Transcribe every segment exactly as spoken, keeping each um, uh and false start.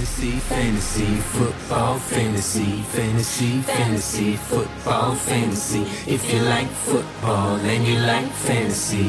Fantasy, fantasy, football, fantasy, fantasy, fantasy, football, fantasy. If you like football and you like fantasy,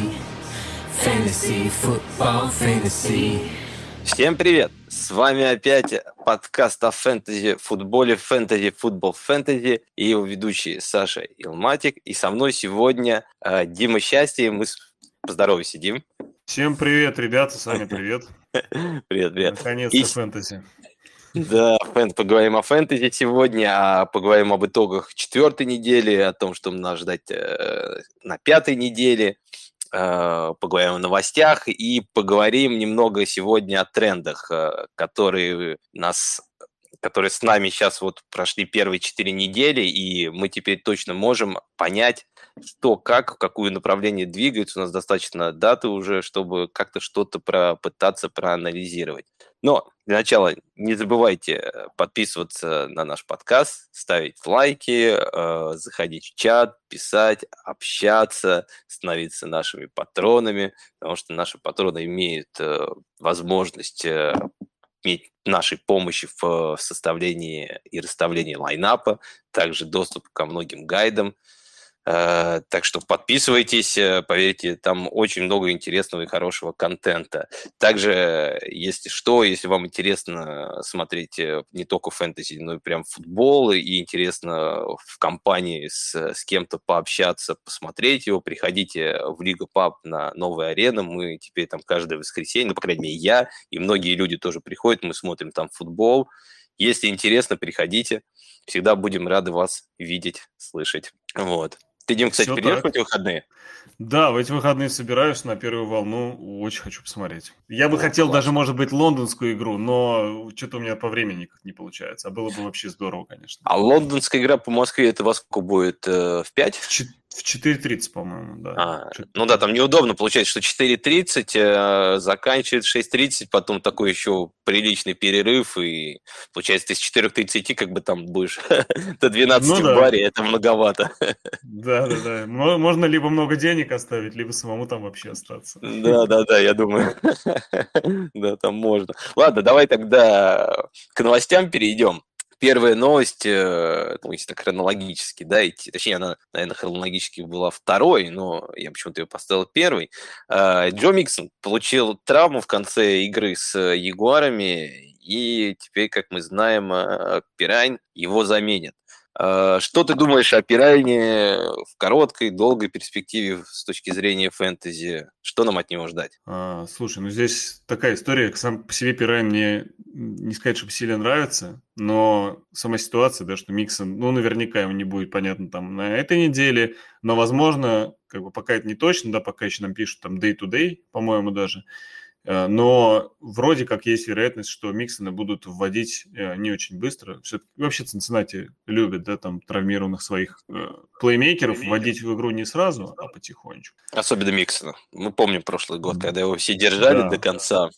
fantasy, football, fantasy. Всем привет! С вами опять подкаст о фэнтези, футболе, фэнтези, футбол, фэнтези и его ведущий Саша Илматик. И со мной сегодня э, Дима Счастье. Мы с... Поздоровайся, Дим. Всем привет, ребята, Саня, привет. Привет, привет. Наконец-то и... фэнтези. Да, фэн... поговорим о фэнтези сегодня, а поговорим об итогах четвертой недели, о том, что нас ждать э, на пятой неделе. Поговорим о новостях и поговорим немного сегодня о трендах, которые нас, которые с нами сейчас вот прошли первые четыре недели, и мы теперь точно можем понять, что, как, в какое направление двигается. У нас достаточно даты уже, чтобы как-то что-то попытаться проанализировать. Но для начала не забывайте подписываться на наш подкаст, ставить лайки, заходить в чат, писать, общаться, становиться нашими патронами, потому что наши патроны имеют возможность иметь нашей помощи в составлении и расставлении лайнапа, также доступ ко многим гайдам. Так что подписывайтесь, поверьте, там очень много интересного и хорошего контента. Также, если что, если вам интересно смотреть не только фэнтези, но и прям футбол, и интересно в компании с, с кем-то пообщаться, посмотреть его, приходите в Лига Паб на новую арену. Мы теперь там каждое воскресенье, ну, по крайней мере, я, и многие люди тоже приходят, мы смотрим там футбол. Если интересно, приходите. Всегда будем рады вас видеть, слышать. Вот. Ты, Дим, кстати, придешь в эти выходные? Да, в эти выходные собираюсь на первую волну. Очень хочу посмотреть. Я бы О, хотел класс. даже, может быть, лондонскую игру, но что-то у меня по времени никак не получается. А было бы вообще здорово, конечно. А лондонская игра по Москве, это во сколько будет? В пять? В четыре. В четыре тридцать, по-моему, да. А, ну да, там неудобно получается, что четыре тридцать э, заканчивает шесть тридцать, потом такой еще приличный перерыв, и получается ты с четыре тридцать как бы там будешь до двенадцати ну, в баре, да. Это многовато. Да-да-да, можно либо много денег оставить, либо самому там вообще остаться. Да-да-да, я думаю, да, там можно. Ладно, давай тогда к новостям перейдем. Первая новость, ну, если так хронологически, да, идти, точнее, она, наверное, хронологически была второй, но я почему-то ее поставил первой. Джо Миксон получил травму в конце игры с Ягуарами, и теперь, как мы знаем, Пирайн его заменит. Что ты думаешь о Пирайне в короткой, долгой перспективе с точки зрения фэнтези? Что нам от него ждать? А, слушай, ну здесь такая история. Сам по себе Пирайн мне не сказать, чтобы сильно нравится, но сама ситуация, да, что Миксон, ну, наверняка ему не будет понятно там на этой неделе, но, возможно, как бы пока это не точно, да, пока еще нам пишут там day-to-day, по-моему, даже, но вроде как есть вероятность, что Миксона будут вводить не очень быстро. Все-таки вообще Цинциннати любят, да, там травмированных своих э, плеймейкеров вводить в игру не сразу, а потихонечку. Особенно Миксона. Мы помним прошлый год, когда его все держали да. до конца.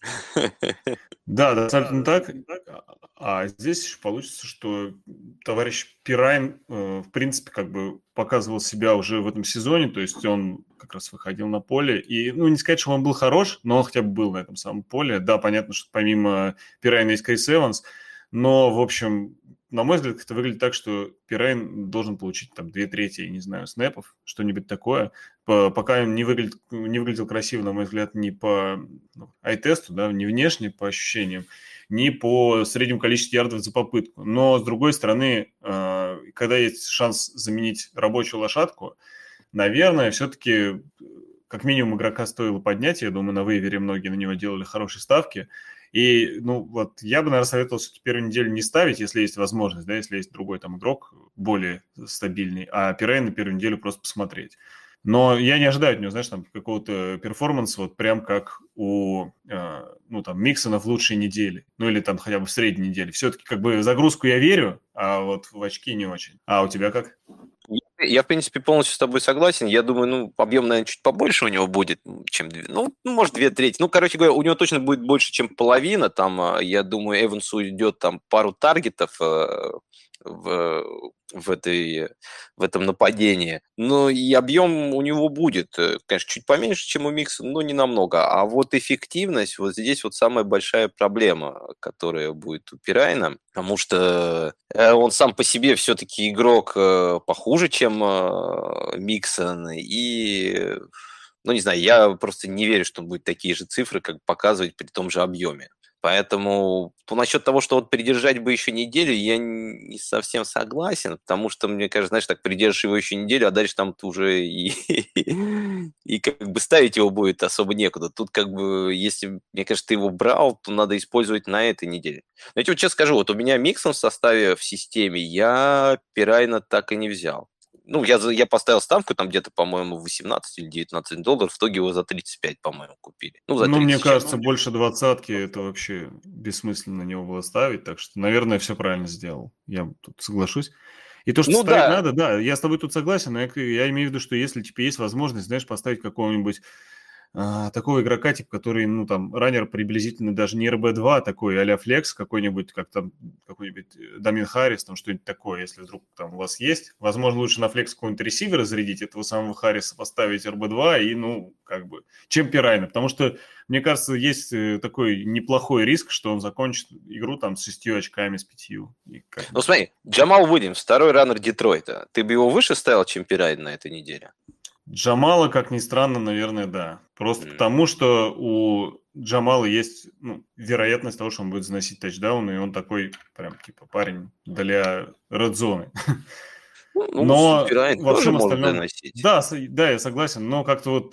Да, да, абсолютно так. А здесь еще получится, что товарищ Пирайн, э, в принципе, как бы показывал себя уже в этом сезоне, то есть он как раз выходил на поле, и, ну, не сказать, что он был хорош, но он хотя бы был на этом самом поле. Да, понятно, что помимо Пирайна есть Крис Эванс, но, в общем, на мой взгляд, это выглядит так, что Пирайн должен получить там две трети, не знаю, снэпов, что-нибудь такое. По, пока он не, выглядит, не выглядел красиво, на мой взгляд, не по ну, ай-тесту, да, не внешне, по ощущениям, не по среднему количеству ярдов за попытку. Но, с другой стороны, э, когда есть шанс заменить рабочую лошадку, наверное, все-таки как минимум игрока стоило поднять. Я думаю, на вейвере многие на него делали хорошие ставки. И, ну, вот я бы, наверное, советовал все-таки первую неделю не ставить, если есть возможность, да, если есть другой там игрок более стабильный, а Пирайн на первую неделю просто посмотреть. Но я не ожидаю от него, знаешь, там какого-то перформанса, вот прям как у, э, ну, там, Миксона в лучшей неделе, ну, или там хотя бы в средней неделе. Все-таки как бы загрузку я верю, а вот в очки не очень. А у тебя как? Я, в принципе, полностью с тобой согласен. Я думаю, ну, объем, наверное, чуть побольше у него будет, чем две, ну, может, две трети. Ну, короче говоря, у него точно будет больше, чем половина. Там, я думаю, Эвансу идет там пару таргетов в, в, этой, в этом нападении. Но и объем у него будет, конечно, чуть поменьше, чем у Миксона, но не намного. А вот эффективность, вот здесь вот самая большая проблема, которая будет у Пирайна, потому что он сам по себе все-таки игрок похуже, чем Миксон, и... Ну, не знаю, я просто не верю, что он будет такие же цифры, как показывать при том же объеме. Поэтому насчет того, что вот придержать бы еще неделю, я не совсем согласен, потому что, мне кажется, знаешь, так придержишь его еще неделю, а дальше там уже и, и как бы ставить его будет особо некуда. Тут как бы, если, мне кажется, ты его брал, то надо использовать на этой неделе. Но я тебе вот честно скажу, вот у меня Миксон в составе в системе, я Пирайна так и не взял. Ну, я, я поставил ставку там где-то, по-моему, восемнадцать или девятнадцать долларов, в итоге его за тридцать пять, по-моему, купили. Ну, за ну мне кажется, чем. больше двадцатки это вообще бессмысленно на него было ставить, так что, наверное, все правильно сделал. Я тут соглашусь. И то, что ну, ставить да. надо, да, я с тобой тут согласен, но я, я имею в виду, что если тебе есть возможность, знаешь, поставить какого-нибудь а, такого игрока, типа, который, ну, там, раннер приблизительно даже не эр бэ два, а такой а-ля флекс, какой-нибудь, как там, какой-нибудь Дамин Харрис, там, что-нибудь такое, если вдруг там у вас есть. Возможно, лучше на флекс какого-нибудь ресивера зарядить, этого самого Харриса поставить эр бэ два и, ну, как бы, чем Пирайна, потому что, мне кажется, есть такой неплохой риск, что он закончит игру там с шестью очками, с пятью. И как ну, смотри, Джамал Уильямс, второй раннер Детройта. Ты бы его выше ставил, чем Пирайн на этой неделе? Джамала, как ни странно, наверное, да. Просто mm. потому, что у Джамала есть ну, вероятность того, что он будет заносить тачдаун, и он такой прям типа парень для редзоны. Ну, но во всем остальном... Да, да, я согласен, но как-то вот,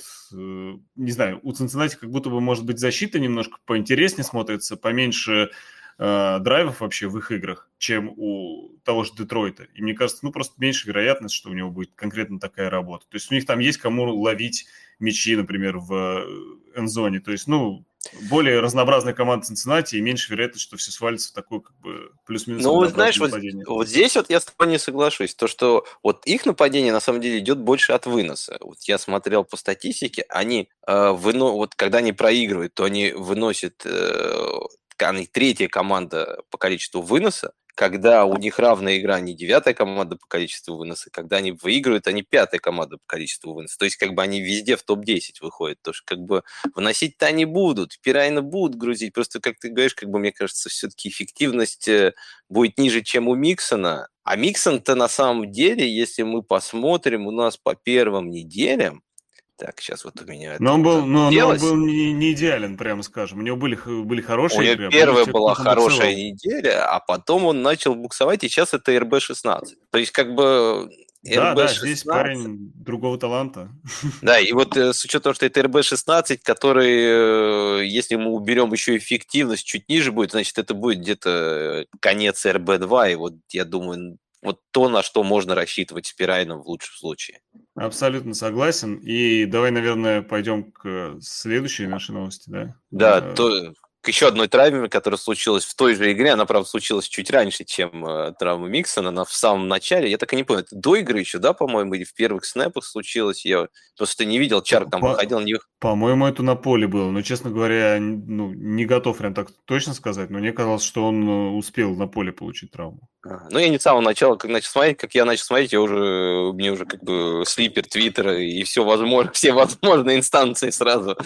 не знаю, у Цинциннати как будто бы, может быть, защита немножко поинтереснее смотрится, поменьше э, драйвов вообще в их играх, чем у того же Детройта. И мне кажется, ну, просто меньше вероятность, что у него будет конкретно такая работа. То есть у них там есть кому ловить мячи, например, в эндзоне. То есть, ну, более разнообразная команда Цинциннати и меньше вероятность, что все свалится в такое как бы плюс-минус. Ну, вот знаешь, вот, вот здесь вот я с тобой не соглашусь. То, что вот их нападение на самом деле идет больше от выноса. Вот я смотрел по статистике, они э, выно... вот когда они проигрывают, то они выносят, э, они третья команда по количеству выноса. Когда у них равная игра, они девятая команда по количеству выноса. Когда они выигрывают, они пятая команда по количеству выноса. То есть, как бы они везде в топ десять выходят. Потому что, как бы, выносить-то они будут. Пирайна будут грузить. Просто, как ты говоришь, как бы, мне кажется, все-таки эффективность будет ниже, чем у Миксона. А Миксон-то на самом деле, если мы посмотрим, у нас по первым неделям, так, сейчас вот у меня но это он был, но, но он был не, не идеален, прямо скажем. У него были, были хорошие у него игры. Первая была хорошая буксовал. неделя, а потом он начал буксовать, и сейчас это эр бэ шестнадцать. То есть, как бы... Да, да, здесь парень другого таланта. Да, и вот с учетом, что это эр бэ шестнадцать, который, если мы уберем еще эффективность, чуть ниже будет, значит, это будет где-то конец эр бэ два, и вот, я думаю... Вот то, на что можно рассчитывать с Пирайном в лучшем случае. Абсолютно согласен. И давай, наверное, пойдем к следующей нашей новости, да? Да, а... то, к еще одной травме, которая случилась в той же игре. Она, правда, случилась чуть раньше, чем э, травма Миксона. Она в самом начале. Я так и не понял, это до игры еще, да, по-моему, или в первых снэпах случилось? Я просто не видел, Чарк там По- выходил на них. По-моему, это на поле было. Но, честно говоря, ну, не готов прям так точно сказать. Но мне казалось, что он успел на поле получить травму. А, ну, я не с самого начала, как начал смотреть, как я начал смотреть, я уже, мне уже как бы слипер Твиттера и все возможно, все возможные инстанции сразу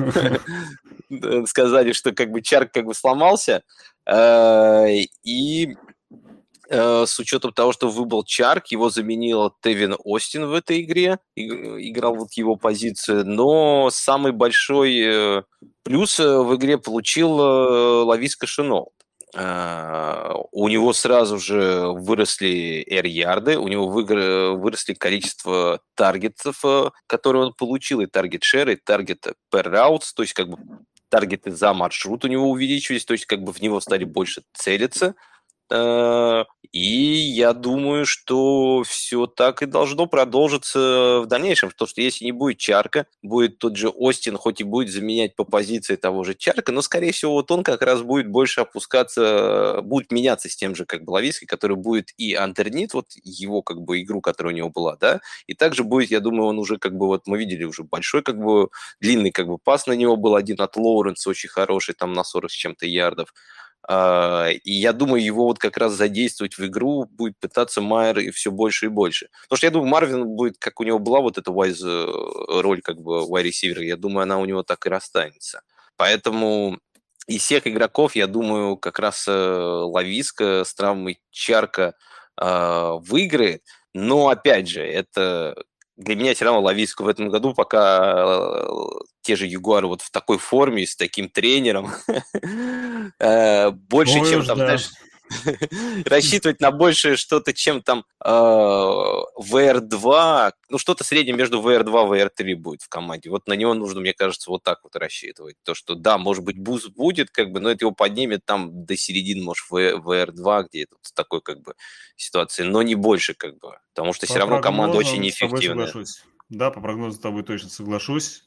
сказали, что как бы Чарк как бы сломался. И с учетом того, что выбыл Чарк, его заменил Тевин Остин в этой игре, играл вот его позицию, но самый большой плюс в игре получил Лависка Шинолд. Uh, у него сразу же выросли эйр-ярды, у него выросли количество таргетов, которые он получил, и таргет-шер, и таргет per routes, то есть как бы таргеты за маршрут у него увеличились, то есть как бы в него стали больше целиться. Uh, и я думаю, что все так и должно продолжиться в дальнейшем, потому что если не будет Чарка, будет тот же Остин, хоть и будет заменять по позиции того же Чарка, но, скорее всего, вот он как раз будет больше опускаться, будет меняться с тем же, как бы, Лавиской, который будет и андернит, вот его, как бы, игру, которая у него была, да, и также будет, я думаю, он уже, как бы, вот мы видели уже большой, как бы, длинный, как бы, пас на него был один от Лоуренса, очень хороший, там, на сорок с чем-то ярдов. И я думаю, его вот как раз задействовать в игру будет пытаться Майер и все больше и больше. Потому что я думаю, Марвин будет, как у него была вот эта wise роль как бы wide receiver, я думаю, она у него так и расстанется. Поэтому из всех игроков, я думаю, как раз Лависка с травмой Чарка выиграет. Но, опять же, это... Для меня все равно Лависку в этом году, пока те же Ягуары вот в такой форме, с таким тренером, больше, Ой чем уж там, да. знаешь, рассчитывать на большее что-то, чем там ви ар два, ну, что-то среднее между ви ар два и ви ар три будет в команде. Вот на него нужно, мне кажется, вот так вот рассчитывать. То, что, да, может быть, буст будет, как бы, но это его поднимет там до середины, может, ви ар два, где это в такой, как бы, ситуации, но не больше, как бы, потому что По все равно команда очень прогнозам с тобой неэффективная. соглашусь. Да, по прогнозам с тобой точно соглашусь.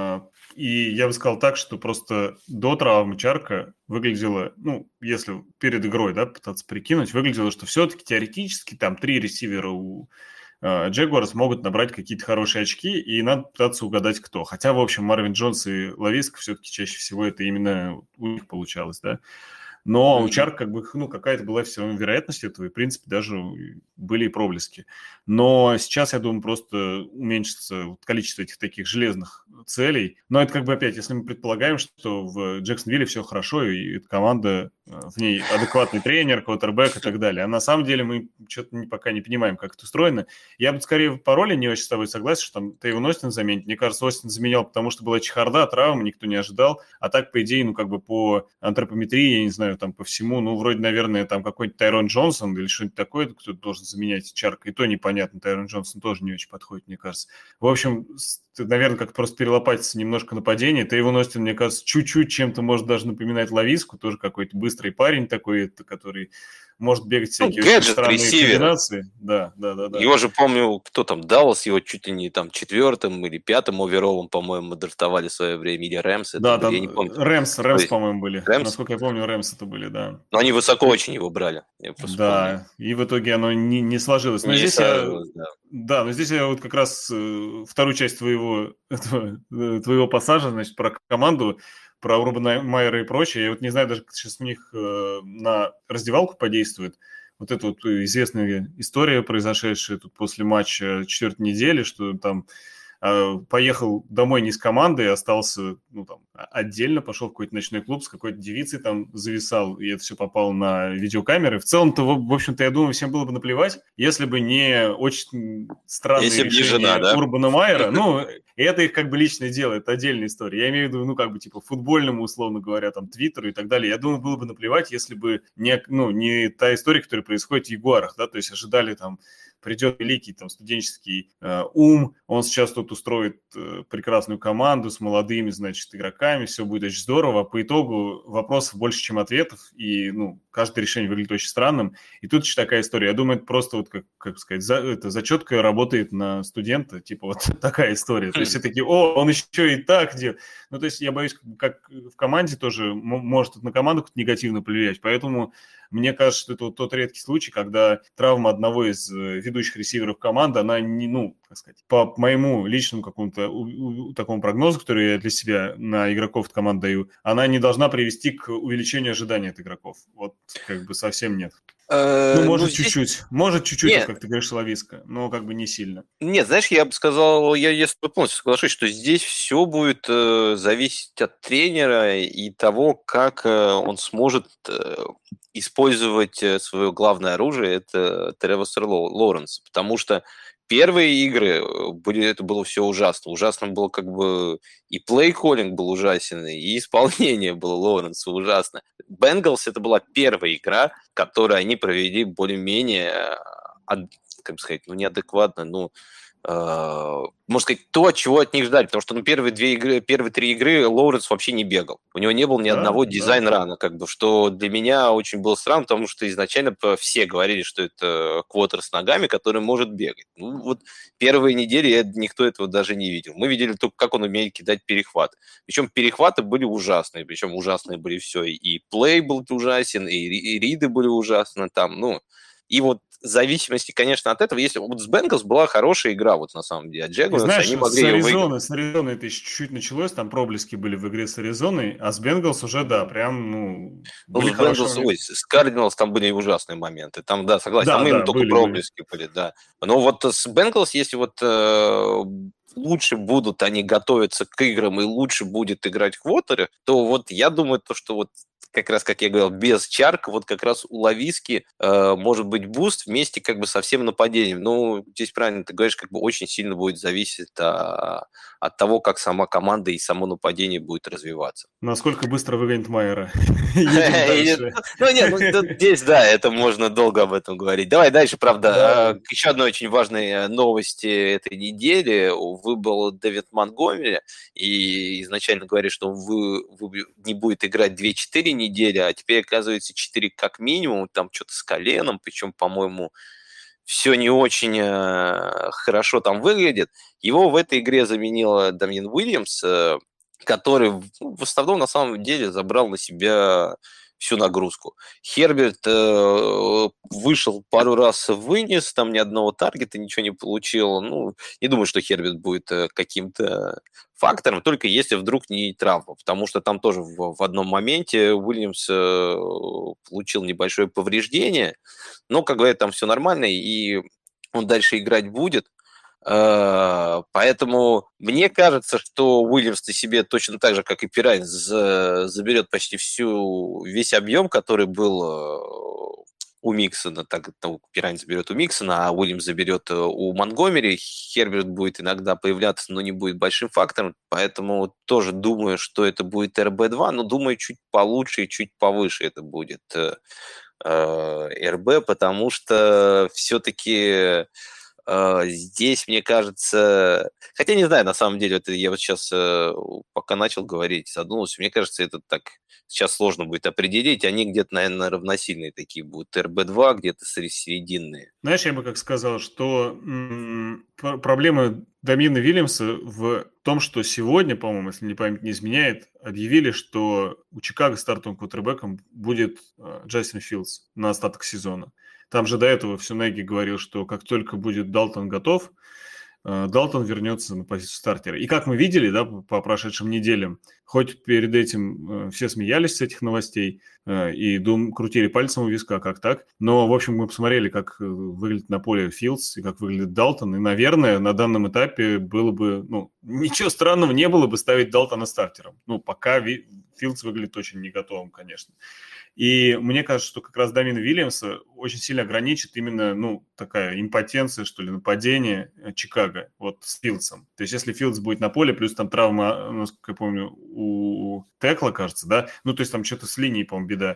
И я бы сказал так, что просто до травмы Чарка выглядело, ну, если перед игрой, да, пытаться прикинуть, выглядело, что все-таки теоретически там три ресивера у Джегуарс могут набрать какие-то хорошие очки, и надо пытаться угадать, кто. Хотя, в общем, Марвин Джонс и Лависка все-таки чаще всего это именно у них получалось, да. Но mm-hmm. у Чарк как бы, ну, какая-то была все равно вероятность этого, и, в принципе, даже были и проблески. Но сейчас, я думаю, просто уменьшится количество этих таких железных целей. Но это как бы опять, если мы предполагаем, что в Джексонвилле все хорошо, и эта команда, в ней адекватный тренер, квотербэк и так далее. А на самом деле мы что-то пока не понимаем, как это устроено. Я бы скорее по роли не очень с тобой согласен, что там Тейвон Остин заменит. Мне кажется, Остин заменял, потому что была чехарда, травма, никто не ожидал. А так, по идее, ну, как бы по антропометрии, я не знаю, там по всему, ну, вроде, наверное, там какой-нибудь Тайрон Джонсон или что-нибудь такое, кто должен заменять Чарка, и то непонятно, Тайрон Джонсон тоже не очень подходит, мне кажется. В общем, наверное, как-то просто перелопатиться немножко нападение. Тейвон Остин, мне кажется, чуть-чуть чем-то может даже напоминать Лависку, тоже какой-то быстрый парень такой, который может бегать всякие ну, очень странные ресивер. комбинации. Да, да, да, да. Его же, помню, кто там, Даллас, его чуть ли не там четвертым или пятым оверолом, по-моему, драфтовали в свое время, или Рэмс. Да, это, там я не помню. Рэмс, Рэмс, есть, по-моему, были. Рэмс? Насколько я помню, Рэмс это были, да. Но они высоко очень его брали. Я просто да, помню. И в итоге оно не, не сложилось. Но не здесь сложилось, я, да. Да, но здесь я вот как раз э, вторую часть твоего, этого, твоего пассажа, значит, про команду, про Урбана Майера и прочее. Я вот не знаю, даже сейчас у них э, на раздевалку подействует. Вот эта вот известная история, произошедшая тут после матча четвертой недели, что там э, поехал домой не с командой, остался, ну, там, отдельно, пошел в какой-то ночной клуб, с какой-то девицей там зависал, и это все попало на видеокамеры. В целом-то, в общем-то, я думаю, всем было бы наплевать, если бы не очень странные если решения жена, да? Урбана Майера. Ну, это их как бы личное дело, это отдельная история. Я имею в виду, ну, как бы, типа, футбольному, условно говоря, там, Твиттеру и так далее. Я думаю, было бы наплевать, если бы не, ну, не та история, которая происходит в Ягуарах, да, то есть ожидали там, придет великий там студенческий э, ум, он сейчас тут устроит э, прекрасную команду с молодыми, значит, игроками, все будет очень здорово. По итогу вопросов больше, чем ответов, и, ну, каждое решение выглядит очень странным. И тут еще такая история. Я думаю, это просто, вот, как, как сказать, за, это зачетка работает на студента, типа вот такая история. То есть все такие, о, он еще и так делает. Ну, то есть я боюсь, как в команде тоже может на команду негативно повлиять, поэтому мне кажется, что это вот тот редкий случай, когда травма одного из ведущих ресиверов команды, она не, ну, как сказать, по моему личному какому-то у, у, такому прогнозу, который я для себя на игроков команд даю, она не должна привести к увеличению ожиданий от игроков. Вот как бы совсем нет. Ну, может, ну, чуть-чуть. Здесь... Может, чуть-чуть, вот, как ты говоришь, Лависка, но как бы не сильно. Нет, знаешь, я бы сказал, я, я полностью соглашусь, что здесь все будет э, зависеть от тренера и того, как э, он сможет э, использовать свое главное оружие, это Тревор Лоуренс, потому что первые игры были, это было все ужасно. Ужасно было как бы и плей-коллинг был ужасен, и исполнение было Лоуренса ужасно. Бенгалс это была первая игра, которую они провели более-менее, как бы сказать, ну неадекватно, ну Uh, можно сказать, то, чего от них ждали, потому что ну, первые две игры, первые три игры Лоуренс вообще не бегал. У него не было ни да, одного да. дизайн-рана, как бы, что для меня очень было странно, потому что изначально все говорили, что это квотер с ногами, который может бегать. Ну, вот первые недели никто этого даже не видел. Мы видели только, как он умеет кидать перехваты. Причем перехваты были ужасные, причем ужасные были все. И плей был ужасен, и риды были ужасны там, ну... И вот в зависимости, конечно, от этого, если вот с Бенгалс была хорошая игра, вот на самом деле, а Джагуарс, знаешь, они могли с ее Аризоны, выиграть. с Аризоной это еще чуть-чуть началось, там проблески были в игре с Аризоной, а с Бенгалс уже, да, прям, ну, Ну, были с хорошие Бенгалс, ой, моменты. с Кардиналс там были ужасные моменты. Там, да, согласен, там Да, именно да, только были, были. проблески были, да. Но вот с Бенгалс, если вот э, лучше будут они готовиться к играм и лучше будет играть квотеры, то вот я думаю, то, что вот как раз, как я говорил, без Чарка, вот как раз у Лависки э, может быть буст вместе как бы со всем нападением. Ну, здесь правильно ты говоришь, как бы очень сильно будет зависеть а, от того, как сама команда и само нападение будет развиваться. Насколько быстро выгонит Майера. Едем дальше. Ну, нет, ну, тут здесь, да, это можно долго об этом говорить. Давай дальше, правда. Давай. Э, Еще одной очень важной э, новости этой недели. Выбыл Дэвид Монтгомери, и изначально говорит, что вы, вы не будет играть две-четыре недели, а теперь, оказывается, четыре как минимум, там что-то с коленом, причем, по-моему, все не очень э, хорошо там выглядит. Его в этой игре заменил Дамьен Уильямс, э, который ну, в основном на самом деле забрал на себя всю нагрузку. Херберт э, вышел пару раз, вынес, там ни одного таргета, ничего не получил. Ну, не думаю, что Херберт будет э, каким-то фактором, только если вдруг не травма, потому что там тоже в, в одном моменте Уильямс э, получил небольшое повреждение, но, как говорят, там все нормально, и он дальше играть будет. Э, Поэтому мне кажется, что Уильямс себе точно так же, как и Пирайн, за- заберет почти всю, весь объем, который был э, у Миксона. Так, ну, Пирайн заберет у Миксона, а Уильямс заберет э, у Монгомери. Херберт будет иногда появляться, но не будет большим фактором. Поэтому тоже думаю, что это будет эр бэ два, но думаю, чуть получше и чуть повыше это будет э, э, эр бэ, потому что все-таки э, здесь, мне кажется, хотя не знаю, на самом деле, это я вот сейчас, э, пока начал говорить, задумался, мне кажется, это так сейчас сложно будет определить. Они где-то, наверное, равносильные такие будут. эр бэ два где-то серединные. Знаешь, я бы как сказал, что м, пр- проблема Дамина Вильямса в том, что сегодня, по-моему, если мне память не изменяет, объявили, что у Чикаго стартовым квотербеком будет э, Джастин Филдс на остаток сезона. Там же до этого все Неги говорил, что как только будет Далтон готов, э, Далтон вернется на позицию стартера. И как мы видели, да, по по прошедшим неделям, хоть перед этим э, все смеялись с этих новостей э, и дум, крутили пальцем у виска, как так, но, в общем, мы посмотрели, как э, выглядит на поле Филдс и как выглядит Далтон, и, наверное, на данном этапе было бы, ну, ничего странного не было бы ставить Далтона стартером. Ну, пока Ви- Филдс выглядит очень не готовым, конечно. И мне кажется, что как раз Дамин Вильямса очень сильно ограничит именно, ну, такая импотенция, что ли, нападение э, Чикаго вот с Филдсом. То есть если Филдс будет на поле, плюс там травма, насколько я помню, у Текла, кажется, да? Ну, то есть там что-то с линией, по-моему, беда.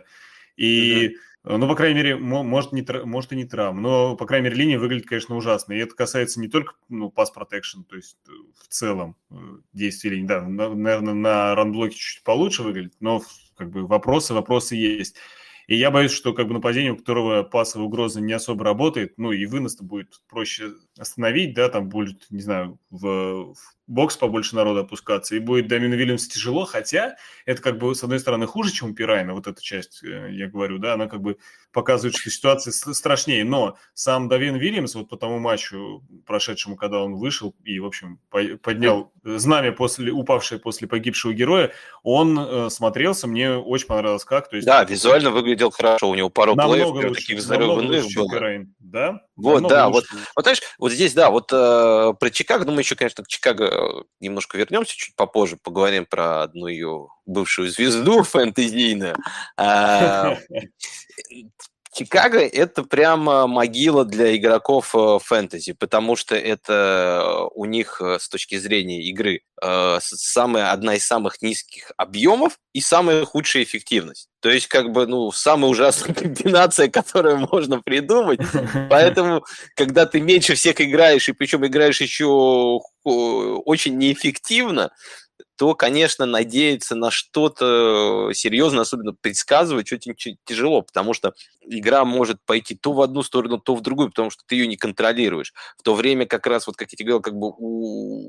И, э, ну, по крайней мере, мо- может, не тра- может и не травма, но, по крайней мере, линия выглядит, конечно, ужасно. И это касается не только, ну, pass protection, то есть э, в целом э, действия линии. Да, на- наверное, на ранблоке чуть-чуть получше выглядит, но в- как бы вопросы, вопросы есть. И я боюсь, что как бы нападение, у которого пасовая угроза не особо работает, ну и вынос-то будет проще остановить, да, там будет, не знаю, в, в бокс побольше народа опускаться, и будет Дамину Вильямсу тяжело, хотя это как бы, с одной стороны, хуже, чем у Пирайна, вот эта часть, э, я говорю, да, она как бы показывает, что ситуация с- страшнее, но сам Дамин Вильямс вот по тому матчу прошедшему, когда он вышел и, в общем, по- поднял знамя после, упавшее после погибшего героя, он э, смотрелся, мне очень понравилось как, то есть Да, визуально выглядел хорошо. У него пару плеев намного прям лучше, таких намного взрывных лучше, чем было. Пирайн, да? Вот, Намного да, лучше. вот, вот знаешь, вот здесь, да, вот э, про Чикаго, ну, мы еще, конечно, к Чикаго э, немножко вернемся чуть попозже, поговорим про одну ее бывшую звезду фэнтезийную. А, Чикаго – это прямо могила для игроков э, фэнтези, потому что это у них э, с точки зрения игры э, с- самая, одна из самых низких объемов и самая худшая эффективность. То есть, как бы, ну, самая ужасная комбинация, которую можно придумать. Поэтому, когда ты меньше всех играешь, и причем играешь еще э, очень неэффективно, то, конечно, надеяться на что-то серьезное, особенно предсказывать, очень ч- тяжело, потому что игра может пойти то в одну сторону, то в другую, потому что ты ее не контролируешь. В то время как раз, вот как я тебе говорил, как бы у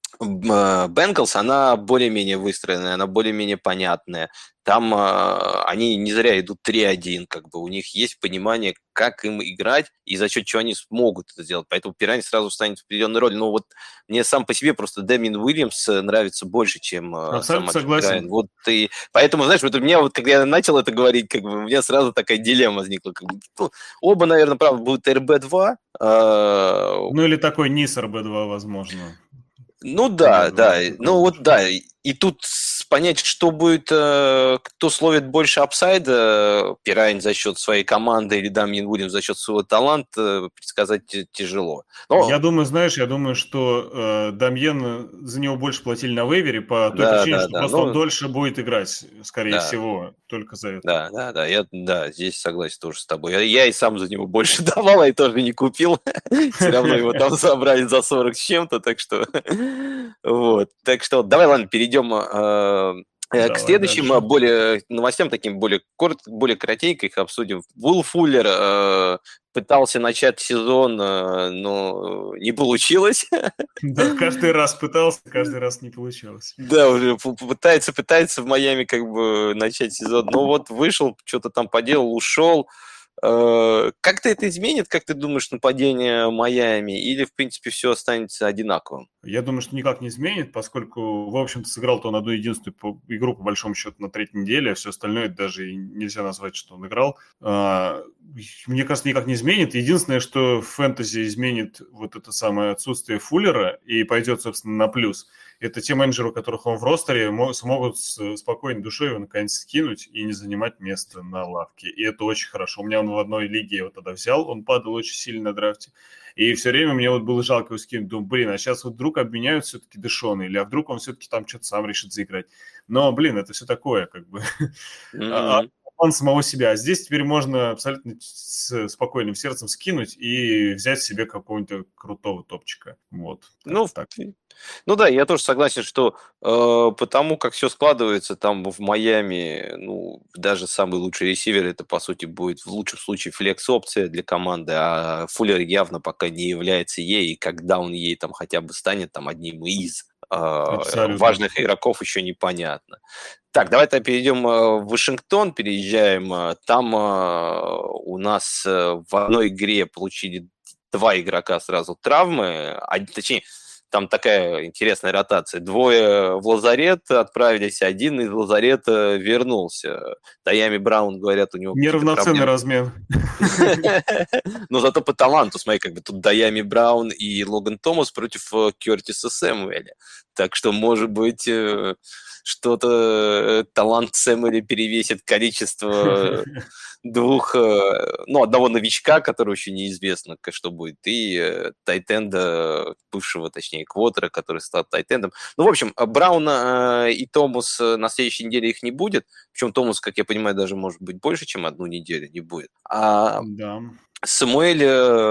Бенгалс, она более-менее выстроенная, она более-менее понятная. Там э, они не зря идут три один, как бы у них есть понимание, как им играть и за счет чего они смогут это сделать. Поэтому Пирани сразу станет в определенную роль. Но вот мне сам по себе просто Дэмин Уильямс нравится больше, чем э, сам Абсолютно согласен. Пирайн. Вот и поэтому, знаешь, вот у меня вот, когда я начал это говорить, как бы у меня сразу такая дилемма возникла. Как бы, ну, оба, наверное, правда, будут эр би два. Э, ну или такой низ эр би два, возможно. Ну да, да, ну вот да, и тут понять, что будет, кто словит больше апсайда, Пирайн за счет своей команды или Дамьен Уильямс за счет своего таланта, предсказать тяжело. Но... Я думаю, знаешь, я думаю, что э, Дамьен, за него больше платили на вейвере по той да, причине, да, что да, просто ну... он дольше будет играть, скорее да. всего, только за это. Да, да, да, я да, здесь согласен тоже с тобой. Я, я и сам за него больше давал, а и тоже не купил. Все равно его там забрали за сорок с чем-то, так что... Вот, так что давай, ладно, перейдем э, Давай к следующим дальше. более новостям, таким более, корот, более коротенько их обсудим. Уилл Фуллер э, пытался начать сезон, э, но не получилось. Да, каждый раз пытался, каждый раз не получилось. Да, уже пытается, пытается в Майами как бы начать сезон, но вот вышел, что-то там поделал, ушел. Как-то это изменит, как ты думаешь, нападение Майами, или, в принципе, все останется одинаковым? Я думаю, что никак не изменит, поскольку, в общем-то, сыграл-то он одну единственную игру, по большому счету, на третьей неделе, а все остальное даже нельзя назвать, что он играл. Мне кажется, никак не изменит. Единственное, что в фэнтези изменит вот это самое отсутствие Фуллера и пойдет, собственно, на плюс, это те менеджеры, у которых он в ростере, смогут с спокойной душой его наконец скинуть и не занимать место на лавке. И это очень хорошо. У меня он в одной лиге его тогда взял, он падал очень сильно на драфте. И все время мне вот было жалко его скинуть. Думаю, блин, а сейчас вот вдруг обменяют все-таки Дэшона, или а вдруг он все-таки там что-то сам решит заиграть. Но, блин, это все такое, как бы. Mm-hmm. Он самого себя. А здесь теперь можно абсолютно с спокойным сердцем скинуть и взять себе какого-нибудь крутого топчика. Вот. Ну, так. Ну да, я тоже согласен, что э, потому как все складывается там в Майами, ну, даже самый лучший ресивер, это, по сути, будет в лучшем случае флекс-опция для команды, а Фуллер явно пока не является ей, и когда он ей там хотя бы станет там одним из э, важных игроков, еще непонятно. Так, давай-то перейдем в Вашингтон, переезжаем. Там э, у нас в одной игре получили два игрока сразу травмы, а, точнее, там такая интересная ротация. Двое в лазарет отправились, один из лазарета вернулся. Дайами Браун, говорят, у него неравноценный размен. Но зато по таланту, смотри, как бы тут Дайами Браун и Логан Томас против Кертиса Сэмуэля. Так что, может быть, что-то талант Сэмуэля перевесит количество двух, ну, одного новичка, которого еще неизвестно, что будет, и тайтенда, бывшего, точнее, квотера, который стал тайтендом. Ну, в общем, Брауна и Томас на следующей неделе их не будет. Причем Томас, как я понимаю, даже может быть больше, чем одну неделю не будет. А да. Самуэль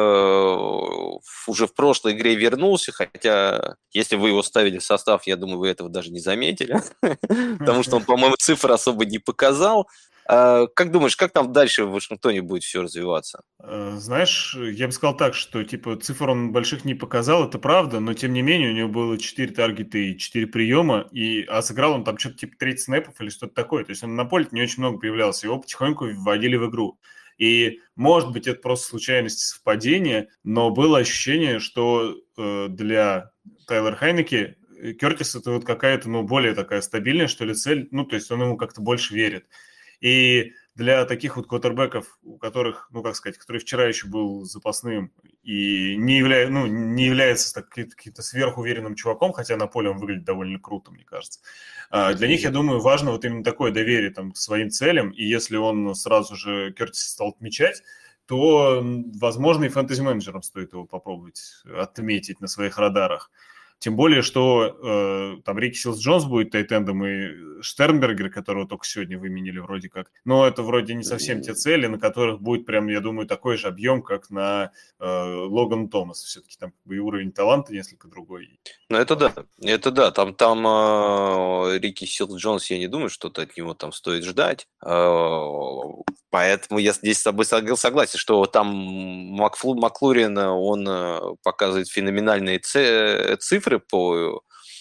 э, уже в прошлой игре вернулся, хотя если вы его ставили в состав, я думаю, вы этого даже не заметили, потому что он, по-моему, цифр особо не показал. А, как думаешь, как там дальше в Вашингтоне будет все развиваться? Знаешь, я бы сказал так, что типа цифр он больших не показал, это правда, но тем не менее у него было четыре таргета и четыре приема, и, а сыграл он там что-то типа тридцать снэпов или что-то такое, то есть он на поле не очень много появлялся, его потихоньку вводили в игру. И, может быть, это просто случайность, совпадение, но было ощущение, что э, для Тайлера Хайнеке Кертис это вот какая-то, ну, более такая стабильная, что ли, цель, ну, то есть он ему как-то больше верит. И для таких вот квотербеков, у которых, ну, как сказать, который вчера еще был запасным и не, явля... ну, не является так, каким-то сверхуверенным чуваком, хотя на поле он выглядит довольно круто, мне кажется. Для них, я думаю, важно вот именно такое доверие там, к своим целям, и если он сразу же Кертис стал отмечать, то, возможно, и фэнтези-менеджерам стоит его попробовать отметить на своих радарах. Тем более, что э, там Рики Силс-Джонс будет тайтендом, и Штернбергер, которого только сегодня выменили вроде как. Но это вроде не совсем те цели, на которых будет прям, я думаю, такой же объем, как на э, Логан Томас. Все-таки там и уровень таланта несколько другой. Ну, это да, это да. Там, там э, Рики Силс-Джонс, я не думаю, что-то от него там стоит ждать. Э, поэтому я здесь с тобой согласен, что там Макфлу, Маклурин, он показывает феноменальные цифры по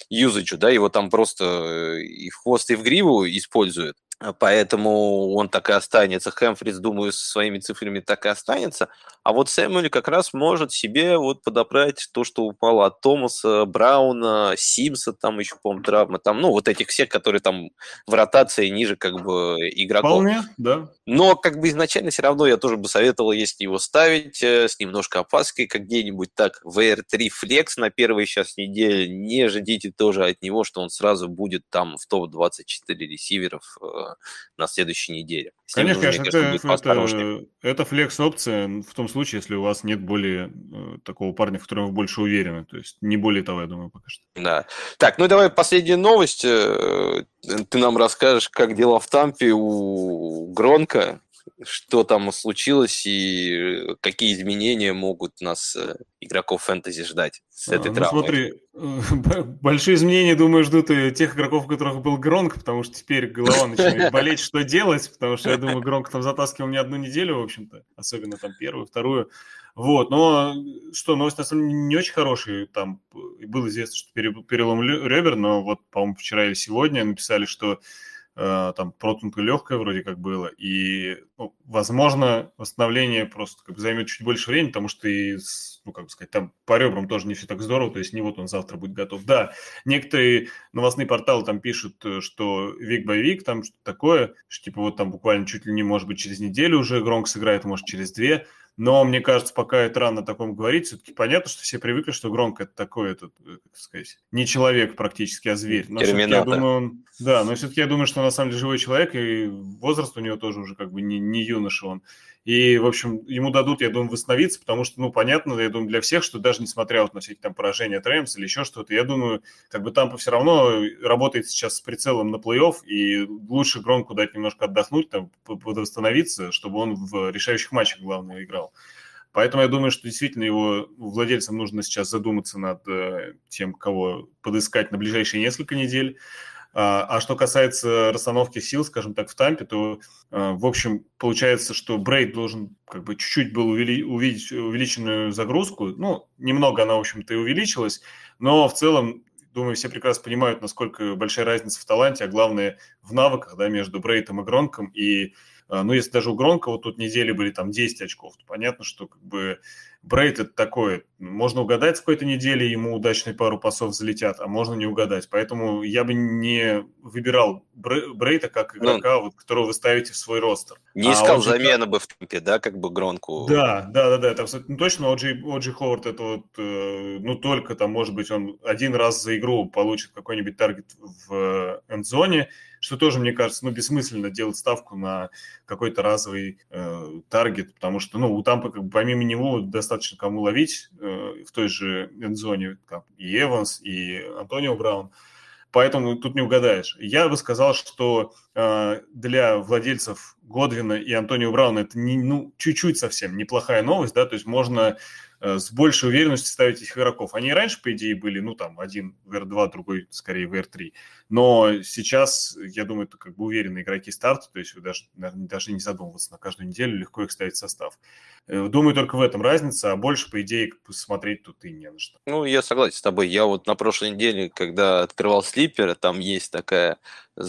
юзаджу, да, его там просто и в хвост, и в гриву используют. Поэтому он так и останется. Хэмфрис, думаю, со своими цифрами так и останется. А вот Сэмюэль как раз может себе вот подобрать то, что упало от Томаса, Брауна, Симса, там еще, по-моему, травма. Там, ну, вот этих всех, которые там в ротации ниже как бы игроков. Вполне, да. Но как бы изначально все равно я тоже бы советовал, если его ставить э, с немножко опаской, как где-нибудь так ви ар три Flex на первые сейчас недели. Не ждите тоже от него, что он сразу будет там в топ двадцать четыре ресиверов э, на следующей неделе. С ним Конечно, нужно, конечно, мне кажется, это, будет это, это флекс-опция в том случае, если у вас нет более э, такого парня, в котором вы больше уверены. То есть не более того, я думаю, пока что. Да. Так, ну и давай последняя новость. Э, Ты нам расскажешь, как дела в Тампе у Гронка, что там случилось и какие изменения могут нас, э, игроков фэнтези, ждать с этой А, ну травмой. смотри, э, большие изменения, думаю, ждут и тех игроков, у которых был Гронк, потому что теперь голова начинает болеть, что делать, потому что я думаю, Гронк там затаскивал не одну неделю, в общем-то, особенно там первую, вторую. Вот, но что, новость на самом деле не очень хорошая, там было известно, что перелом ребер, но вот, по-моему, вчера или сегодня написали, что там проткнуто легкое вроде как было, и, ну, возможно, восстановление просто как бы займет чуть больше времени, потому что и, ну, как бы сказать, там по ребрам тоже не все так здорово, то есть не вот он завтра будет готов. Да, некоторые новостные порталы там пишут, что week by week, там что-то такое, что типа вот там буквально чуть ли не, может быть, через неделю уже Гронк сыграет, может, через две. Но мне кажется, пока это рано о таком говорить, все-таки понятно, что все привыкли, что Гронк это такой, этот, как сказать, не человек практически, а зверь. Но все-таки я думаю, он, да, но все-таки я думаю, что на самом деле живой человек, и возраст у него тоже уже как бы не, не юноша он. И, в общем, ему дадут, я думаю, восстановиться, потому что, ну, понятно, я думаю, для всех, что даже несмотря вот на всякие там поражения от Рэмс или еще что-то, я думаю, как бы Тампа все равно работает сейчас с прицелом на плей-офф, и лучше Гронку дать немножко отдохнуть, там, восстановиться, чтобы он в решающих матчах, главное, играл. Поэтому я думаю, что действительно его владельцам нужно сейчас задуматься над э, тем, кого подыскать на ближайшие несколько недель. А, а что касается расстановки сил, скажем так, в Тампе, то, э, в общем, получается, что Брейд должен как бы чуть-чуть был увели- увидеть увеличенную загрузку. Ну, немного она, в общем-то, и увеличилась, но в целом, думаю, все прекрасно понимают, насколько большая разница в таланте, а главное в навыках, да, между Брейдом и Гронком. И ну, если даже у Гронка вот тут недели были там десять очков, то понятно, что как бы Брейд это такое. Можно угадать, в какой-то неделе ему удачные пару пасов залетят, а можно не угадать. Поэтому я бы не выбирал Брейда как игрока, ну, вот, которого вы ставите в свой ростер. Не искал а замены бы в Тампе, да, как бы Гронку. Да, да, да, да, это абсолютно точно. Оджи, Оджи Ховард это вот, э, ну, только там, может быть, он один раз за игру получит какой-нибудь таргет в эндзоне, что тоже, мне кажется, ну, бессмысленно делать ставку на какой-то разовый э, таргет, потому что, ну, у Тампы, как бы, помимо него достаточно кому ловить э, в той же эндзоне, как и Эванс, и Антонио Браун. Поэтому тут не угадаешь. Я бы сказал, что э, для владельцев Годвина и Антонио Брауна это не, ну, чуть-чуть совсем неплохая новость, да, то есть можно э, с большей уверенностью ставить этих игроков. Они и раньше, по идее, были, ну, там, один в эр два, другой, скорее, в эр три. Но сейчас, я думаю, это как бы уверенные игроки старта, то есть вы даже, наверное, даже не задумываться на каждую неделю, легко их ставить в состав. Думаю, только в этом разница, а больше, по идее, смотреть тут и не на что. Ну, я согласен с тобой. Я вот на прошлой неделе, когда открывал Слипер, там есть такая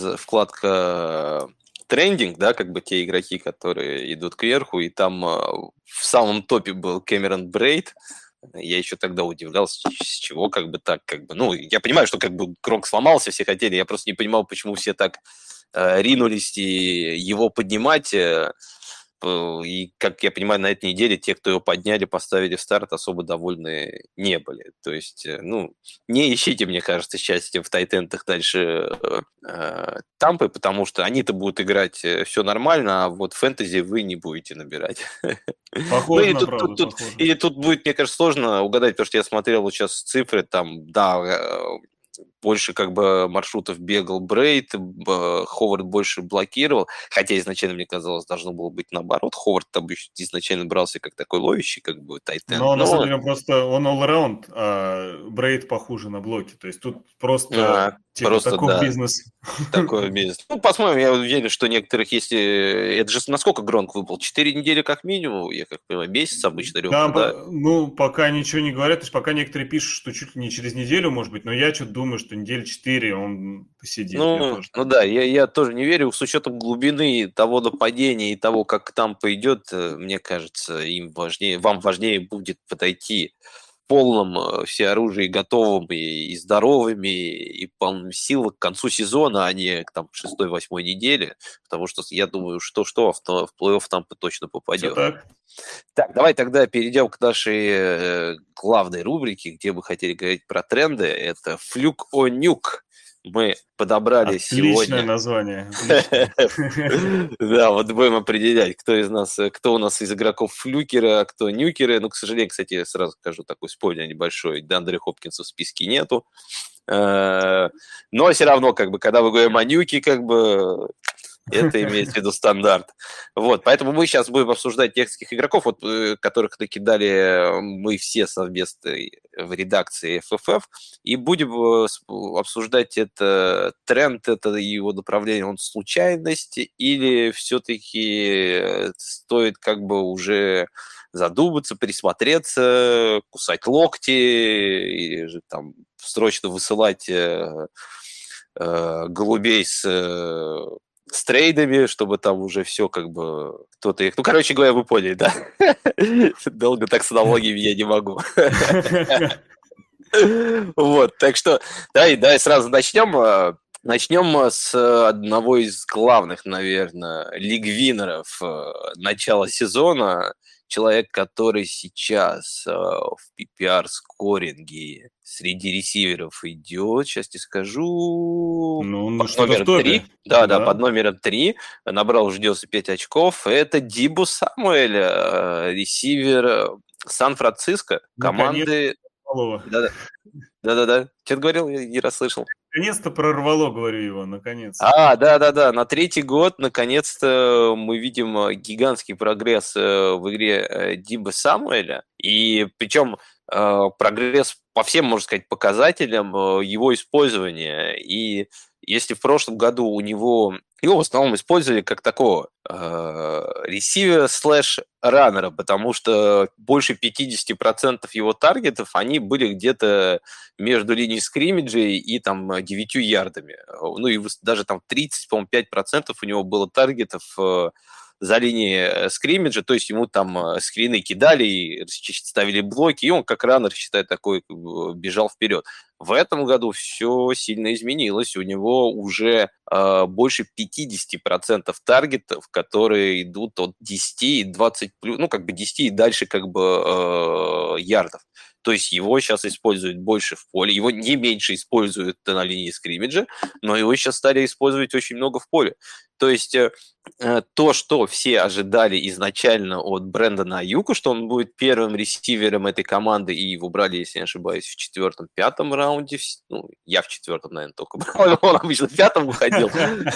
вкладка трендинг, да, как бы те игроки, которые идут кверху, и там в самом топе был Кэмерон Брейд. Я еще тогда удивлялся, с чего как бы так, как бы, ну, я понимаю, что как бы Гронк сломался, все хотели, я просто не понимал, почему все так э, ринулись и его поднимать. Э, И, как я понимаю, на этой неделе те, кто его подняли, поставили в старт, особо довольны не были. То есть, ну, не ищите, мне кажется, счастья в тайтендах дальше э, Тампы, потому что они-то будут играть все нормально, а вот фэнтези вы не будете набирать. Похоже ну, или, на тут, правду, тут, похоже. или тут будет, мне кажется, сложно угадать, потому что я смотрел вот сейчас цифры, там, да, больше как бы маршрутов бегал Брейд, Ховард больше блокировал, хотя изначально, мне казалось, должно было быть наоборот. Ховард там изначально брался как такой ловящий, как бы тайтенд. Но, Но... на самом деле, он просто он all-around, а Брейд похуже на блоке. То есть тут просто, а, типа, просто такой да. бизнес. Такой бизнес. Ну, посмотрим, я уверен, что некоторых, если... Это же насколько Гронк выпал? Четыре недели как минимум, я как понимаю, месяц обычно ребра, да, да? Ну, пока ничего не говорят, то есть пока некоторые пишут, что чуть ли не через неделю, может быть, но я что-то думаю, что недели четыре он посидит. Ну, Я тоже ну да, я, я тоже не верю. С учетом глубины того нападения и того, как там пойдет, э, мне кажется, им важнее, вам важнее будет подойти полном э, всеоружии, готовым и, и здоровыми, и полным сил к концу сезона, а не к там шестой-восьмой неделе, потому что я думаю, что-что, в, то- в плей-офф Тампа точно все попадет. так. Так, давай тогда перейдем к нашей э, главной рубрике, где мы хотели говорить про тренды. Это «Флюк о нюк». Мы подобрали Отличное сегодня... название. Отличное. Да, вот будем определять, кто из нас, э, кто у нас из игроков флюкеры, а кто нюкеры. Ну, к сожалению, кстати, я сразу скажу такой спойлер небольшой, Деандре Хопкинса в списке нету. Э, Но все равно, как бы, когда мы говорим о нюке, как бы, это имеется в виду стандарт. Вот, поэтому мы сейчас будем обсуждать нескольких игроков, вот, э, которых накидали мы все совместно в редакции эф эф эф, и будем э, с- обсуждать это тренд, это его направление, он случайность, или все-таки стоит как бы уже задуматься, присмотреться, кусать локти, или же там срочно высылать э, э, голубей с э, с трейдами, чтобы там уже все как бы кто-то их... Ну, короче говоря, вы поняли, да? Долго так с аналогиями я не могу. Вот, так что давай, давай сразу начнем. э, Начнем э, с одного из главных, наверное, лигвинеров э, начала сезона. Человек, который сейчас э, в пи пи ар-скоринге среди ресиверов идет, сейчас тебе скажу, Ну, ну под что-то в номером топе. три. Да, да, под Да. номером три. Набрал уже девяносто пять очков. Это Дибу Самуэль, э, ресивер э, Сан-Франциско, Наконец-то команды... прорвало. Да-да. Да-да-да. Что ты говорил? Я не расслышал. Наконец-то прорвало, говорю его, наконец. А, да-да-да. На третий год, наконец-то, мы видим э, гигантский прогресс э, в игре э, Дибы Самуэля. И причем э, прогресс по всем, можно сказать, показателям э, его использования. И если в прошлом году у него... Его в основном использовали как такого э, ресивера слэш раннера, потому что больше пятьдесят процентов его таргетов, они были где-то между линией скриммиджей и там девятью ярдами. Ну и выс- даже там тридцать, по-моему, пять процентов у него было таргетов э, за линией скриммиджа, то есть ему там э, скрины кидали и расч- ставили блоки, и он как раннер, считай, такой как бы, бежал вперед. В этом году все сильно изменилось. У него уже э, больше пятьдесят процентов таргетов, которые идут от десяти и двадцати плюс, ну, как бы десяти и дальше как бы э, ярдов. То есть его сейчас используют больше в поле, его не меньше используют на линии скриммиджа, но его сейчас стали использовать очень много в поле. То есть э, э, то, что все ожидали изначально от Брэндона Аюка, что он будет первым ресивером этой команды, и его брали, если не ошибаюсь, в четвертом-пятом раунде. в- Ну, я в четвертом, наверное, только брал, он обычно в пятом выходил.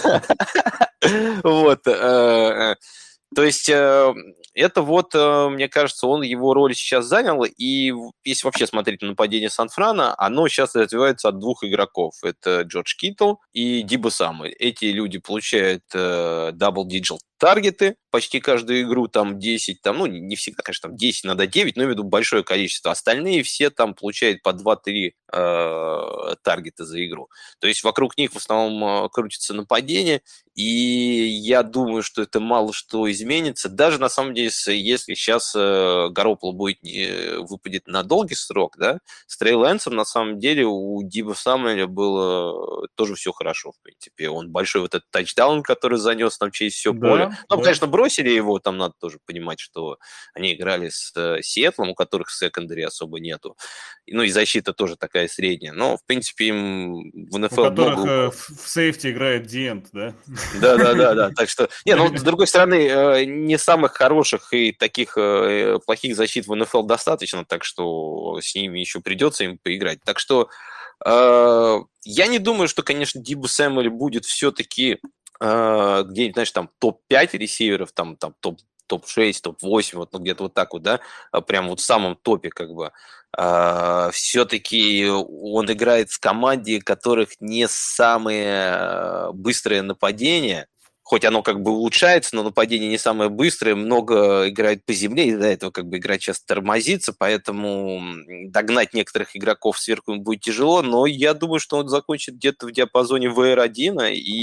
Вот. э, э, То есть э, это вот, э, мне кажется, он его роль сейчас занял, и в- если вообще смотреть на нападение Сан-Франа, оно сейчас развивается от двух игроков. Это Джордж Киттл и Дибо Самуэль. Эти люди получают дабл-диджит таргеты почти каждую игру, там десять, там, ну, не всегда, конечно, там десять, надо девять, но я имею в виду большое количество. Остальные все там получают по два-три э, таргета за игру. То есть вокруг них в основном э, крутится нападение, и я думаю, что это мало что изменится. Даже на самом деле, с- если сейчас э, Гарополо будет не, выпадет на долгий срок, да, с Трей Лэнсом на самом деле у Диба Самуэля было тоже все хорошо, в принципе. Он большой вот этот тачдаун, который занес там через все поле. Да, Ну, да. конечно, бросили его, там надо тоже понимать, что они играли с э, Сиэтлом, у которых секондари особо нету. И, Ну и защита тоже такая средняя. Но, в принципе, им в У эн эф эл которых много... э, в в сейфти играет Диент, да? Да, да, да, да. Так что, не, ну с другой стороны, э, не самых хороших и таких э, плохих защит в эн эф эл достаточно, так что с ними еще придется им поиграть. Так что э, я не думаю, что, конечно, Дибу Сэмюэль будет все-таки э, где-нибудь, знаешь, там топ пять ресиверов, там, там топ топ шесть, топ восемь, вот, ну, где-то вот так вот, да, а прям вот в самом топе, как бы. Все-таки он играет в команде, которых не самые э, быстрые нападения, хоть оно как бы улучшается, но нападение не самое быстрое, много играет по земле, из-за этого как бы игра часто тормозится, поэтому догнать некоторых игроков сверху им будет тяжело, но я думаю, что он закончит где-то в диапазоне ви ар один,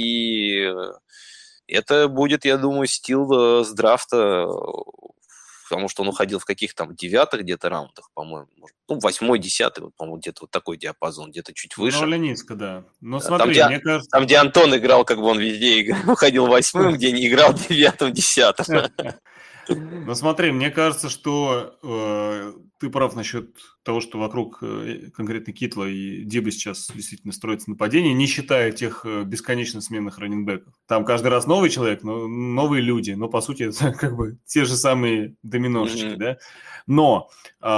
и это будет, я думаю, стил с драфта, потому что он уходил в каких-то там девятых где-то раундах, по-моему, ну, восьмой, десятый, вот, по-моему, где-то вот такой диапазон, где-то чуть выше. Довольно низко, да. Но Да, смотри, там, мне где, кажется... там, где Антон играл, как бы он везде играл, уходил восьмым, где не играл девятым, десятым. Ну смотри, мне кажется, что э, ты прав насчет того, что вокруг э, конкретно Китла и Дибы сейчас действительно строится нападение, не считая тех э, бесконечно сменных раннинбеков. Там каждый раз новый человек, но новые люди, но по сути это как бы те же самые доминошечки, mm-hmm. да. Но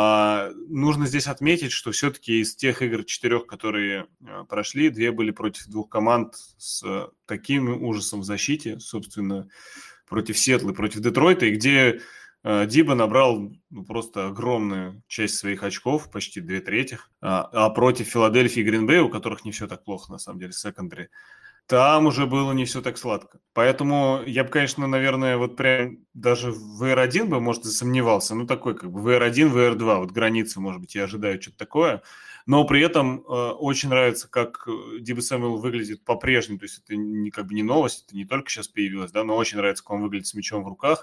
э, нужно здесь отметить, что все-таки из тех игр четырех, которые э, прошли, две были против двух команд с э, таким ужасом в защите, собственно, против Сиэтла, против Детройта, и где э, Диба набрал ну, просто огромную часть своих очков, почти две трети, а, а против Филадельфии и Грин-Бэй, у которых не все так плохо, на самом деле, секондари, там уже было не все так сладко. Поэтому я бы, конечно, наверное, вот прям даже в ви ар один бы, может, засомневался, ну, такой как бы ви ар один, ви ар два, вот границы, может быть, я ожидаю что-то такое, но при этом э, очень нравится, как Диба Сэмюэл выглядит по-прежнему, то есть это не, как бы не новость, это не только сейчас появилось, да, но очень нравится, как он выглядит с мячом в руках,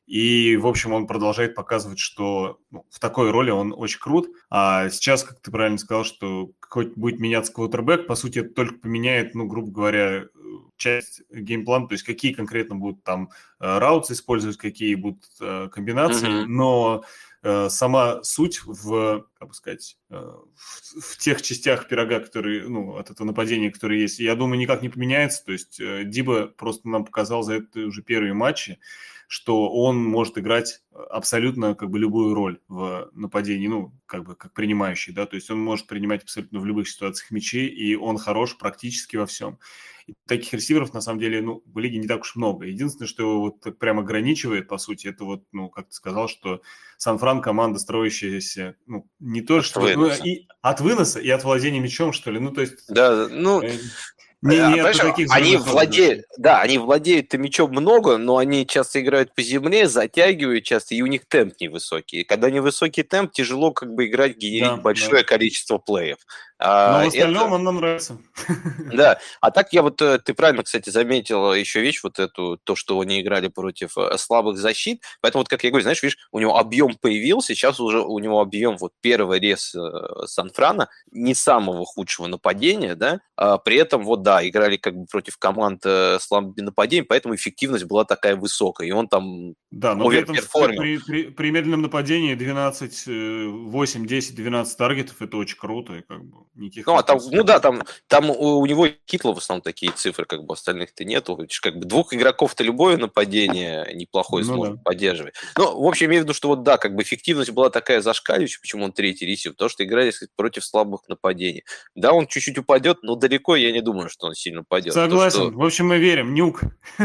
и, в общем, он продолжает показывать, что ну, в такой роли он очень крут, а сейчас, как ты правильно сказал, что хоть будет меняться квотербек, по сути, это только поменяет, ну, грубо говоря, часть геймплана, то есть какие конкретно будут там раутсы использовать, какие будут э, комбинации, mm-hmm. но э, сама суть в, как бы сказать, э, в, в тех частях пирога, которые, ну, от этого нападения, которые есть, я думаю, никак не поменяется, то есть э, Диба просто нам показал за это уже первые матчи, что он может играть абсолютно как бы любую роль в нападении, ну, как бы как принимающий, да, то есть он может принимать абсолютно в любых ситуациях мячи, и он хорош практически во всем. И таких ресиверов, на самом деле, ну, в лиге не так уж много. Единственное, что его вот так прям ограничивает, по сути, это вот, ну, как ты сказал, что Сан-Фран команда, строящаяся, ну, не то, от что... Выноса. Ну, и от выноса, и от владения мячом, что ли, ну, то есть... Да, ну... Э... Не, не а, таких они владеют, да, они владеют мячом много, но они часто играют по земле, затягивают часто, и у них темп невысокий. И когда невысокий темп, тяжело как бы играть, генерить да, большое да. количество плеев. Но в остальном это... он нам нравится. Да, а так я вот, ты правильно, кстати, заметил еще вещь, вот эту, то, что они играли против слабых защит, поэтому вот, как я говорю, знаешь, видишь, у него объем появился, сейчас уже у него объем, вот первый рез Сан-Франа, не самого худшего нападения, да, а при этом вот, да, играли как бы против команд с слабыми нападениями, поэтому эффективность была такая высокая, и он там да, но при этом при, при, при медленном нападении двенадцать, восемь, десять, двенадцать таргетов, это очень круто, и как бы никаких... Ну, а там, ну да, там, там у, у него Китла в основном такие цифры, как бы остальных-то нету. Как бы двух игроков-то любое нападение неплохое ну, сможет да. поддерживать. Ну, в общем, имею в виду, что вот да, как бы эффективность была такая зашкаливающая, почему он третий ресивер, потому что играли сказать, против слабых нападений. Да, он чуть-чуть упадет, но далеко я не думаю, что он сильно упадет. Согласен. То, что... В общем, мы верим. Нюк.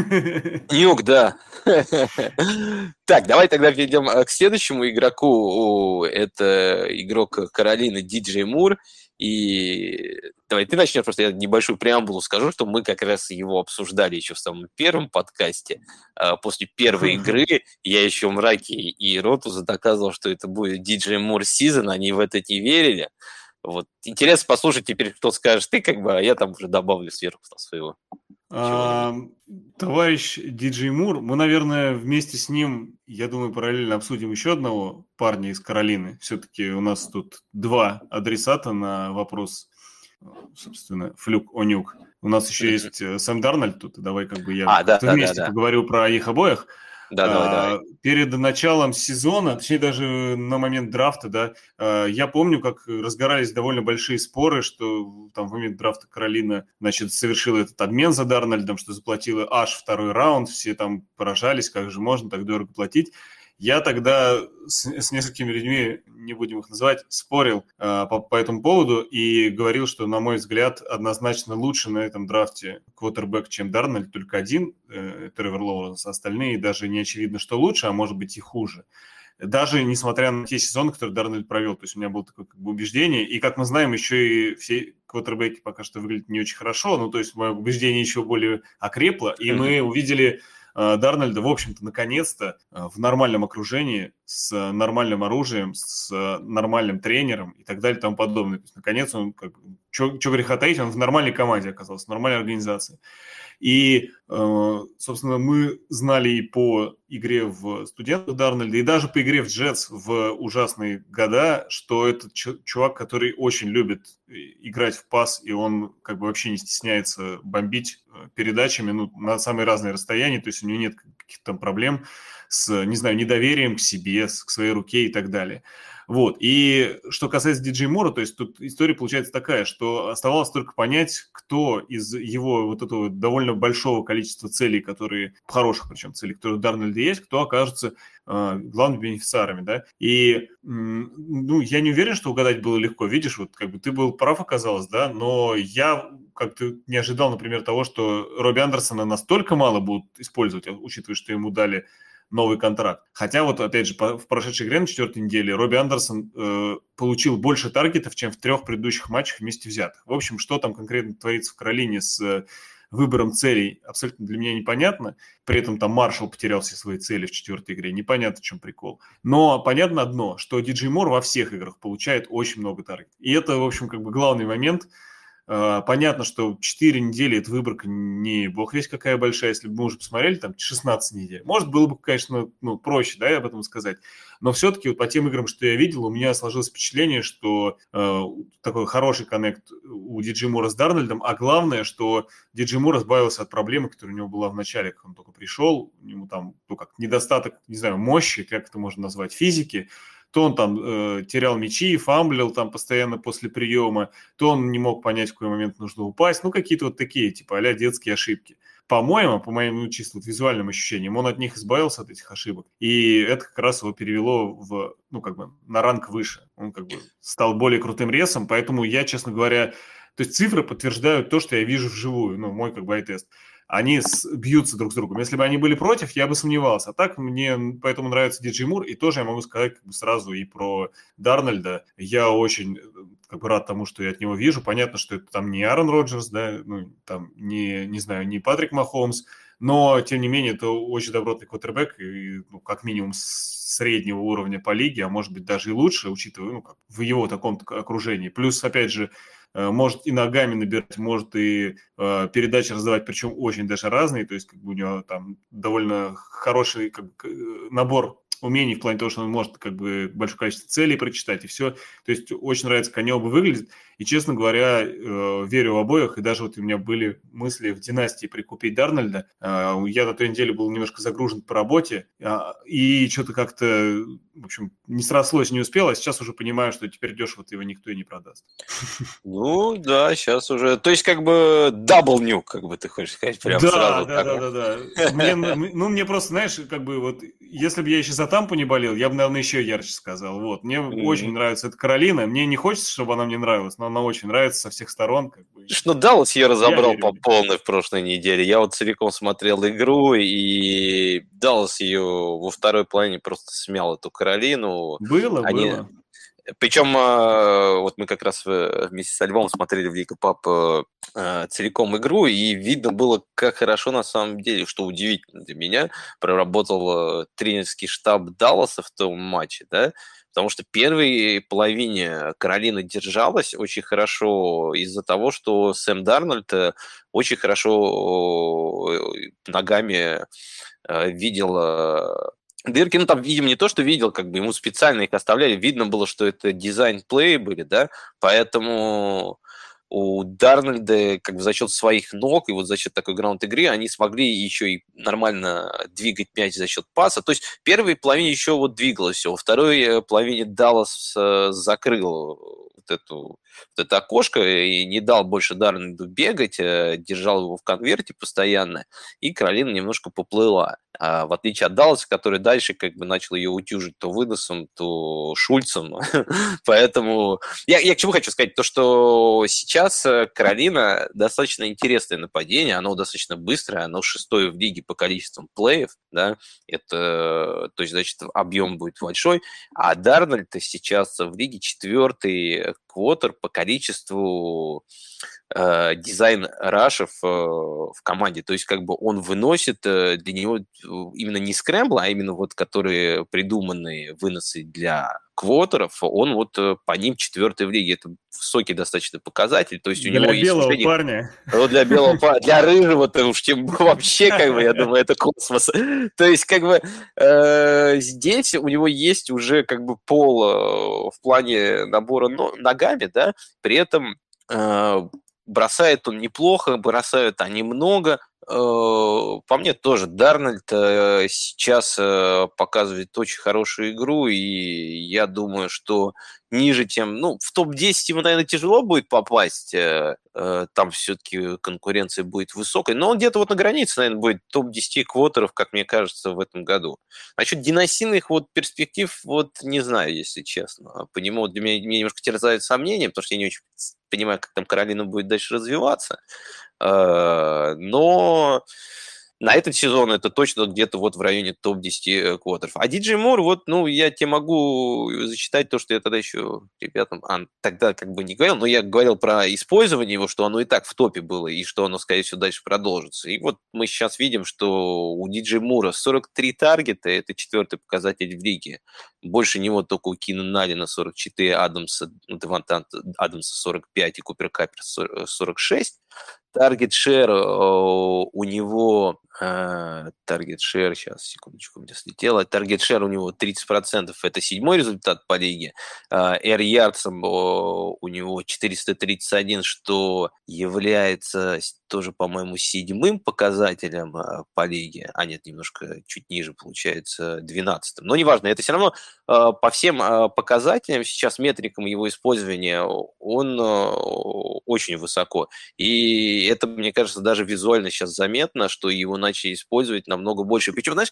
Нюк, да. Так, давай тогда перейдем к следующему игроку. Это игрок Каролины Ди Джей Мур. И давай ты начнешь, просто я небольшую преамбулу скажу, что мы как раз его обсуждали еще в самом первом подкасте. После первой игры я еще Мраке и Ротузу доказывал, что это будет Ди Джей Мур сезон, они в это не верили. Вот. Интересно послушать теперь, что скажешь ты, как бы, а я там уже добавлю сверху своего. А, товарищ Ди Джей Мур, мы, наверное, вместе с ним, я думаю, параллельно обсудим еще одного парня из Каролины. Все-таки у нас тут два адресата на вопрос, собственно, Флюк-Онюк. У нас еще есть Сэм Дарнольд тут, давай как бы я а, да, вместе да, да, поговорю да. про их обоих. Да, давай, давай. Перед началом сезона, точнее даже на момент драфта, да, я помню, как разгорались довольно большие споры, что там в момент драфта Каролина, значит, совершила этот обмен за Дарнольдом, что заплатила аж второй раунд, все там поражались, как же можно так дорого платить. Я тогда с, с несколькими людьми, не будем их называть, спорил э, по, по этому поводу и говорил, что, на мой взгляд, однозначно лучше на этом драфте квотербэк, чем Дарнольд, только один, э, Тревор Лоуренс, остальные даже не очевидно, что лучше, а может быть и хуже. даже несмотря на те сезоны, которые Дарнольд провел. То есть у меня было такое как бы убеждение. И, как мы знаем, еще и все квотербеки пока что выглядят не очень хорошо. Ну, то есть мое убеждение еще более окрепло. И мы увидели Дарнольда, в общем-то, наконец-то в нормальном окружении, с нормальным оружием, с нормальным тренером и так далее и тому подобное. То есть, наконец, он, как, что греха таить, он в нормальной команде оказался, в нормальной организации. И, собственно, мы знали и по игре в студентах Дарнольда, и даже по игре в Джетс в ужасные года, что это чувак, который очень любит играть в пас, и он как бы вообще не стесняется бомбить передачами, ну, на самые разные расстояния, то есть у него нет каких-то там проблем с, не знаю, недоверием к себе, к своей руке и так далее. Вот. И что касается Диджей Мура, то есть тут история получается такая, что оставалось только понять, кто из его вот этого довольно большого количества целей, которые, хороших причем целей, которые у Дарнольда есть, кто окажется э, главными бенефициарами, да. И, ну, я не уверен, что угадать было легко. Видишь, вот как бы ты был прав, оказалось, да, но я как-то не ожидал, например, того, что Робби Андерсона настолько мало будут использовать, учитывая, что ему дали новый контракт. Хотя вот, опять же, по, в прошедшей игре на четвертой неделе Робби Андерсон э, получил больше таргетов, чем в трех предыдущих матчах вместе взятых. В общем, что там конкретно творится в Каролине с э, выбором целей, абсолютно для меня непонятно. При этом там Маршалл потерял все свои цели в четвертой игре. Непонятно, в чем прикол. Но понятно одно, что Диджей Мур во всех играх получает очень много таргетов. И это, в общем, как бы главный момент. Понятно, что четыре недели эта выборка не бог весть какая большая, если бы мы уже посмотрели, там шестнадцать недель. Может, было бы, конечно, ну, проще, да, об этом сказать. Но все-таки вот по тем играм, что я видел, у меня сложилось впечатление, что э, такой хороший коннект у Диджей Мура с Дарнольдом, а главное, что Диджей Мур избавился от проблемы, которая у него была в начале, как он только пришел, у него там, ну, как недостаток, не знаю, мощи, как это можно назвать, физики. То он там э, терял мячи, фамблил там постоянно после приема, то он не мог понять, в какой момент нужно упасть. Ну, какие-то вот такие, типа а-ля детские ошибки. По-моему, по моим ну, чисто вот визуальным ощущениям, он от них избавился, от этих ошибок. И это как раз его перевело в, ну, как бы на ранг выше. Он как бы стал более крутым ресом, поэтому я, честно говоря, то есть цифры подтверждают то, что я вижу вживую, ну, мой как бы ай-тест. Они с, бьются друг с другом. Если бы они были против, я бы сомневался. А так мне поэтому нравится Диджей Мур. И тоже я могу сказать как бы сразу и про Дарнольда. Я очень как бы рад тому, что я от него вижу. Понятно, что это там не Аарон Роджерс, да, ну, там не, не знаю, не Патрик Махомс, но, тем не менее, это очень добротный квотербек, и, ну, как минимум среднего уровня по лиге, а может быть даже и лучше, учитывая, ну, как в его таком окружении. Плюс, опять же, может и ногами набирать, может и э, передачи раздавать, причем очень даже разные, то есть как бы у него там довольно хороший как бы, набор умений в плане того, что он может как бы большое количество целей прочитать и все. То есть очень нравится, как они оба выглядят. И, честно говоря, э, верю в обоих. И даже вот у меня были мысли в династии прикупить Дарнольда. Э, я на той неделе был немножко загружен по работе. Э, и что-то как-то, в общем, не срослось, не успел. А сейчас уже понимаю, что теперь дешево его никто и не продаст. Ну, да, сейчас уже... То есть, как бы, дабл нюк, как бы ты хочешь сказать, прям да, сразу. Да, да, да, да, да. Мне, ну, мне просто, знаешь, как бы вот, если бы я еще за Тампу не болел, я бы, наверное, еще ярче сказал. Вот. Мне mm-hmm. очень нравится эта Каролина. Мне не хочется, чтобы она мне нравилась, но она очень нравится со всех сторон. Как бы. Что Даллас я разобрал я по полной в прошлой неделе. Я вот целиком смотрел игру, и Даллас ее во второй половине просто смял, эту Каролину. Было, Они... было. Причем вот мы как раз вместе со Львом смотрели в Лига Пап целиком игру, и видно было, как хорошо на самом деле, что удивительно для меня, проработал тренерский штаб Далласа в том матче, да, потому что в первой половине Каролина держалась очень хорошо из-за того, что Сэм Дарнольд очень хорошо ногами видел дырки, ну, там, видимо, не то, что видел, как бы ему специально их оставляли, видно было, что это дизайн-плей были, да, поэтому у Дарнольда, как бы, за счет своих ног и вот за счет такой граунд-игры они смогли еще и нормально двигать мяч за счет паса, то есть в первой половине еще вот двигалось все, во второй половине Даллас закрыл вот, эту, вот это окошко и не дал больше Дарнольду бегать, держал его в конверте постоянно, и Каролина немножко поплыла. А в отличие от Далласа, который дальше как бы начал ее утюжить то Выдосом, то Шульцем. Поэтому я, я к чему хочу сказать? То, что сейчас Каролина достаточно интересное нападение, оно достаточно быстрое, оно шестое в лиге по количеству плеев, да, это, то есть, значит, объем будет большой, а Дарнольд сейчас в лиге четвертый квотер по количеству э, дизайн-рашев э, в команде. То есть как бы он выносит э, для него именно не скрэмбл, а именно вот которые придуманные выносы для квотеров, он вот э, по ним четвертый в лиге. Это высокий достаточно показатель. То есть у для него белого есть парня. Ну, для белого парня. Для рыжего-то уж тем вообще, как бы, я думаю, это космос. То есть, как бы, э, здесь у него есть уже как бы пол э, в плане набора ногами, да, при этом э, бросает он неплохо, бросают они много. По мне тоже Дарнольд сейчас показывает очень хорошую игру, и я думаю, что ниже, чем... Ну, в топ десять ему, наверное, тяжело будет попасть. Там все-таки конкуренция будет высокой. Но он где-то вот на границе, наверное, будет топ десять квотеров, как мне кажется, в этом году. Насчет династийных вот перспектив, вот не знаю, если честно. По нему для меня, меня немножко терзают сомнения, потому что я не очень понимаю, как там Каролина будет дальше развиваться. Но на этот сезон это точно где-то вот в районе топ десять квотеров. А Диджей Мур, вот, ну, я тебе могу зачитать то, что я тогда еще ребятам а, тогда как бы не говорил, но я говорил про использование его, что оно и так в топе было, и что оно, скорее всего, дальше продолжится. И вот мы сейчас видим, что у Диджей Мура сорок три таргета, это четвертый показатель в лиге. Больше него только у Кина Налина сорок четыре, Адамса, Деванта Адамса сорок пять и Купер Капер сорок шесть. Таргет шер у него, таргет шер, сейчас, секундочку, у меня слетело, таргет шер у него тридцать процентов, это седьмой результат по лиге, Air Yards у него четыреста тридцать один, что является тоже, по-моему, седьмым показателем по лиге, а нет, немножко чуть ниже, получается, двенадцатым, но неважно, это все равно по всем показателям, сейчас метрикам его использования, он очень высоко, и это, мне кажется, даже визуально сейчас заметно, что его начали использовать намного больше. Причем, знаешь,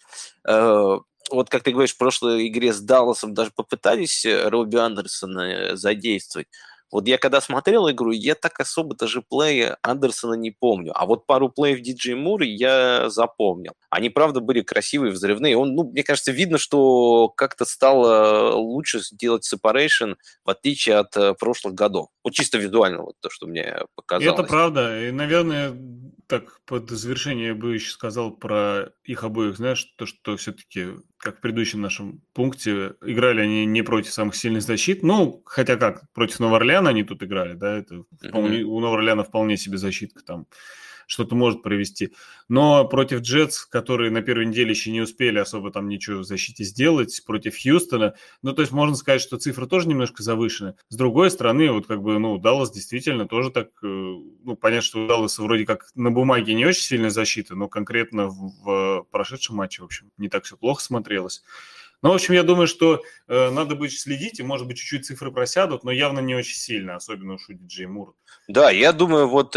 э, вот как ты говоришь, в прошлой игре с Далласом даже попытались Робби Андерсона задействовать. Вот я когда смотрел игру, я так особо даже плея Андерсона не помню. А вот пару плеев Диджей Мура я запомнил. Они, правда, были красивые, взрывные. Он, ну, мне кажется, видно, что как-то стало лучше сделать separation, в отличие от э, прошлых годов. Вот чисто визуально, вот то, что мне показалось. Это правда. И, наверное, так под завершение я бы еще сказал про их обоих, знаешь, то, что все-таки, как в предыдущем нашем пункте, играли они не против самых сильных защит. Ну, хотя как, против Нового Орлеана они тут играли, да, это вполне, mm-hmm. у Нового Орлеана вполне себе защитка там что-то может провести. Но против Джетс, которые на первой неделе еще не успели особо там ничего в защите сделать, против Хьюстона, ну, то есть можно сказать, что цифры тоже немножко завышены. С другой стороны, вот как бы, ну, Даллас действительно тоже так, ну, понятно, что у Далласа вроде как на бумаге не очень сильная защита, но конкретно в, в прошедшем матче, в общем, не так все плохо смотрелось. Ну, в общем, я думаю, что э, надо будет следить, и, может быть, чуть-чуть цифры просядут, но явно не очень сильно, особенно уж у Диджей Мура. Да, я думаю, вот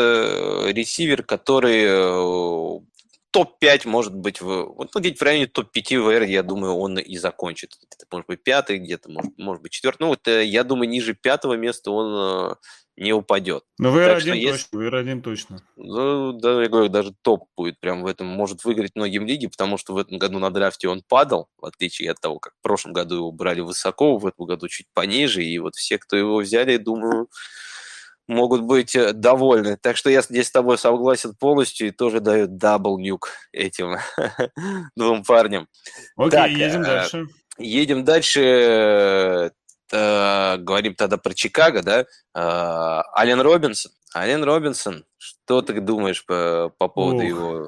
это ресивер, который э, топ пять, может быть, в, вот, ну, где-то в районе топ пять в эр, я думаю, он и закончит. Это, может быть, пятый, где-то, может, может быть, четвертый. Ну, вот э, я думаю, ниже пятого места он... Э, не упадет. Но в эр один точно, есть... в эр один точно. Ну, да, я говорю, даже топ будет прям в этом, может выиграть многим лиги, потому что в этом году на драфте он падал, в отличие от того, как в прошлом году его брали высоко, в этом году чуть пониже, и вот все, кто его взяли, думаю, могут быть довольны. Так что я здесь с тобой согласен полностью и тоже даю дабл нюк этим двум парням. Окей, так, едем дальше. Едем дальше. Говорим тогда про Чикаго, да? Аллен Робинсон. Аллен Робинсон, что ты думаешь по, по поводу Ух. его?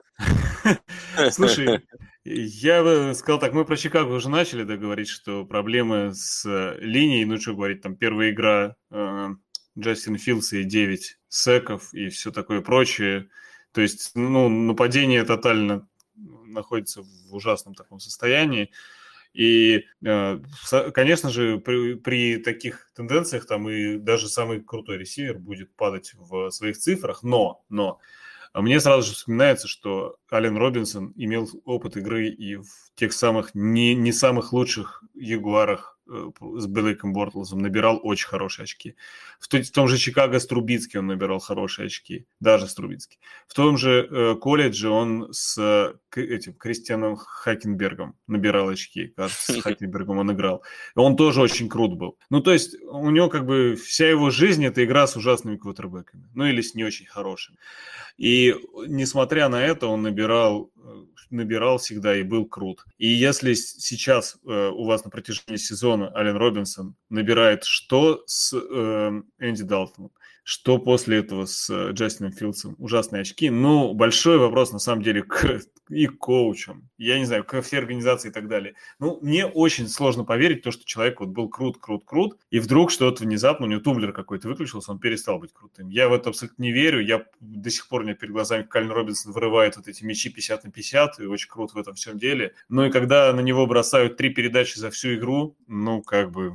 Слушай, я бы сказал так, мы про Чикаго уже начали, да, говорить, что проблемы с линией, ну что говорить, там первая игра э, Джастин Филдс и девять секов и все такое прочее. То есть, ну, нападение тотально находится в ужасном таком состоянии. И, конечно же, при, при таких тенденциях там и даже самый крутой ресивер будет падать в своих цифрах, но, но мне сразу же вспоминается, что Аллен Робинсон имел опыт игры и в тех самых не, не самых лучших Ягуарах с Блейком Бортлсом набирал очень хорошие очки. В, в том же Чикаго с Трубицки он набирал хорошие очки, даже с Трубицки. В том же э, колледже он с э, этим Кристианом Хакенбергом набирал очки. Кажется, с Хакенбергом он играл. И он тоже очень крут был. Ну, то есть у него как бы вся его жизнь – это игра с ужасными квотербеками. Ну, или с не очень хорошими. И несмотря на это, он набирал, набирал всегда и был крут. И если сейчас э, у вас на протяжении сезона Аллен Робинсон набирает что с э, Энди Далтоном, что после этого с э, Джастином Филдсом, ужасные очки, ну, большой вопрос на самом деле к и коучам, я не знаю, ко всей организации и так далее. Ну, мне очень сложно поверить в то, что человек вот был крут, крут, крут, и вдруг что-то внезапно, у него тумблер какой-то выключился, он перестал быть крутым. Я в это абсолютно не верю, я до сих пор у меня перед глазами, как Аллен Робинсон вырывает вот эти мячи пятьдесят на пятьдесят, и очень крут в этом всем деле. Ну, и когда на него бросают три передачи за всю игру, ну, как бы...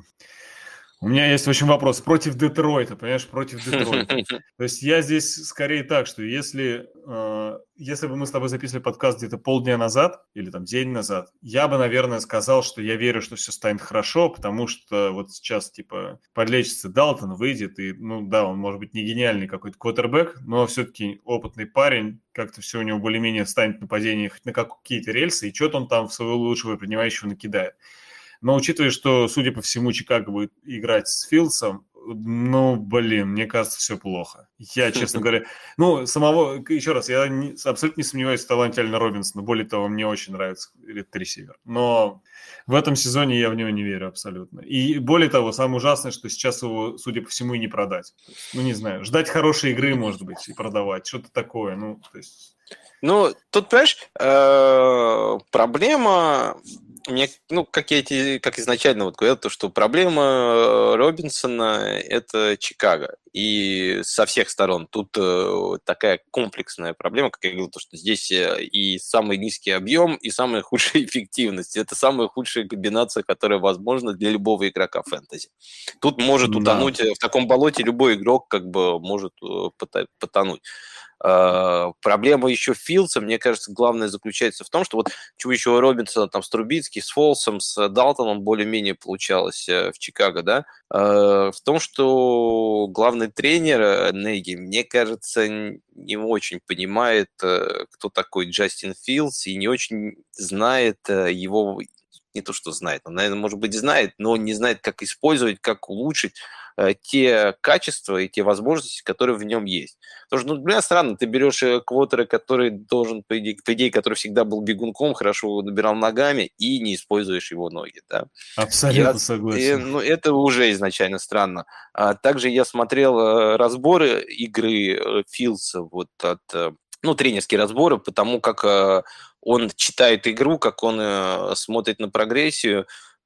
У меня есть, в общем, вопрос. Против Детройта, понимаешь, против Детройта. То есть я здесь скорее так, что если, э, если бы мы с тобой записывали подкаст где-то полдня назад или там день назад, я бы, наверное, сказал, что я верю, что все станет хорошо, потому что вот сейчас, типа, подлечится Далтон, выйдет, и, ну да, он может быть не гениальный какой-то квотербек, но все-таки опытный парень, как-то все у него более-менее станет нападение хоть на какие-то рельсы, и что-то он там в своего лучшего принимающего накидает. Но учитывая, что, судя по всему, Чикаго будет играть с Филдсом, ну, блин, мне кажется, все плохо. Я, честно говоря... Ну, самого... Еще раз, я не, абсолютно не сомневаюсь в таланте Аллена Робинсона. Более того, мне очень нравится этот ресивер. Но в этом сезоне я в него не верю абсолютно. И более того, самое ужасное, что сейчас его, судя по всему, и не продать. Ну, не знаю. Ждать хорошей игры, может быть, и продавать. Что-то такое. Ну, то есть... Ну, тут, понимаешь, проблема... Мне, ну, как я эти, как изначально вот говорил, то, что проблема Робинсона – это Чикаго. И со всех сторон. Тут э, такая комплексная проблема, как я говорил, то, что здесь и самый низкий объем, и самая худшая эффективность. Это самая худшая комбинация, которая возможна для любого игрока фэнтези. Тут может утонуть, да. В таком болоте любой игрок как бы может потонуть. Uh, проблема еще Филдса, мне кажется, главное заключается в том, что вот чего еще у Робинсона там с Трубицки, с Фолсом, с Далтоном более-менее получалось uh, в Чикаго, да, uh, в том, что главный тренер Неги, мне кажется, не очень понимает, uh, кто такой Джастин Филдс, и не очень знает uh, его, не то что знает, он, наверное, может быть, знает, но он не знает, как использовать, как улучшить те качества и те возможности, которые в нем есть. Потому что, ну, блин, странно, ты берешь квотера, который должен, по идее, по идее, который всегда был бегунком, хорошо набирал ногами, и не используешь его ноги, да. Абсолютно я, согласен. И, ну, это уже изначально странно. А также я смотрел разборы игры Филдса, вот от, ну, тренерские разборы, потому как он читает игру, как он смотрит на прогрессию.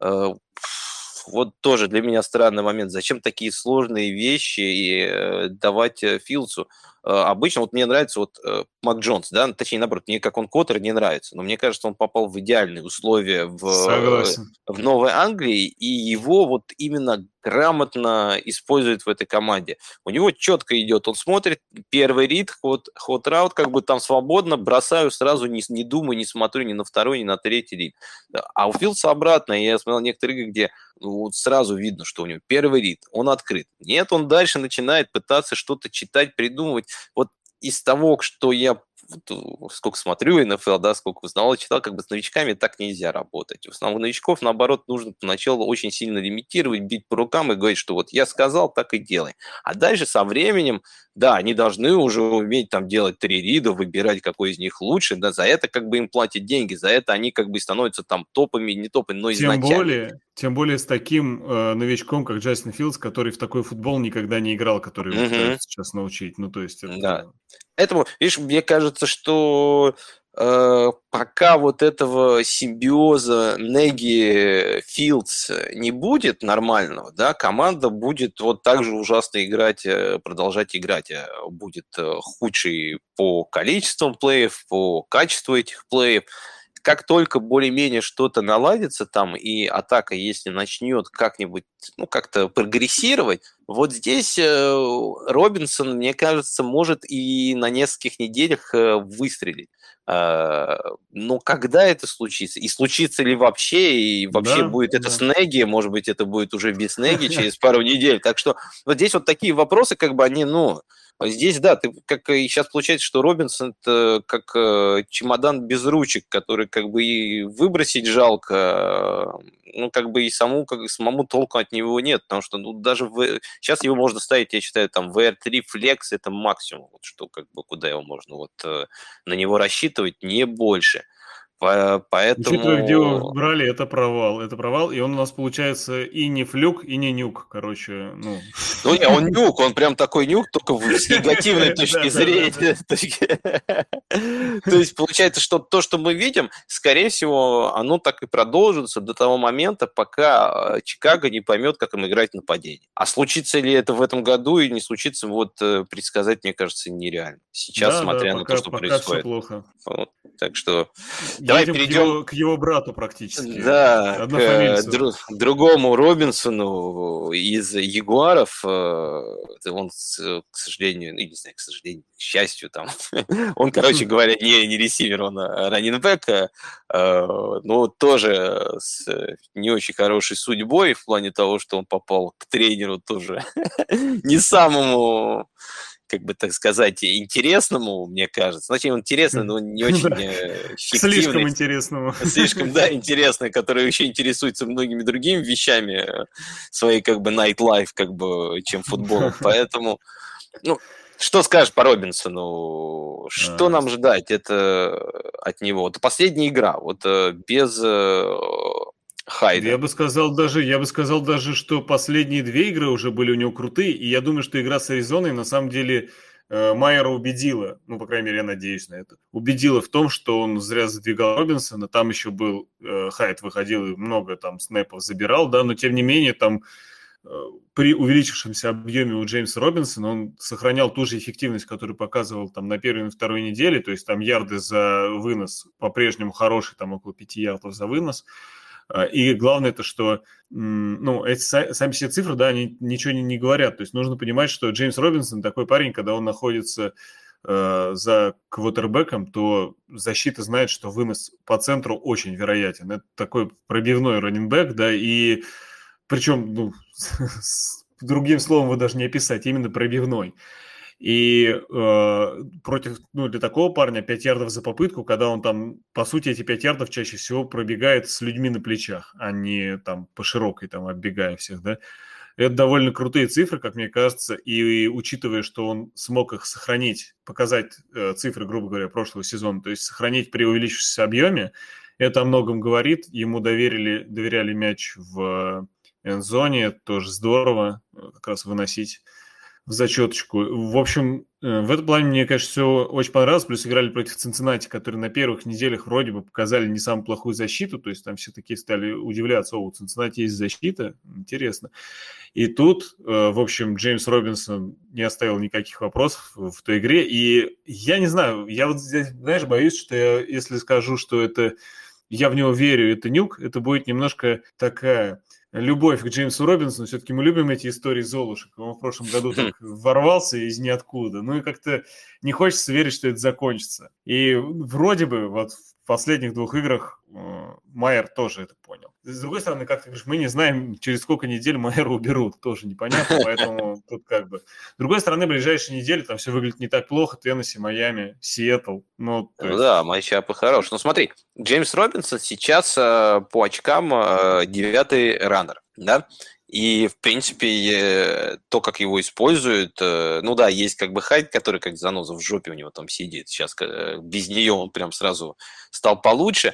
Вот тоже для меня странный момент. Зачем такие сложные вещи и э, давать э, Филдсу? Э, обычно вот мне нравится вот э, Мак Джонс, да, точнее, наоборот, мне как он квотер не нравится, но мне кажется, он попал в идеальные условия в, э, в Новой Англии, и его вот именно грамотно используют в этой команде. У него четко идет, он смотрит, первый рид, ход, ход раут, как бы там свободно, бросаю сразу, не, не думаю, не смотрю ни на второй, ни на третий рид. А у Филдса обратно, я смотрел некоторые игры, где вот сразу видно, что у него первый рид, он открыт. Нет, он дальше начинает пытаться что-то читать, придумывать. Вот из того, что я вот, сколько смотрю эн эф эл, да, сколько узнал, читал, как бы с новичками так нельзя работать. В основном новичков, наоборот, нужно поначалу очень сильно лимитировать, бить по рукам и говорить, что вот я сказал, так и делай. А дальше со временем, да, они должны уже уметь там делать три рида, выбирать, какой из них лучше, да, за это как бы им платят деньги, за это они как бы становятся там топами, не топами, но изначально. Тем более, тем более с таким э, новичком, как Джастин Филдс, который в такой футбол никогда не играл, который его mm-hmm. пытаются сейчас научить. Ну, то есть это... Да. Поэтому, видишь, мне кажется, что э, пока вот этого симбиоза Неги Филдс не будет нормального, да, команда будет вот так же ужасно играть, продолжать играть. Будет худшей по количеству плеев, по качеству этих плеев. как только более-менее что-то наладится там, и атака, если начнет как-нибудь, ну, как-то прогрессировать, вот здесь э, Робинсон, мне кажется, может и на нескольких неделях э, выстрелить. Э, но когда это случится? И случится ли вообще? И вообще Да, будет это да. с Неги? Может быть, это будет уже без Неги через пару недель? Так что вот здесь вот такие вопросы, как бы они, ну... Здесь, да, ты как и сейчас получается, что Робинсон это как э, чемодан без ручек, который как бы и выбросить жалко, э, ну как бы и саму, как, самому толку от него нет, потому что ну, даже в, сейчас его можно ставить, я считаю, там ви ар три Flex это максимум, вот, что как бы куда его можно вот э, на него рассчитывать, не больше. По- Учитывая, где его Поэтому брали, это провал. Это провал, и он у нас получается и не флюк, и не нюк, короче, ну... ну, не, он нюк, он прям такой нюк, только в- с негативной точки Да, да, да, зрения. То есть, получается, что то, что мы видим, скорее всего, оно так и продолжится до того момента, пока э, Чикаго не поймет, как им играть в нападение. А случится ли это в этом году и не случится, вот э, предсказать, мне кажется, нереально. Сейчас, да, да, смотря на то, пока, что пока все происходит. плохо. Вот. Так что давай Едем к перейдем... его, к его брату практически, Да, к э, однофамильцу. дру- другому Робинсону из Ягуаров. э, Он, с- к сожалению, ну, не знаю, к сожалению, к счастью, там, он, короче говоря, не, не ресивер, он а, раннинбэк, а, э, но тоже с не очень хорошей судьбой в плане того, что он попал к тренеру тоже не самому, как бы так сказать, интересному, мне кажется. Значит, он интересный, но не очень Да, э, слишком фиктивный. интересному. Слишком, да, интересный, который еще интересуется многими другими вещами э, своей, как бы, night-life, как бы, чем футболом. Поэтому, ну, что скажешь по Робинсону? Что А, нам ждать это от него? Это последняя игра, вот э, без э, Хайда. Я бы сказал даже, я бы сказал даже, что последние две игры уже были у него крутые, и я думаю, что игра с Аризоной на самом деле э, Майера убедила, ну, по крайней мере, я надеюсь на это, убедила в том, что он зря задвигал Робинсона, там еще был э, Хайд выходил и много там снэпов забирал, да, но тем не менее там э, при увеличившемся объеме у Джеймса Робинсона он сохранял ту же эффективность, которую показывал там на первой и на второй неделе, то есть там ярды за вынос по-прежнему хорошие, там около пяти ярдов за вынос. И главное это, что ну, эти сами все цифры, да, они ничего не, не говорят. То есть нужно понимать, что Джеймс Робинсон такой парень, когда он находится э, за квотербеком, то защита знает, что вынос по центру очень вероятен. Это такой пробивной раннинбэк, да, и причем, ну, с другим словом его даже не описать, именно пробивной. И э, против, ну, для такого парня пять ярдов за попытку, когда он там, по сути, эти пять ярдов чаще всего пробегает с людьми на плечах, а не там по широкой, там, оббегая всех, да. Это довольно крутые цифры, как мне кажется, и, и учитывая, что он смог их сохранить, показать э, цифры, грубо говоря, прошлого сезона, то есть сохранить при увеличившемся объеме, это о многом говорит. Ему доверили, доверяли мяч в эндзоне, это тоже здорово, как раз выносить в зачеточку. В общем, в этом плане мне, конечно, все очень понравилось. Плюс играли против Цинциннати, которые на первых неделях вроде бы показали не самую плохую защиту. То есть там все такие стали удивляться: о, у Цинциннати есть защита. Интересно. И тут, в общем, Джеймс Робинсон не оставил никаких вопросов в той игре. И я не знаю, я вот здесь, знаешь, боюсь, что я, если скажу, что это я в него верю, это нюк, это будет немножко такая... любовь к Джеймсу Робинсону. Все-таки мы любим эти истории Золушек. Он в прошлом году так ворвался из ниоткуда. Ну и как-то не хочется верить, что это закончится. И вроде бы вот в последних двух играх э, Майер тоже это понял. С другой стороны, как ты говоришь, мы не знаем, через сколько недель Майера уберут. Тоже непонятно, поэтому тут как бы... С другой стороны, ближайшие недели там все выглядит не так плохо. Теннесси, Майами, Сиэтл. Ну, то есть... Да, матчапы хорошие. Ну смотри, Джеймс Робинсон сейчас э, по очкам э, девятый раннер, да? И, в принципе, э, то, как его используют, э, ну да, есть как бы Хайд, который как заноза в жопе у него там сидит. Сейчас э, без нее он прям сразу стал получше.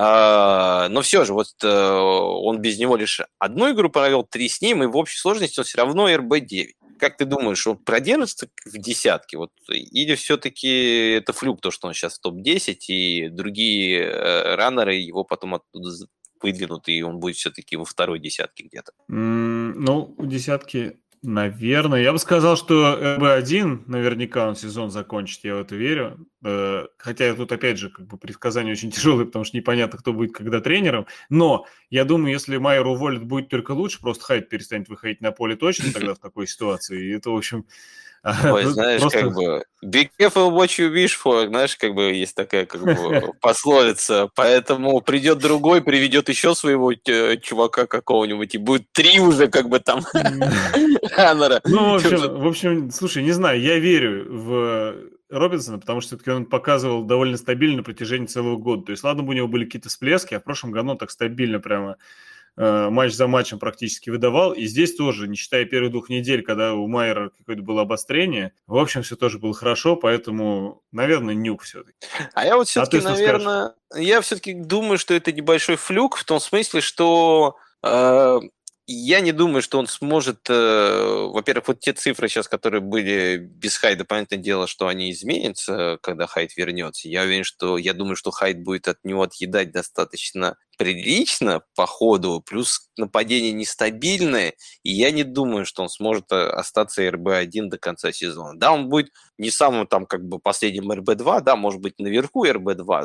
А, но все же, вот э, он без него лишь одну игру провел, три с ним, и в общей сложности он все равно эр бэ девять. Как ты думаешь, он продержится в десятке? Вот, или все-таки это флюк, то, что он сейчас в топ десять, и другие э, раннеры его потом оттуда выдвинут, и он будет все-таки во второй десятке где-то? Mm, ну, у десятки Наверное. Я бы сказал, что эр бэ один наверняка он сезон закончит, я в это верю. Хотя тут, опять же, как бы предсказания очень тяжелые, потому что непонятно, кто будет когда тренером. Но я думаю, если Майер уволят, будет только лучше, просто Хайд перестанет выходить на поле точно тогда в такой ситуации. И это, в общем... Ой, знаешь, просто... как бы be careful what you wish for, знаешь, как бы есть такая как бы пословица, поэтому придет другой, приведет еще своего чувака какого-нибудь, и будет три уже как бы там Ханнера. Ну, в общем, в общем, слушай, не знаю, я верю в Робинсона, потому что все-таки он показывал довольно стабильно на протяжении целого года. То есть, ладно бы у него были какие-то всплески, а в прошлом году он так стабильно прямо матч за матчем практически выдавал. И здесь тоже, не считая первых двух недель, когда у Майера какое-то было обострение, в общем, все тоже было хорошо, поэтому, наверное, нюк все-таки. А я вот все-таки, а наверное, я все-таки думаю, что это небольшой флюк в том смысле, что э, я не думаю, что он сможет... Э, во-первых, вот те цифры сейчас, которые были без Хайда, понятное дело, что они изменятся, когда Хайд вернется. Я уверен, что... Я думаю, что Хайд будет от него отъедать достаточно прилично по ходу, плюс нападение нестабильное, и я не думаю, что он сможет остаться эр бэ один до конца сезона. Да, он будет не самым там как бы последним эр бэ два, да, может быть наверху эр бэ два,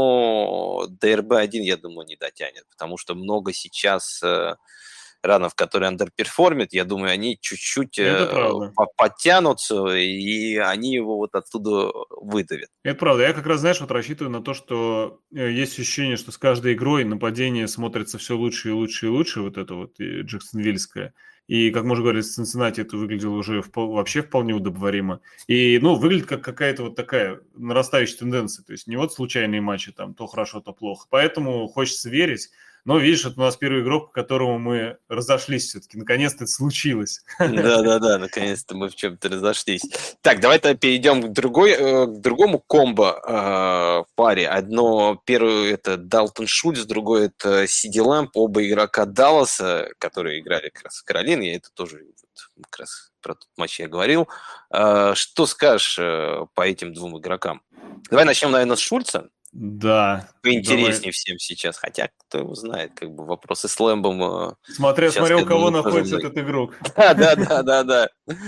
но до эр бэ один, я думаю, не дотянет, потому что много сейчас э, ранов, которые андерперформят, я думаю, они чуть-чуть э, подтянутся, и они его вот оттуда выдавят. Это правда. Я как раз, знаешь, вот рассчитываю на то, что есть ощущение, что с каждой игрой нападение смотрится все лучше и лучше и лучше, вот это вот Джексонвильское. И, как мы уже говорили, с Цинциннати это выглядело уже впол- вообще вполне удобоваримо. И, ну, выглядит как какая-то вот такая нарастающая тенденция. То есть не вот случайные матчи, там, то хорошо, то плохо. Поэтому хочется верить. Но, видишь, это у нас первый игрок, по которому мы разошлись все-таки. Наконец-то это случилось. Да-да-да, наконец-то мы в чем-то разошлись. Так, давай-то перейдем к, другой, к другому комбо э, в паре. Одно, первое, это Далтон Шульц, другое, это Сиди Лэмп, оба игрока Далласа, которые играли как раз в Каролине. Я это тоже вот, как раз про тот матч я говорил. Э, что скажешь э, по этим двум игрокам? Давай начнем, наверное, с Шульца. Да. Поинтереснее давай. Всем сейчас, хотя кто его знает, как бы вопросы с Лэмбом. Смотря, смотря у кого находится этот игрок. Да, да, да, да, да.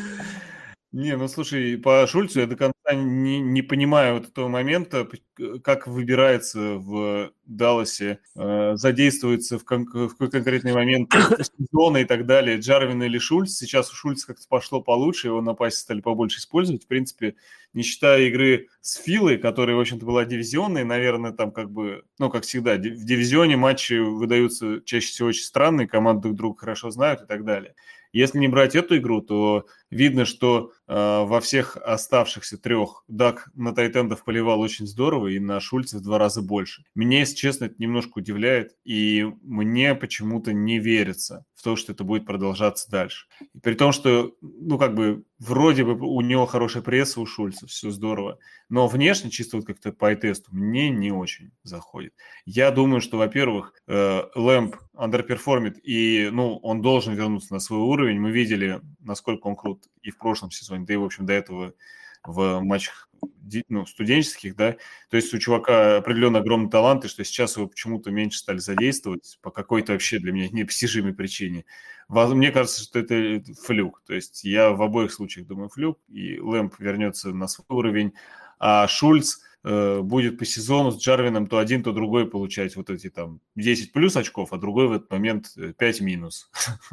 Не, ну слушай, по Шульцу я до конца не, не понимаю вот этого момента, как выбирается в Далласе, э, задействуется в, кон- в какой конкретный момент сезона и так далее, Джарвин или Шульц. Сейчас у Шульца как-то пошло получше, его на пасе стали побольше использовать. В принципе, не считая игры с Филой, которая, в общем-то, была дивизионной, наверное, там как бы, ну, как всегда, в дивизионе матчи выдаются чаще всего очень странные, команды друг друга хорошо знают и так далее. Если не брать эту игру, то видно, что э, во всех оставшихся трех Даг на тайтендов поливал очень здорово и на Шульца в два раза больше. Меня, если честно, это немножко удивляет, и мне почему-то не верится в то, что это будет продолжаться дальше. И при том, что, ну, как бы, вроде бы у него хорошая пресса у Шульца, все здорово, но внешне, чисто вот как-то по ай-тесту, мне не очень заходит. Я думаю, что, во-первых, э, Лэмп андерперформит, и, ну, он должен вернуться на свой уровень. Мы видели, насколько он крут и в прошлом сезоне, да и, в общем, до этого в матчах, ну, студенческих, да. То есть у чувака определенно огромный талант, и что сейчас его почему-то меньше стали задействовать по какой-то вообще для меня непостижимой причине. Мне кажется, что это флюк. То есть я в обоих случаях думаю флюк, и Лэмп вернется на свой уровень, а Шульц э, будет по сезону с Джарвином то один, то другой получать вот эти там десять плюс очков, а другой в этот момент пять минус.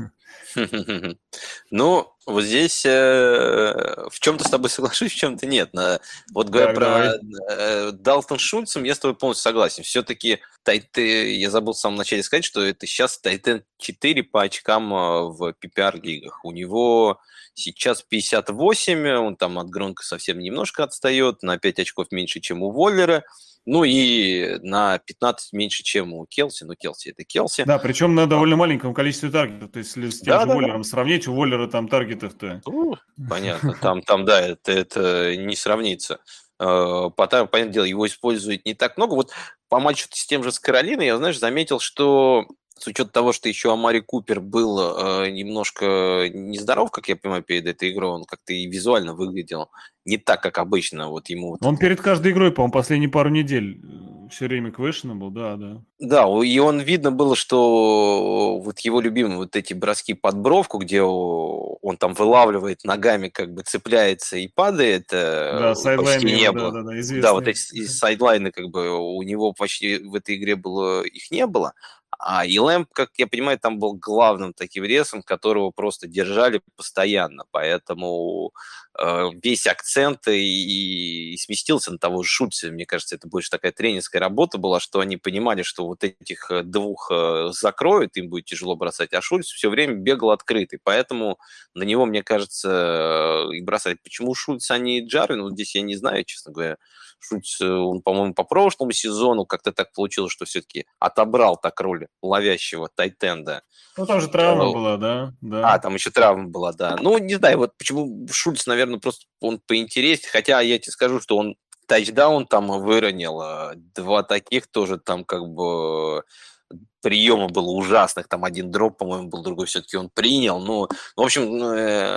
Ну, вот здесь э, в чем-то с тобой соглашусь, в чем-то нет. На, вот говоря так, про э, Далтон Шульцем, я с тобой полностью согласен. Все-таки тайты, я забыл в самом начале сказать, что это сейчас Тайтен четыре по очкам в пи пи ар-лигах. У него сейчас пятьдесят восемь, он там от Гронка совсем немножко отстает, на пять очков меньше, чем у Воллера. Ну и на пятнадцать меньше, чем у Келси. Ну, Келси это Келси. Да, причем на довольно маленьком количестве таргетов. То есть, если с тем да, же да, Воллером да. сравнить, у Воллера там таргетов-то... Ну, понятно, там, там да, это, это не сравнится. Потом, понятное дело, его используют не так много. Вот по матчу с тем же с Каролиной, я, знаешь, заметил, что с учетом того, что еще Амари Купер был э, немножко нездоров, как я понимаю, перед этой игрой, он как-то и визуально выглядел не так, как обычно. Вот ему вот Он это перед вот. каждой игрой, по-моему, последние пару недель все время questionable, да, да. Да, у- и он видно было, что вот его любимые вот эти броски под бровку, где о- он там вылавливает ногами, как бы цепляется и падает, Да, э, сайдлайны почти не его, да, было. да, да, Да, вот известные. эти с- сайдлайны, как бы у него почти в этой игре было, их не было. А и Лэмп, как я понимаю, там был главным таким ресом, которого просто держали постоянно. Поэтому э, весь акцент и, и сместился на того же Шульца. Мне кажется, это больше такая тренерская работа была, что они понимали, что вот этих э, двух э, закроют, им будет тяжело бросать, а Шульц все время бегал открытый. Поэтому на него, мне кажется, э, и бросать. Почему Шульц, а не Джарвин? Вот здесь я не знаю, честно говоря. Шульц, э, он, по-моему, по прошлому сезону как-то так получилось, что все-таки отобрал так роль ловящего тайтенда. Ну, там же травма была, да, А, да. там еще травма была, да. Ну, не знаю, вот почему Шульц, наверное, просто он поинтереснее. Хотя я тебе скажу, что он тачдаун там выронил. а Два таких тоже там как бы приема было ужасных. Там один дроп, по-моему, был, другой все-таки он принял. Ну, в общем, ну,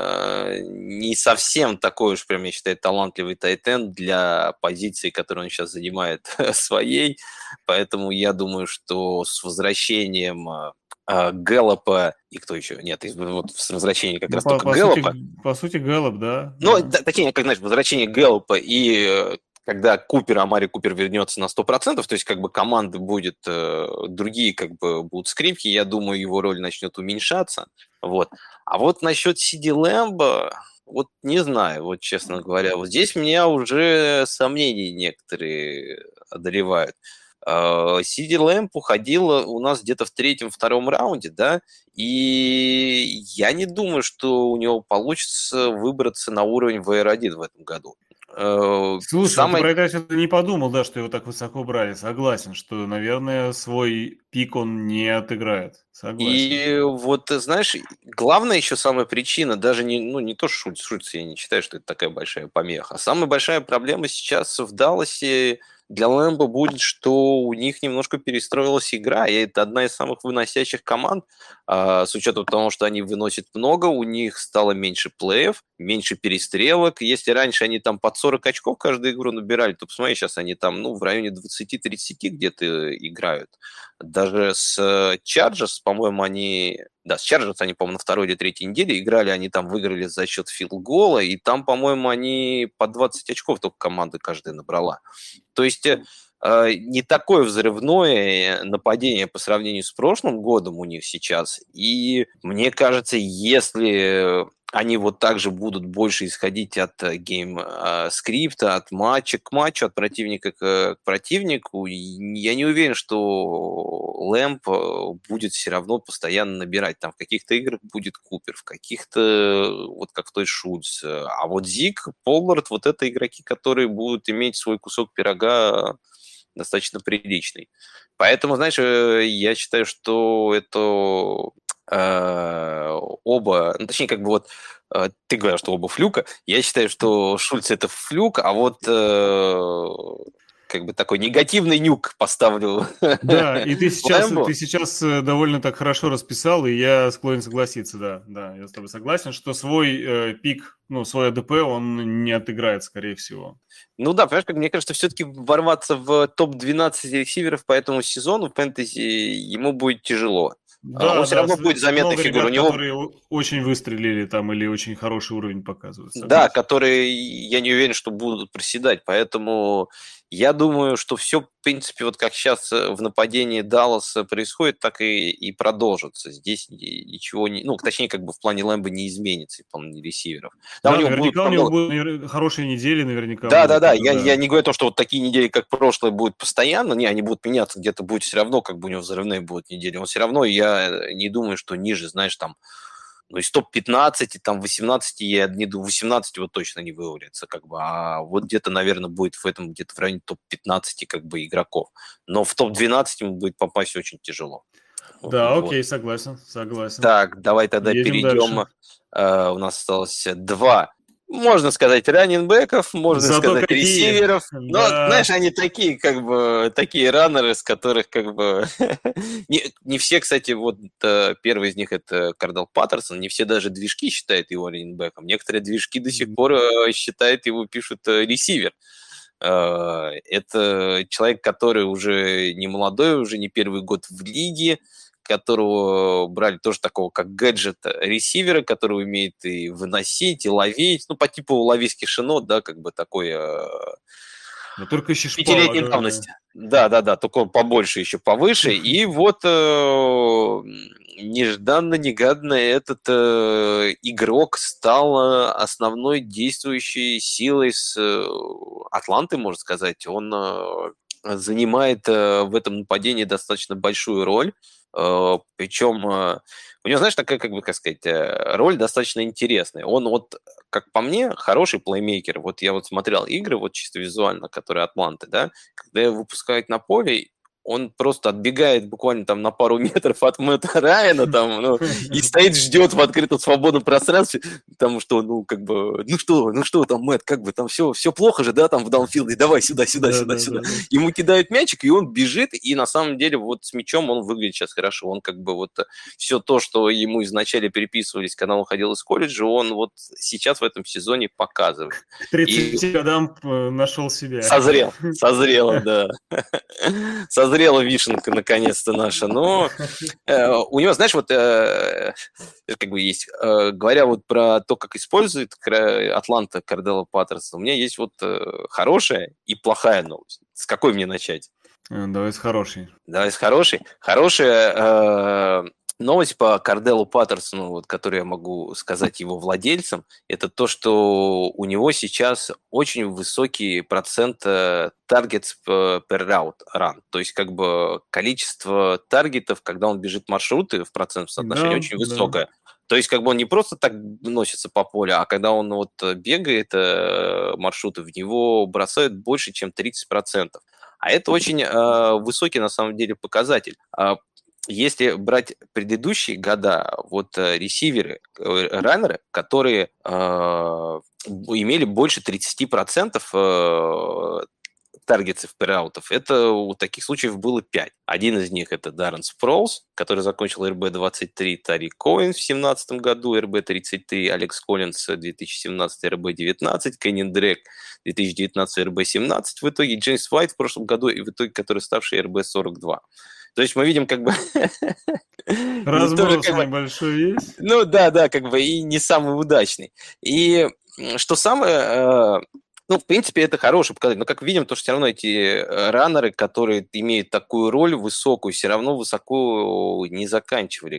э, не совсем такой уж прям, я считаю, талантливый тайтенд для позиции, которую он сейчас занимает своей. Поэтому я думаю, что с возвращением э, Гэллопа и кто еще? Нет, из- вот с возвращением как Ну, раз по, только по сути, Гэллопа. по сути, Гэллоп, да, Ну, да. да, такие, как, знаешь, возвращение Гэллопа и э, когда Купер, Амари Купер вернется на сто процентов, то есть как бы команды будет, э, другие как бы будут скрипки, я думаю, его роль начнет уменьшаться. Вот. А вот насчет Сиди Лэмбо, вот не знаю, вот честно говоря, вот здесь меня уже сомнения некоторые одолевают. Э, Сиди Лэмб уходила у нас где-то в третьем-втором раунде, да, и я не думаю, что у него получится выбраться на уровень вэ эр один в этом году. Э, Слушай, вот ты Самое... про это не подумал, да, что его так высоко брали. Согласен, что, наверное, свой пик он не отыграет. Согласен. И вот, ты знаешь, главная еще самая причина, даже не, ну, не то, что Шульц, Шульц, я не считаю, что это такая большая помеха, а самая большая проблема сейчас в Далласе для Лэмбо будет, что у них немножко перестроилась игра, и это одна из самых выносящих команд, а, с учетом того, что они выносят много, у них стало меньше плеев, меньше перестрелок. Если раньше они там под сорок очков каждую игру набирали, то посмотри, сейчас они там, ну, в районе двадцать-тридцать где-то играют. Даже с Чарджерс, по-моему, они... Да, с Чарджерс они, по-моему, на второй или третьей неделе играли, они там выиграли за счет филгола, и там, по-моему, они по двадцать очков только команда каждая набрала. То есть э, э, не такое взрывное нападение по сравнению с прошлым годом у них сейчас. И мне кажется, если они вот так же будут больше исходить от э, гейм-скрипта, от матча к матчу, от противника к, к противнику, я не уверен, что Лэмп э, будет все равно постоянно набирать. Там в каких-то играх будет Купер, в каких-то, вот как в той Шульц. А вот Зик, Поллард, вот это игроки, которые будут иметь свой кусок пирога достаточно приличный. Поэтому, знаешь, э, я считаю, что это э, оба, ну, точнее, как бы вот э, ты говорил, что оба флюка. Я считаю, что Шульц это флюк, а вот э, как бы такой негативный нюк поставлю Да, и ты сейчас, Лэмбо. ты сейчас э, довольно так хорошо расписал, и я склонен согласиться, да, да, я с тобой согласен, что свой э, пик, ну, свой АДП он не отыграет, скорее всего. Ну да, понимаешь, как мне кажется, все-таки ворваться в топ двенадцать ресиверов по этому сезону в фэнтези ему будет тяжело. А Он Да, все да, равно с- будет заметной много фигурой. У ребят, него которые о- очень выстрелили там или очень хороший уровень показывают, Да, согласен. которые, я не уверен, что будут проседать. Поэтому я думаю, что все, в принципе, вот как сейчас в нападении Далласа происходит, так и, и продолжится. Здесь ни- ничего не... Ну, точнее, как бы в плане Лэмбо не изменится в плане ресиверов. Да, у Да, него будут наверняка у него много... будут навер- хорошие недели, наверняка Да, да, будут, да. это Я, да. я не говорю то, что вот такие недели, как прошлое, будут постоянно. Не, они будут меняться. Где-то будет все равно, как бы у него взрывные будут недели. Он все равно, я не думаю, что ниже, знаешь, там, ну, из топ пятнадцати, там, восемнадцати, я не думаю, восемнадцати вот точно не вывалится, как бы, а вот где-то, наверное, будет в этом, где-то в районе топ пятнадцати, как бы, игроков. Но в топ двенадцать ему будет попасть очень тяжело. Да, Вот. окей, согласен, согласен. Так, давай тогда Едем дальше. перейдем. Э, у нас осталось два Можно сказать раннинбеков, можно Зато сказать какие. ресиверов. Но, Да. знаешь, они такие, как бы, такие раннеры, с которых, как бы... не, не все, кстати, вот э, первый из них это Кардал Паттерсон, не все даже движки считают его раннинбеком. Некоторые движки до сих пор э, считают его, пишут э, ресивер. Э, это человек, который уже не молодой, уже не первый год в лиге, которого брали тоже такого, как гаджета ресивера, который умеет и выносить, и ловить, ну, по типу Лависки Шинот, да, как бы такой... Э, Но только еще шпала пятилетней огромная. давности. Да, да, да, только он побольше, еще повыше. И вот э, нежданно-негаданно этот э, игрок стал э, основной действующей силой с э, Атланты, можно сказать. Он э, занимает э, в этом нападении достаточно большую роль. Э, причем э, у него, знаешь, такая, как бы, как сказать, э, роль достаточно интересная. Он вот, как по мне, хороший плеймейкер. Вот я вот смотрел игры, вот чисто визуально, которые Атланты, да, когда его выпускают на поле, он просто отбегает буквально там на пару метров от Мэтта Райана, там, ну, и стоит, ждет в открытом свободном пространстве, потому что, ну, как бы, ну что, ну что там, Мэтт, как бы там все, все плохо же, да, там в даунфилде, давай сюда, сюда, Да, сюда, да, сюда. да, да. Ему кидают мячик, и он бежит, и на самом деле вот с мячом он выглядит сейчас хорошо. Он как бы вот все то, что ему изначально переписывались, когда он ходил из колледжа, он вот сейчас в этом сезоне показывает. К тридцати годам э, нашел себя. Созрел, созрела, да. Созрела вишенка наконец-то наша. Но э, у него, знаешь, вот э, как бы есть, э, говоря вот про то, как использует Атланта Кардела Паттерсона, у меня есть вот э, хорошая и плохая новость. С какой мне начать? Давай с хорошей. Давай с хорошей. Хорошая э, новость по Карделу Паттерсону, вот, которую я могу сказать его владельцам, это то, что у него сейчас очень высокий процент targets per route run. То есть как бы количество таргетов, когда он бежит маршруты в процентном соотношении, Да, очень да. высокое. То есть как бы он не просто так носится по полю, а когда он вот бегает э, маршруты, в него бросают больше, чем тридцать процентов. А это очень э, высокий, на самом деле, показатель. А если брать предыдущие года, вот э, ресиверы, э, раннеры, которые э, имели больше тридцать процентов э, таргетов, пераутов, это у таких случаев было пять. Один из них это Даррен Спроулс, который закончил эр бэ двадцать три, Тарик Коэн в две тысячи семнадцатом году, эр бэ тридцать три, Алекс Коллинс две тысячи семнадцатый, эр бэ девятнадцать, Кеннин Дрейк две тысячи девятнадцатый, эр бэ семнадцать, в итоге Джеймс Уайт в прошлом году и в итоге который ставший эр бэ сорок два. То есть мы видим как бы... Разброс небольшой есть. Ну да, да, как бы и не самый удачный. И что самое... Ну, в принципе, это хороший показатель. Но, как видим, то, что все равно эти раннеры, которые имеют такую роль высокую, все равно высоко не заканчивали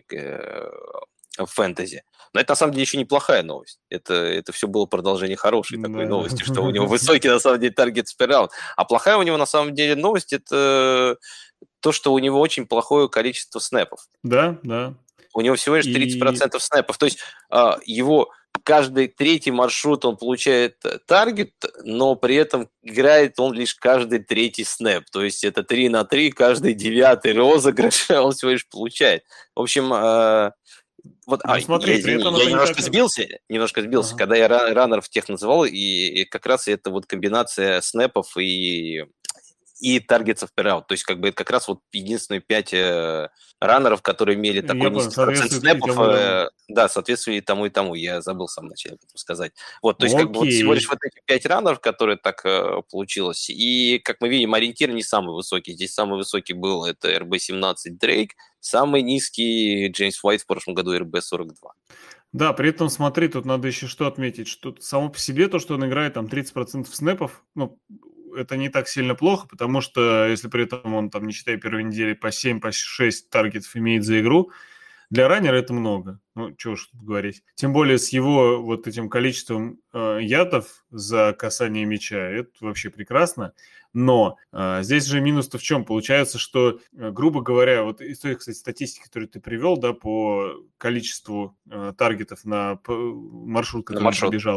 в фэнтези. Но это, на самом деле, еще неплохая новость. Это, это все было продолжение хорошей такой да. новости, что у него высокий, на самом деле, таргет спирал. А плохая у него, на самом деле, новость – это то, что у него очень плохое количество снэпов. Да, да. У него всего лишь тридцать процентов и... снэпов. То есть его... Каждый третий маршрут он получает таргет, но при этом играет он лишь каждый третий снэп. То есть это три на три, каждый девятый розыгрыш он всего лишь получает. В общем, э, вот, ну, а, смотри, я, извини, я немножко так... сбился, немножко сбился, ага. когда я раннеров тех называл, и, и как раз это вот комбинация снэпов и... и таргетов per out. То есть, как бы, это как раз вот единственные пять э, раннеров, которые имели такой я низкий процент снэпов. Тому, э, да, соответствует и тому, и тому. Я забыл в самом начале об этом сказать. Вот, то есть, как бы, вот всего лишь вот эти пять раннеров, которые так э, получилось. И, как мы видим, ориентир не самый высокий. Здесь самый высокий был это эр бэ семнадцать Дрейк, самый низкий Джеймс Уайт в прошлом году эр бэ сорок два. Да, при этом, смотри, тут надо еще что отметить, что само по себе то, что он играет там тридцать процентов снэпов, ну, это не так сильно плохо, потому что если при этом он, там, не считая первой недели, по семь, по шесть таргетов имеет за игру, для раннера это много. Ну, чего уж тут говорить. Тем более с его вот этим количеством э, ядов за касание мяча, это вообще прекрасно. Но э, здесь же минус-то в чем? Получается, что, э, грубо говоря, вот из той, кстати, статистики, которую ты привел, да, по количеству э, таргетов на по, маршрут, который он пробежал,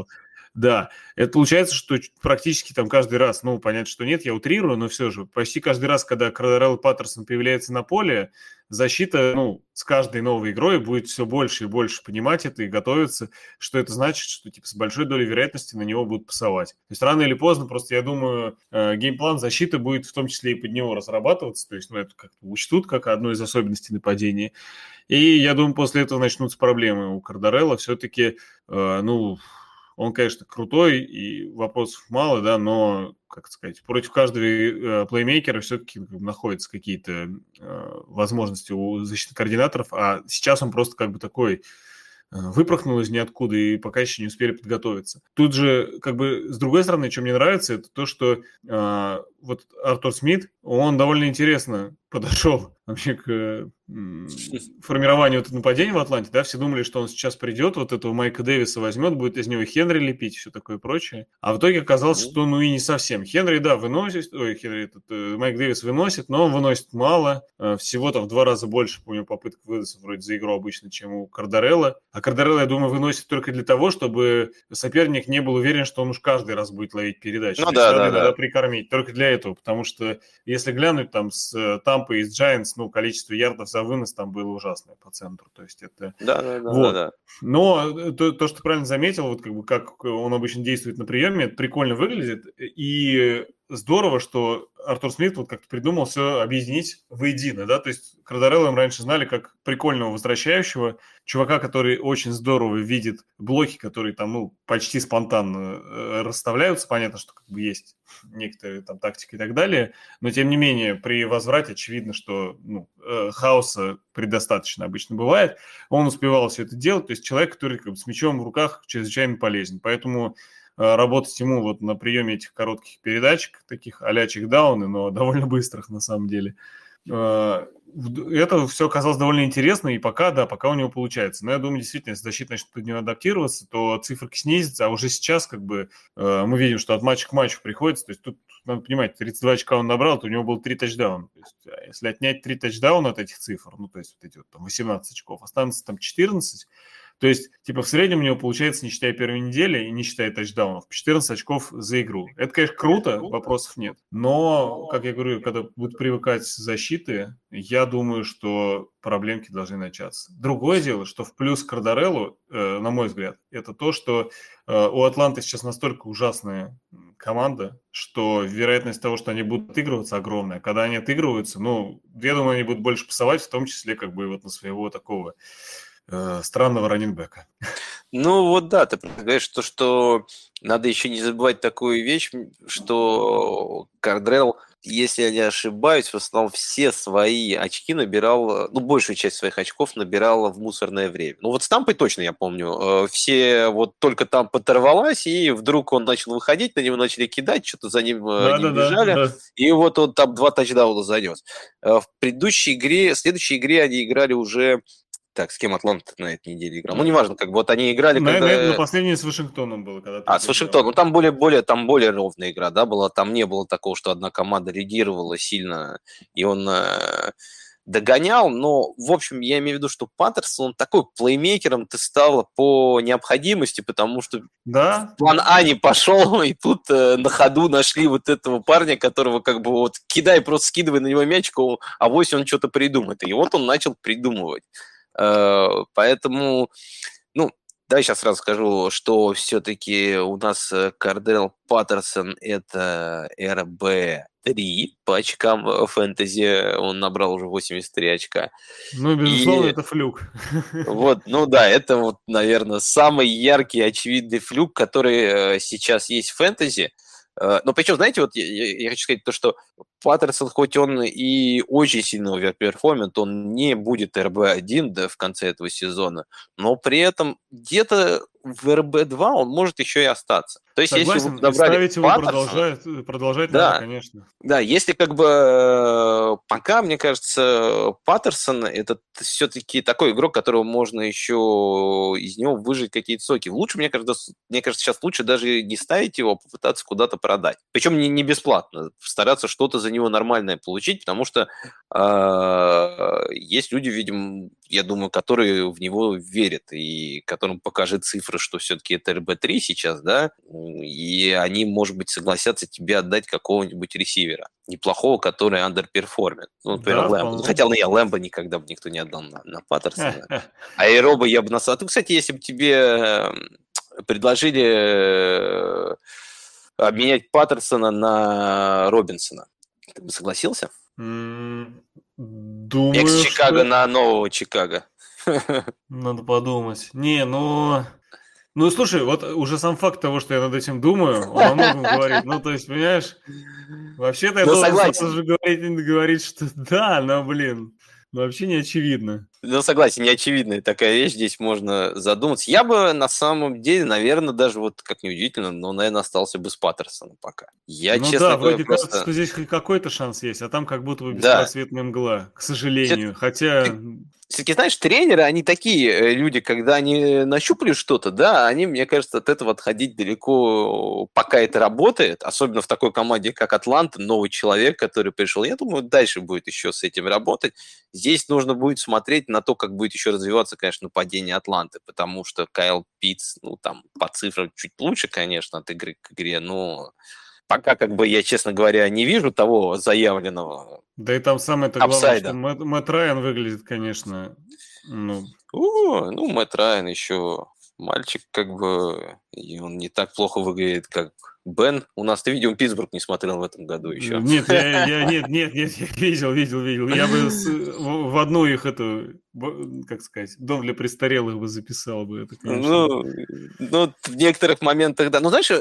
Да, это получается, что практически там каждый раз, ну, понятно, что нет, я утрирую, но все же, почти каждый раз, когда Кардарелл Паттерсон появляется на поле, защита, ну, с каждой новой игрой будет все больше и больше понимать это и готовиться, что это значит, что, типа, с большой долей вероятности на него будут пасовать. То есть рано или поздно, просто, я думаю, э, геймплан защиты будет в том числе и под него разрабатываться, то есть, ну, это как-то учтут как одну из особенностей нападения. И я думаю, после этого начнутся проблемы у Кардарелла. Все-таки, э, ну... Он, конечно, крутой, и вопросов мало, да, но, как сказать, против каждого э, плеймейкера все-таки находятся какие-то э, возможности у защитных координаторов, а сейчас он просто как бы такой э, выпорхнул из ниоткуда, и пока еще не успели подготовиться. Тут же, как бы, с другой стороны, что мне нравится, это то, что э, вот Артур Смит, он довольно интересно подошел вообще к э, формированию этого нападения в Атланте, да, все думали, что он сейчас придет, вот этого Майка Дэвиса возьмет, будет из него Хенри лепить, все такое прочее, а в итоге оказалось, что ну и не совсем. Хенри, да, выносит, ой, Хенри, этот, э, Майк Дэвис выносит, но он выносит мало, э, всего там в два раза больше, помню, попыток выноса вроде за игру обычно, чем у Кардарелла, а Кардарелла, я думаю, выносит только для того, чтобы соперник не был уверен, что он уж каждый раз будет ловить передачу. Ну да, да, да. Прикормить, только для этого, потому что если глянуть там с Тампой и с Giants, ну, количество ярдов за вынос там было ужасное по центру, то есть это... Да, да, да. Вот. Да, да. Но то, то, что ты правильно заметил, вот как бы как он обычно действует на приеме, это прикольно выглядит, и здорово, что Артур Смит вот как-то придумал все объединить воедино, да, то есть Кардарелла мы раньше знали как прикольного возвращающего, чувака, который очень здорово видит блоки, которые там, ну, почти спонтанно расставляются, понятно, что как бы есть некоторые там тактики и так далее, но тем не менее при возврате очевидно, что ну, хаоса предостаточно обычно бывает, он успевал все это делать, то есть человек, который как бы, с мячом в руках чрезвычайно полезен, поэтому работать ему вот на приеме этих коротких передачек, таких а-ля чекдауны, но довольно быстрых на самом деле. Это все оказалось довольно интересно, и пока, да, пока у него получается. Но я думаю, действительно, если защита начнет под него адаптироваться, то циферки снизятся, а уже сейчас как бы мы видим, что от матча к матчу приходится. То есть тут, надо понимать, тридцать два очка он набрал, то у него было три тачдауна. То есть, если отнять три тачдауна от этих цифр, ну, то есть вот эти вот там восемнадцать очков, останется там четырнадцать. То есть, типа, в среднем у него получается, не считая первой недели и не считая тачдаунов, четырнадцать очков за игру. Это, конечно, круто, вопросов нет. Но, как я говорю, когда будут привыкать защиты, я думаю, что проблемки должны начаться. Другое дело, что в плюс Кардареллу, э, на мой взгляд, это то, что э, у Атланты сейчас настолько ужасная команда, что вероятность того, что они будут отыгрываться, огромная. Когда они отыгрываются, ну, я думаю, они будут больше пасовать, в том числе, как бы, вот на своего такого... странного раннингбека. Ну вот да, ты говоришь, что, что надо еще не забывать такую вещь, что Кардарелл, если я не ошибаюсь, в основном все свои очки набирал, ну большую часть своих очков набирал в мусорное время. Ну вот с Тампой точно я помню, все вот только Тампа оторвалась, и вдруг он начал выходить, на него начали кидать, что-то за ним да, не да, бежали, да, да. И вот он там два тачдауна занес. В предыдущей игре, в следующей игре они играли уже... Так, с кем Атланта на этой неделе играл? Ну, неважно, как бы вот они играли, на, когда... На, на последнее с Вашингтоном было. Когда а, с Вашингтоном. Ну, там более, более, там более ровная игра, да, была. Там не было такого, что одна команда лидировала сильно, и он э, догонял. Но, в общем, я имею в виду, что Паттерсон, он такой плеймейкером ты стал по необходимости, потому что да? план А не пошел, и тут э, на ходу нашли вот этого парня, которого как бы вот кидай, просто скидывай на него мячик, а вось он что-то придумает. И вот он начал придумывать. Поэтому, ну, давай сейчас сразу скажу, что все-таки у нас Кардарелл Паттерсон – это эр бэ три по очкам фэнтези, он набрал уже восемьдесят три очка. Ну, безусловно, и... это флюк. Вот, ну да, это вот, наверное, самый яркий, очевидный флюк, который сейчас есть в фэнтези. Но причем, знаете, вот я, я хочу сказать то, что Паттерсон, хоть он и очень сильно оверперформит, он не будет эр бэ один да, в конце этого сезона, но при этом где-то в эр бэ два он может еще и остаться. То есть, Согласен, если вы подобрали ставить его Паттерсона, продолжать, продолжать да, надо, конечно. Да, если как бы пока, мне кажется, Паттерсон это все-таки такой игрок, которого можно еще из него выжать какие-то соки. Лучше, мне кажется, мне кажется, сейчас лучше даже не ставить его, а попытаться куда-то продать. Причем не, не бесплатно, стараться что-то за него нормальное получить, потому что э, есть люди, видимо, я думаю, которые в него верят и которым покажет цифры, что все-таки это эр бэ три сейчас, да, и они, может быть, согласятся тебе отдать какого-нибудь ресивера неплохого, который андерперформит. Ну, например, Да, Лэмбо. Ну, вполне. хотя я Лэмбо никогда бы никто не отдал на, на Паттерсона. А Эроба я бы насадил. Кстати, если бы тебе предложили обменять Паттерсона на Робинсона, ты бы согласился? Думаю, Экс-Чикаго что... на нового Чикаго. Надо подумать. Не, ну... Ну, слушай, вот уже сам факт того, что я над этим думаю, он о многом говорит. Ну, то есть, понимаешь, вообще-то я ну, должен согласен. сразу же говорить, говорить, что да, но, блин, ну, вообще не очевидно. Ну, согласен, неочевидная такая вещь, здесь можно задуматься. Я бы, на самом деле, наверное, даже вот, как неудивительно, но, наверное, остался бы с Паттерсоном пока. Я, ну честно да, говоря, вроде просто... кажется, что здесь хоть какой-то шанс есть, а там как будто бы Да. беспросветная мгла, к сожалению. Хотя... Все-таки, знаешь, тренеры, они такие люди, когда они нащупали что-то, да, они, мне кажется, от этого отходить далеко, пока это работает, особенно в такой команде, как Атланта, новый человек, который пришел. Я думаю, дальше будет еще с этим работать. Здесь нужно будет смотреть на то, как будет еще развиваться, конечно, нападение Атланты, потому что Кайл Питтс, ну, там, по цифрам чуть лучше, конечно, от игры к игре, но... Пока, как бы, я, честно говоря, не вижу того заявленного Да и там самое-то главное, что Мэтт, Мэтт Райан выглядит, конечно, ну... О, ну, Мэтт Райан еще мальчик, как бы, и он не так плохо выглядит, как Бен. У нас, ты видел, Питтсбург не смотрел в этом году еще. Нет, я, я нет, нет, нет, я видел, видел, видел. Я бы с, в, в одну их эту, как сказать, дом для престарелых бы записал бы это, конечно. Ну, ну, в некоторых моментах, да. Ну, знаешь,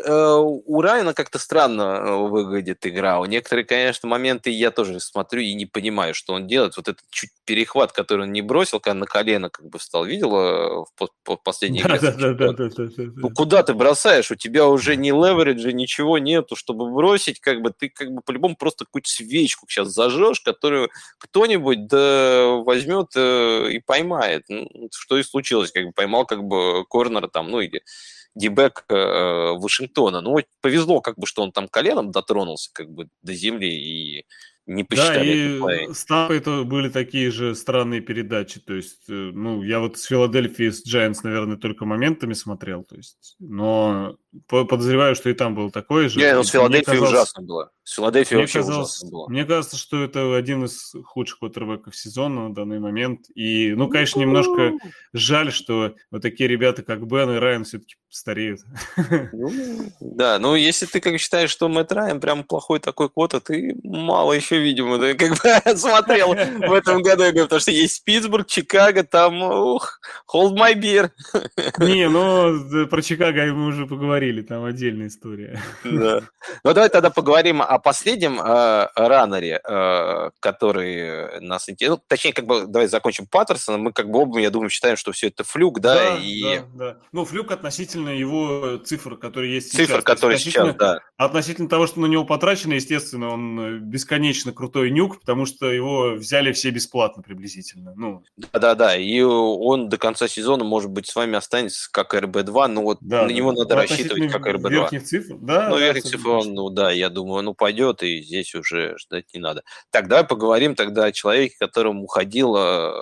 у Райана как-то странно выглядит игра. У некоторых, конечно, моменты я тоже смотрю и не понимаю, что он делает. Вот этот чуть перехват, который он не бросил, когда на колено как бы встал. Видел в последней игре? Да, да, да, да, да, да. Ну, куда ты бросаешь? У тебя уже ни левериджа, ничего нету, чтобы бросить, как бы ты как бы по-любому просто какую-то свечку сейчас зажжешь, которую кто-нибудь да возьмет э, и поймает. Ну, что и случилось, как бы поймал как бы корнера там, ну или дибэк э, Вашингтона. Ну, вот повезло, как бы, что он там коленом дотронулся как бы до земли и не посчитали. Да, и с Тампой то были такие же странные передачи. То есть, ну, я вот с Филадельфией, с Giants, наверное, только моментами смотрел. То есть, но подозреваю, что и там было такое же. Не, ну с Филадельфией ужасно было. С Филадельфией вообще казалось, ужасно было. Мне кажется, что это один из худших квотербеков сезона на данный момент. И, ну, конечно, немножко жаль, что вот такие ребята, как Бен и Райан, все-таки стареют. Ну, да, ну если ты как считаешь, что Мэтт Райан прям плохой такой квота, ты мало еще, видимо, да, как бы смотрел в этом году, я говорю, потому что есть Питтсбург, Чикаго, там, ух, hold my beer. Не, ну, про Чикаго мы уже поговорили, там отдельная история. Да. Ну, давай тогда поговорим о последнем э, раннере, э, который нас интересует. Ну, точнее, как бы, давай закончим Паттерсона. Мы как бы оба, я думаю, считаем, что все это флюк, да? Да, и... да, да. Ну, флюк относительно его цифр, которые есть цифр, сейчас. Цифр, которые сейчас, да. Относительно того, что на него потрачено, естественно, он бесконечно крутой нюк, потому что его взяли все бесплатно приблизительно. Ну. Да-да-да, и он до конца сезона, может быть, с вами останется как эр бэ два, но вот да, на да. него надо рассчитывать как эр бэ два. Верхних цифр, да. Ну, да, верхних цифр он, ну да, я думаю, он упадет, и здесь уже ждать не надо. Так, давай поговорим тогда о человеке, которому уходил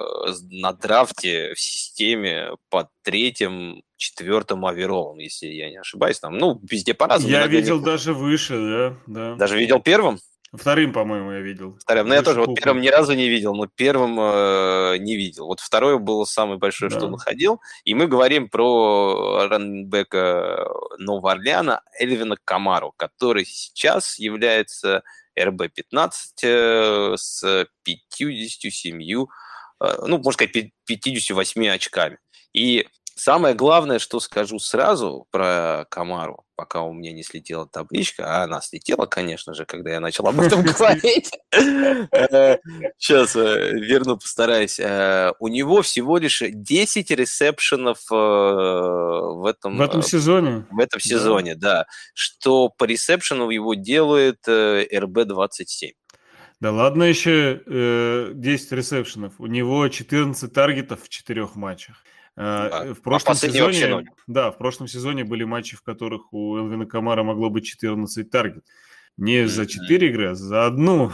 на драфте в системе под третьим, четвертым оверолом, если я не ошибаюсь. Там, ну, везде по-разному. Я видел даже выше, да, да. Даже видел первым? Вторым, по-моему, я видел. Вторым. Ну, я тоже вот первым ни разу не видел, но первым э, не видел. Вот второе было самое большое, да. что находил. И мы говорим про раннинбека Нового Орлеана Эльвина Камару, который сейчас является эр бэ пятнадцать э, с пятьюдесятью семью, э, ну, можно сказать, пятьюдесятью восьмью очками. И Самое главное, что скажу сразу про Камару, пока у меня не слетела табличка, а она слетела, конечно же, когда я начал об этом говорить. Сейчас верну, постараюсь. У него всего лишь десять ресепшенов в этом... В этом сезоне? В этом сезоне, да. Что по ресепшену его делает эр бэ двадцать семь. Да ладно еще э, десять ресепшенов. У него четырнадцать таргетов в четырех матчах. Да. В прошлом а сезоне, да, в прошлом сезоне были матчи, в которых у Элвина Камара могло быть четырнадцать таргетов. Не mm-hmm. за четыре игры, а за одну.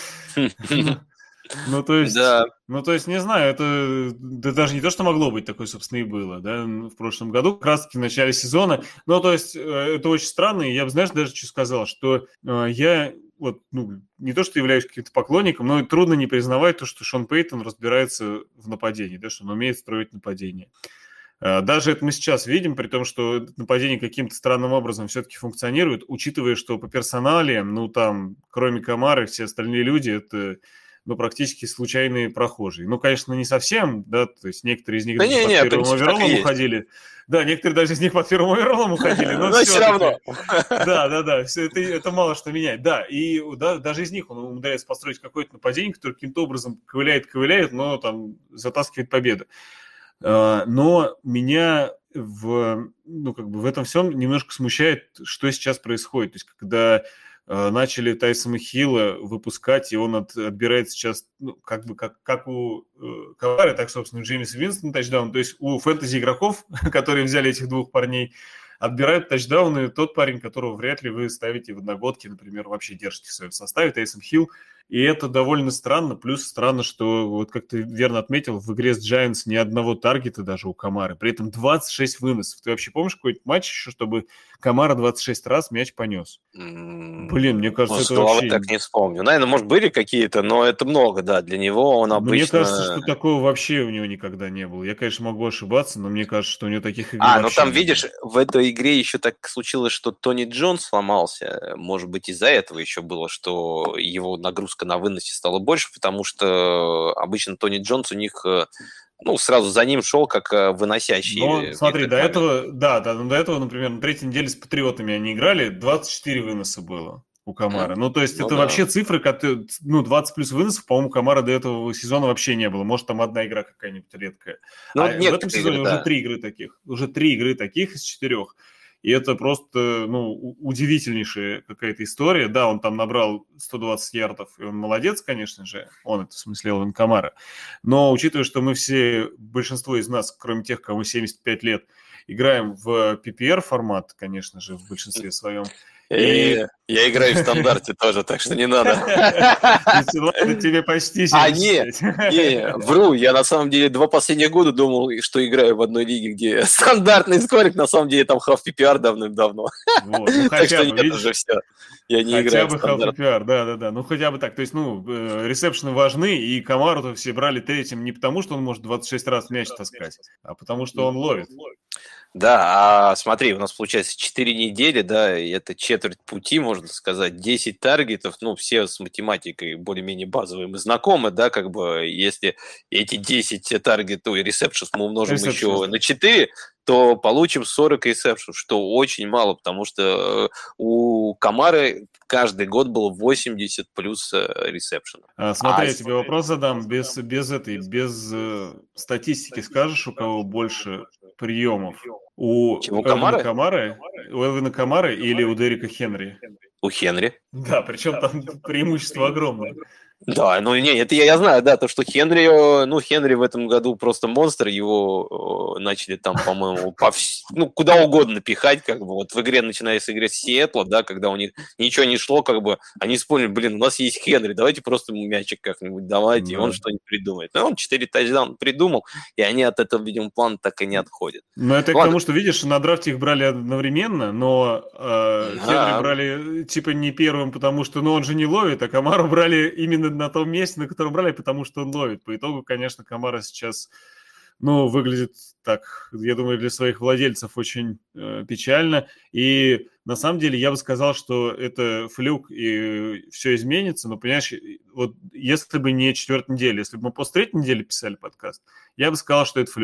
Ну, то есть, да. ну, то есть, не знаю, это да, даже не то, что могло быть, такое, собственно, и было, да, в прошлом году, как раз-таки в начале сезона. Ну, то есть, это очень странно, и я бы, знаешь, даже что сказал, что э, я вот, ну, не то, что являюсь каким-то поклонником, но трудно не признавать то, что Шон Пейтон разбирается в нападении, да, что он умеет строить нападение. Даже это мы сейчас видим, при том, что нападение каким-то странным образом все-таки функционирует, учитывая, что по персонале, ну, там, кроме Камары, все остальные люди, это... ну, практически случайные прохожие. Ну, конечно, не совсем, да, то есть некоторые из них да даже не, под не, первым овероллом уходили. Да, некоторые даже из них под первым овероллом уходили, но все равно. Да, да, да, это мало что меняет. Да, и даже из них он умудряется построить какое-то нападение, которое каким-то образом ковыляет-ковыляет, но там затаскивает победу. Но меня в, ну, как бы в этом всем немножко смущает, что сейчас происходит. То есть, когда начали Тайсона Хилла выпускать, и он от, отбирает сейчас, ну, как бы, как, как у э, Камары, так, собственно, у Джеймиса Винстона тачдаун. То есть у фэнтези-игроков, которые взяли этих двух парней, отбирают тачдауны тот парень, которого вряд ли вы ставите в одногодке, например, вообще держите в своем составе, Тайсон Хилл. И это довольно странно. Плюс странно, что, вот как ты верно отметил, в игре с Giants ни одного таргета даже у Камары. При этом двадцать шесть выносов. Ты вообще помнишь какой-то матч еще, чтобы Камара двадцать шесть раз мяч понес? Блин, мне кажется, может, это вообще... так не вспомню. Наверное, может, были какие-то, но это много, да. Для него он обычно... Мне кажется, что такого вообще у него никогда не было. Я, конечно, могу ошибаться, но мне кажется, что у него таких игр А, вообще ну там, не видишь, было. в этой игре еще так случилось, что Тони Джонс сломался. Может быть, из-за этого еще было, что его нагрузка на выносе стала больше, потому что обычно Тони Джонс у них... Ну, сразу за ним шел как выносящий. Но смотри, до момент. этого, да, да, до этого, например, на третьей неделе с Патриотами они играли, двадцать четыре выноса было у Камара. Mm. Ну, то есть ну, это да. вообще цифры, которые, ну, двадцать плюс выносов, по-моему, Камара до этого сезона вообще не было. Может, там одна игра какая-нибудь редкая. Ну, а в этом сезоне игры, уже да. три игры таких. Уже три игры таких из четырех. И это просто, ну, удивительнейшая какая-то история. Да, он там набрал сто двадцать ярдов, и он молодец, конечно же. Он, это в смысле Элвин Камара. Но учитывая, что мы все, большинство из нас, кроме тех, кому семьдесят пять лет, играем в пи пи ар формат, конечно же, в большинстве своем. И... Я играю в стандарте тоже, так что не надо. Ладно, тебе почти А, не, не, вру. Я на самом деле два последних года думал, что играю в одной лиге, где стандартный скорик, на самом деле там half пи пи ар давным-давно. Так что нет, уже все. Я не играю в стандарт. Хотя бы half пи пи ар, да-да-да. Ну, хотя бы так. То есть, ну, ресепшены важны, и Камару-то все брали третьим не потому, что он может двадцать шесть раз мяч таскать, а потому, что он ловит. Да, а смотри, у нас получается четыре недели, да, и это четверть пути, можно сказать, десять таргетов, ну, все с математикой более-менее базовые мы знакомы, да, как бы, если эти десять таргетов и ресепшенов мы умножим Receptions. еще на четыре, то получим сорок ресепшенов, что очень мало, потому что у Камары каждый год было восемьдесят плюс ресепшенов. А, смотри, а, я тебе вопрос задам, без, без этой, без э, статистики скажешь, у кого больше приемов? У Элвина Камары, у Элвина Камары или у Дерека Хенри? У Хенри. Да, причем там преимущество огромное. Да, ну не, это я, я знаю, да, то, что Хенри, ну, Хенри в этом году просто монстр, его э, начали там, по-моему, по вс... ну, куда угодно пихать, как бы, вот в игре, начиная с игры с Сиэтла, да, когда у них ничего не шло, как бы, они вспомнили, блин, у нас есть Хенри, давайте просто ему мячик как-нибудь давайте, да. И он что-нибудь придумает. Ну, он четыре тачдауна придумал, и они от этого, видимо, плана так и не отходят. Ну, это Ладно. К тому, что, видишь, на драфте их брали одновременно, но э, да. Хенри брали, типа, не первым, потому что, ну, он же не ловит, а Камару брали именно на том месте, на котором брали, потому что он ловит. По итогу, конечно, Камара сейчас, ну, выглядит так, я думаю, для своих владельцев очень э, печально. И на самом деле я бы сказал, что это флюк и все изменится. Но, понимаешь, вот если бы не четвертая неделя, если бы мы после третьей недели писали подкаст, я бы сказал, что это флюк.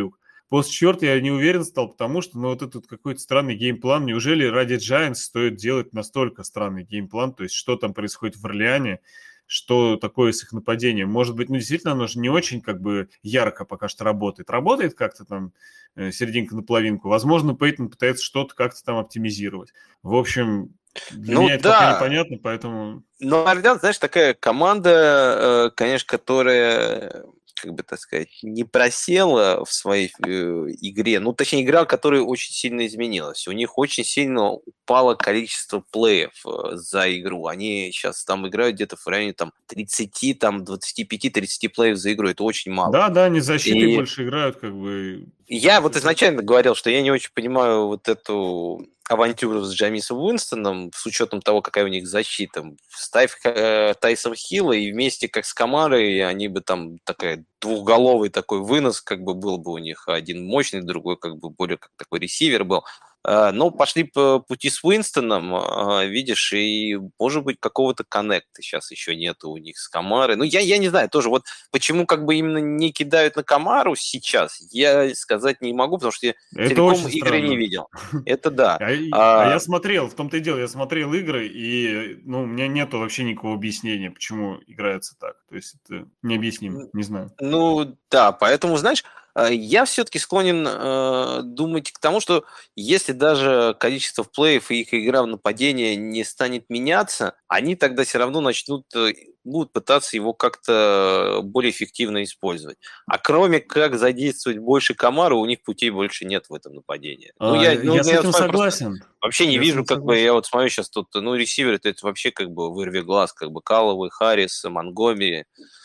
после четвертого я не уверен стал, потому что, ну, вот этот какой-то странный геймплан. Неужели ради Giants стоит делать настолько странный геймплан? То есть, что там происходит в Орлеане? Что такое с их нападением? Может быть, ну, действительно, оно же не очень, как бы, ярко пока что работает. Работает как-то там э, серединка на половинку. Возможно, Пейтон пытается что-то как-то там оптимизировать. В общем, для Ну меня это да, пока непонятно, поэтому... но Орлеан, знаешь, такая команда, э, конечно, которая, как бы так сказать, не просела в своей э, игре. Ну, точнее, игра, которая очень сильно изменилась. У них очень сильно упало количество плеев э, за игру. Они сейчас там играют где-то в районе там, тридцать, там, двадцать пять тридцать плеев за игру. Это очень мало. Да, да, они защитой И больше играют, как бы... я вот изначально говорил, что я не очень понимаю вот эту авантюру с Джамисом Уинстоном, с учетом того, какая у них защита. Ставь э, Тайсона Хилла, и вместе, как с Камарой, они бы там такая двухголовый такой вынос, как бы был бы у них один мощный, другой как бы более как такой ресивер был. Э, но пошли по пути с Уинстоном, э, видишь, и, может быть, какого-то коннекта сейчас еще нету у них с Камарой. Ну, я, я не знаю тоже, вот почему как бы именно не кидают на Камару сейчас, я сказать не могу, потому что я Это целиком очень игры странно. не видел. Это да. А, и- А, а я смотрел, в том-то и дело, я смотрел игры, и ну, у меня нету вообще никакого объяснения, почему играется так. То есть это необъяснимо, не знаю. Ну да, поэтому, знаешь, э, я все-таки склонен э, думать к тому, что если даже количество плеев и их игра в нападение не станет меняться, они тогда все равно начнут, э, будут пытаться его как-то более эффективно использовать. А кроме как задействовать больше Камару, у них путей больше нет в этом нападении. Ну, А, я, ну, я с я этим с вами просто согласен. вообще не Я с вижу, этим как бы, согласен. я вот смотрю сейчас тут, ну, ресивер, это, это вообще как бы вырви глаз, как бы Калловый, Харрис, Монгомери,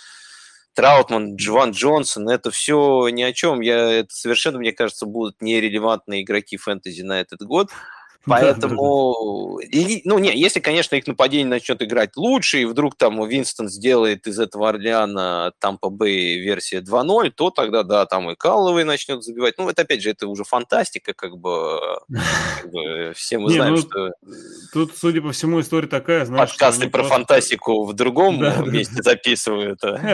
Траутман, Джован Джонсон, это все ни о чем. Я, это совершенно, мне кажется, будут нерелевантные игроки фэнтези на этот год. Да, да, да. Поэтому, и- ну, не, если, конечно, их нападение начнет играть лучше, и вдруг там Винстон сделает из этого Орлеана Тампа Бэй версия два ноль, то тогда, да, там и Калловый начнет забивать. Ну, это, опять же, это уже фантастика, как бы, как бы все мы Не, знаем, ну, что тут, судя по всему, история такая, знаешь, что подкасты они про просто... фантастику в другом Да, да, месте да. записывают. а.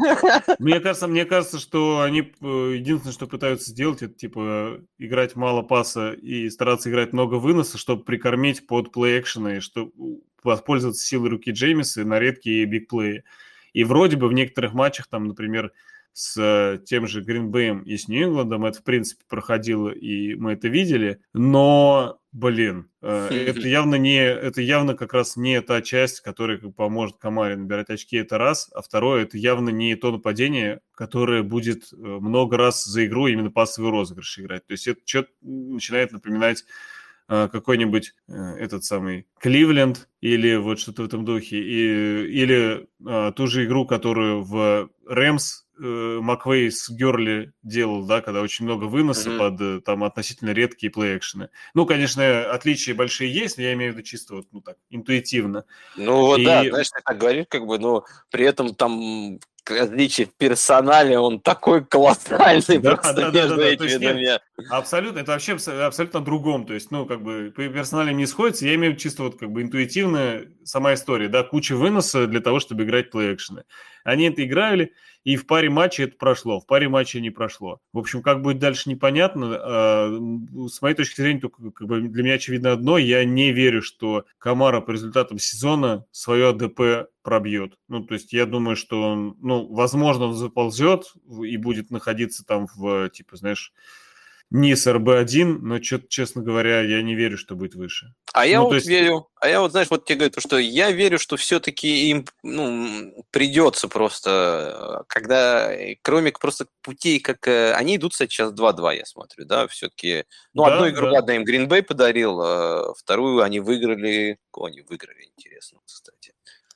Мне кажется, мне кажется, что они э, единственное, что пытаются сделать, это типа играть мало паса и стараться играть много выноса, чтобы прикормить под плей-экшены, и чтобы воспользоваться силой руки Джеймиса на редкие бигплеи. И вроде бы в некоторых матчах, там, например, с э, тем же Гринбэем и с Нью-Ингландом это, в принципе, проходило, и мы это видели, но, блин, э, это явно не, это явно как раз не та часть, которая как бы поможет Камаре набирать очки, это раз, а второе, это явно не то нападение, которое будет э, много раз за игру именно пассовый розыгрыш играть. То есть это что-то начинает напоминать э, какой-нибудь э, этот самый Кливленд или вот что-то в этом духе, и, или э, ту же игру, которую в Рэмс э, Маквей с Герли делал, да, когда очень много выноса Мгм. под э, там относительно редкие плей-экшены. Ну, конечно, отличия большие есть, но я имею в виду чисто вот, ну так, интуитивно. Ну вот да, И знаешь, ты так говоришь, как бы, но при этом там различие в персонале, он такой колоссальный да, просто да, да, да, между да. То этими есть нет, двумя. абсолютно, это вообще абс- абсолютно другом. То есть, ну, как бы по персонале не сходится. Я имею в виду чисто вот как бы интуитивно сама история, да, куча выноса для того, чтобы играть плей-экшены. Они это играли, и в паре матчей это прошло, в паре матчей не прошло. В общем, как будет дальше, непонятно. А, м, С моей точки зрения, только как бы для меня очевидно одно, я не верю, что Камара по результатам сезона свое АДП пробьет. Ну, то есть я думаю, что он, ну, возможно, он заползет и будет находиться там в, типа, знаешь, низ эр бэ один, но что-то, честно говоря, я не верю, что будет выше. А я Ну, то вот есть, верю, а я вот, знаешь, вот тебе говорю, то, что я верю, что все-таки им, ну, придется просто, э, когда, э, кроме просто путей, как э, они идут сейчас два-два, я смотрю, да, все-таки, ну, одну да, игру, да. ладно, им Green Bay подарил, а вторую они выиграли, кого они выиграли, интересно, кстати.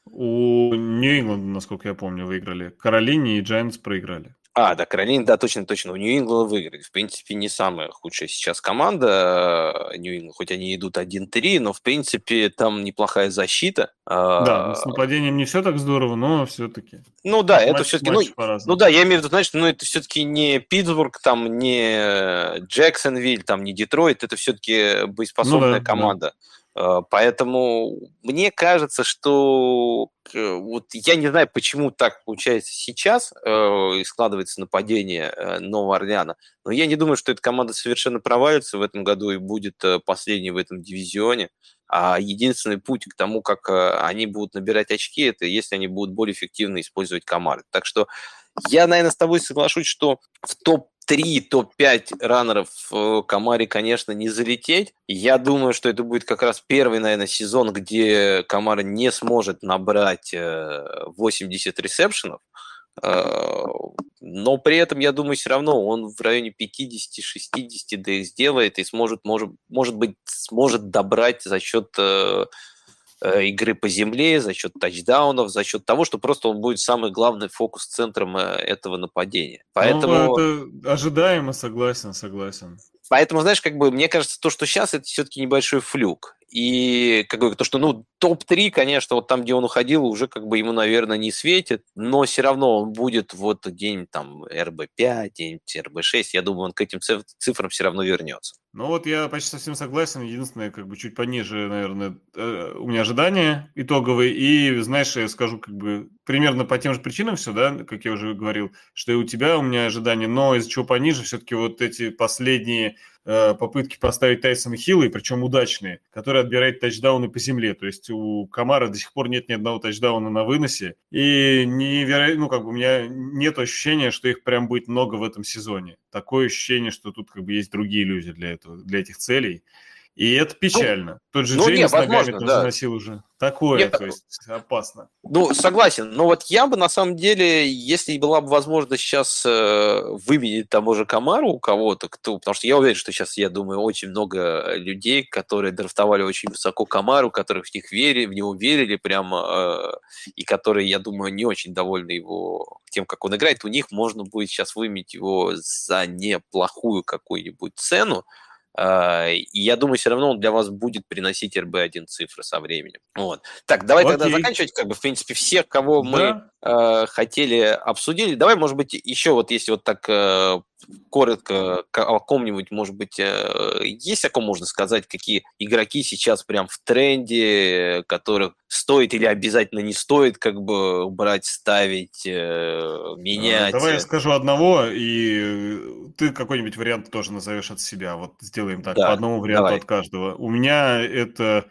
У Нью-Ингланда, насколько я помню, выиграли. Каролине и Giants проиграли. А, да, Каролина, да, точно, точно. У Нью-Ингланда выиграли. В принципе, не самая худшая сейчас команда Нью-Ингланд, хоть они идут один-три, но, в принципе, там неплохая защита. Да, А, с нападением не все так здорово, но все-таки. Ну да, это Матч, все-таки, ну, матч ну по-разному. да, я имею в виду, знаешь, ну это все-таки не Питтсбург, там, не Джексонвиль, там, не Детройт, это все-таки Ну боеспособная да, да. команда. Поэтому мне кажется, что вот я не знаю, почему так получается сейчас, и складывается нападение Нового Орлеана, но я не думаю, что эта команда совершенно провалится в этом году и будет последней в этом дивизионе. А единственный путь к тому, как они будут набирать очки, это если они будут более эффективно использовать команды. Так что я, наверное, с тобой соглашусь, что в топ три, топ пять раннеров в Камаре, конечно, не залететь. Я думаю, что это будет как раз первый, наверное, сезон, где Камара не сможет набрать восемьдесят ресепшенов. Но при этом, я думаю, все равно он в районе пятьдесят-шестьдесят да их сделает и сможет, может, может быть, сможет добрать за счет игры по земле, за счет тачдаунов, за счет того, что просто он будет самый главный фокус-центром этого нападения. Поэтому... Ну, это ожидаемо, согласен, согласен. Поэтому, знаешь, как бы, мне кажется, то, что сейчас, это все-таки небольшой флюк. И как бы то, что, ну, топ три, конечно, вот там, где он уходил, уже как бы ему, наверное, не светит, но все равно он будет вот где-нибудь там эр бэ пять, где-нибудь эр бэ шесть, я думаю, он к этим цифрам все равно вернется. Ну вот я почти совсем согласен, единственное, как бы чуть пониже, наверное, у меня ожидания итоговые, и, знаешь, я скажу как бы примерно по тем же причинам все, да, как я уже говорил, что и у тебя у меня ожидания, но из-за чего пониже, все-таки вот эти последние э, попытки поставить Тайсона Хилла, и причем удачные, которые отбирают тачдауны по земле, то есть у Камара до сих пор нет ни одного тачдауна на выносе, и невероятно, ну как бы у меня нет ощущения, что их прям будет много в этом сезоне. Такое ощущение, что тут как бы есть другие люди для этого, для этих целей. И это печально. Ну, Тот же ну, Джейми с ногами возможно, тоже да. заносил уже. Такое, нет, то есть опасно. Ну, согласен. Но вот я бы, на самом деле, если была бы возможность сейчас э, выменить того же Камару у кого-то, кто, потому что я уверен, что сейчас, я думаю, очень много людей, которые драфтовали очень высоко Камару, которые в них верили, в него верили прямо, э, и которые, я думаю, не очень довольны его тем, как он играет, у них можно будет сейчас выменить его за неплохую какую-нибудь цену. И я думаю, все равно он для вас будет приносить эр бэ один цифры со временем. Вот. Так, давай Окей. тогда заканчивать. Как бы, в принципе, всех, кого да. мы э, хотели, обсудили. Давай, может быть, еще вот если вот так э, коротко о ком-нибудь, может быть, э, есть о ком можно сказать, какие игроки сейчас прям в тренде, которых стоит или обязательно не стоит как бы брать, ставить, э, менять. Давай я скажу одного, и ты какой-нибудь вариант тоже назовешь от себя. Вот сделаем так, да, по одному варианту давай. От каждого. У меня это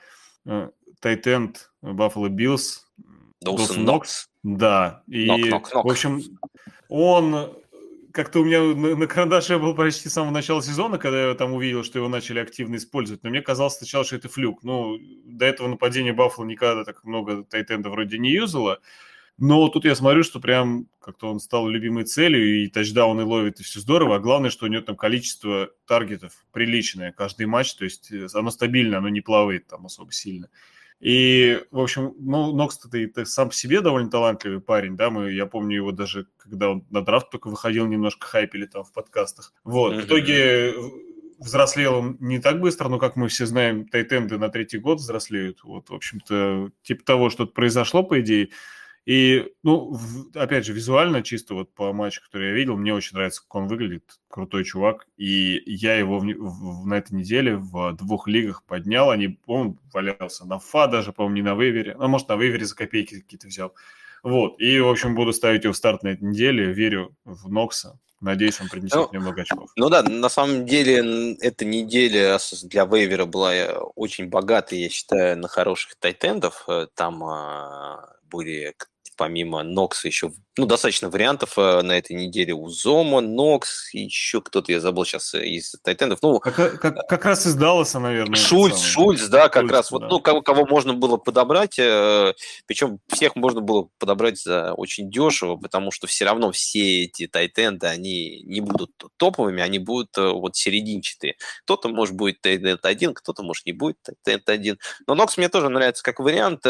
тайтенд Buffalo Bills, Доусон Нокс. Да, и knock, knock, knock. в общем, он... Как-то у меня на, на карандаше был почти с самого начала сезона, когда я там увидел, что его начали активно использовать. Но мне казалось сначала, что это флюк. Ну, до этого нападения Баффало никогда так много тайтенда вроде не юзало. Но тут я смотрю, что прям как-то он стал любимой целью, и тачдауны ловит, и все здорово. А главное, что у него там количество таргетов приличное каждый матч. То есть оно стабильно, оно не плавает там особо сильно. И, в общем, ну, Нокс-то сам по себе довольно талантливый парень, да, мы, я помню его даже, когда он на драфт только выходил, немножко хайпили там в подкастах. Вот, mm-hmm. в итоге взрослел он не так быстро, но, как мы все знаем, тайтенды на третий год взрослеют. Вот, в общем-то, типа того, что-то произошло, по идее. И, ну, опять же, визуально, чисто вот по матчу, который я видел, мне очень нравится, как он выглядит. Крутой чувак. И я его в, в, на этой неделе в двух лигах поднял. Они, он валялся на ФА даже, по-моему, не на вейвере. А может, на вейвере за копейки какие-то взял. Вот. И, в общем, буду ставить его в старт на этой неделе. Верю в Нокса. Надеюсь, он принесет ну, немного очков. Ну да, на самом деле, эта неделя для вейвера была очень богатой, я считаю, на хороших тайтендов. Там а, были... Помимо Нокса еще, ну, достаточно вариантов на этой неделе. У Зома, Нокс, еще кто-то, я забыл сейчас, из тайтендов. Ну, как, как, как раз из Далласа, наверное. Шульц, Шульц, да, как Шульц, раз. Да. Вот, ну, кого, кого можно было подобрать, причем всех можно было подобрать за очень дешево, потому что все равно все эти тайтенды, они не будут топовыми, они будут вот серединчатые. Кто-то, может, будет тайтенд один, кто-то, может, не будет тайтенд один. Но Нокс мне тоже нравится как вариант,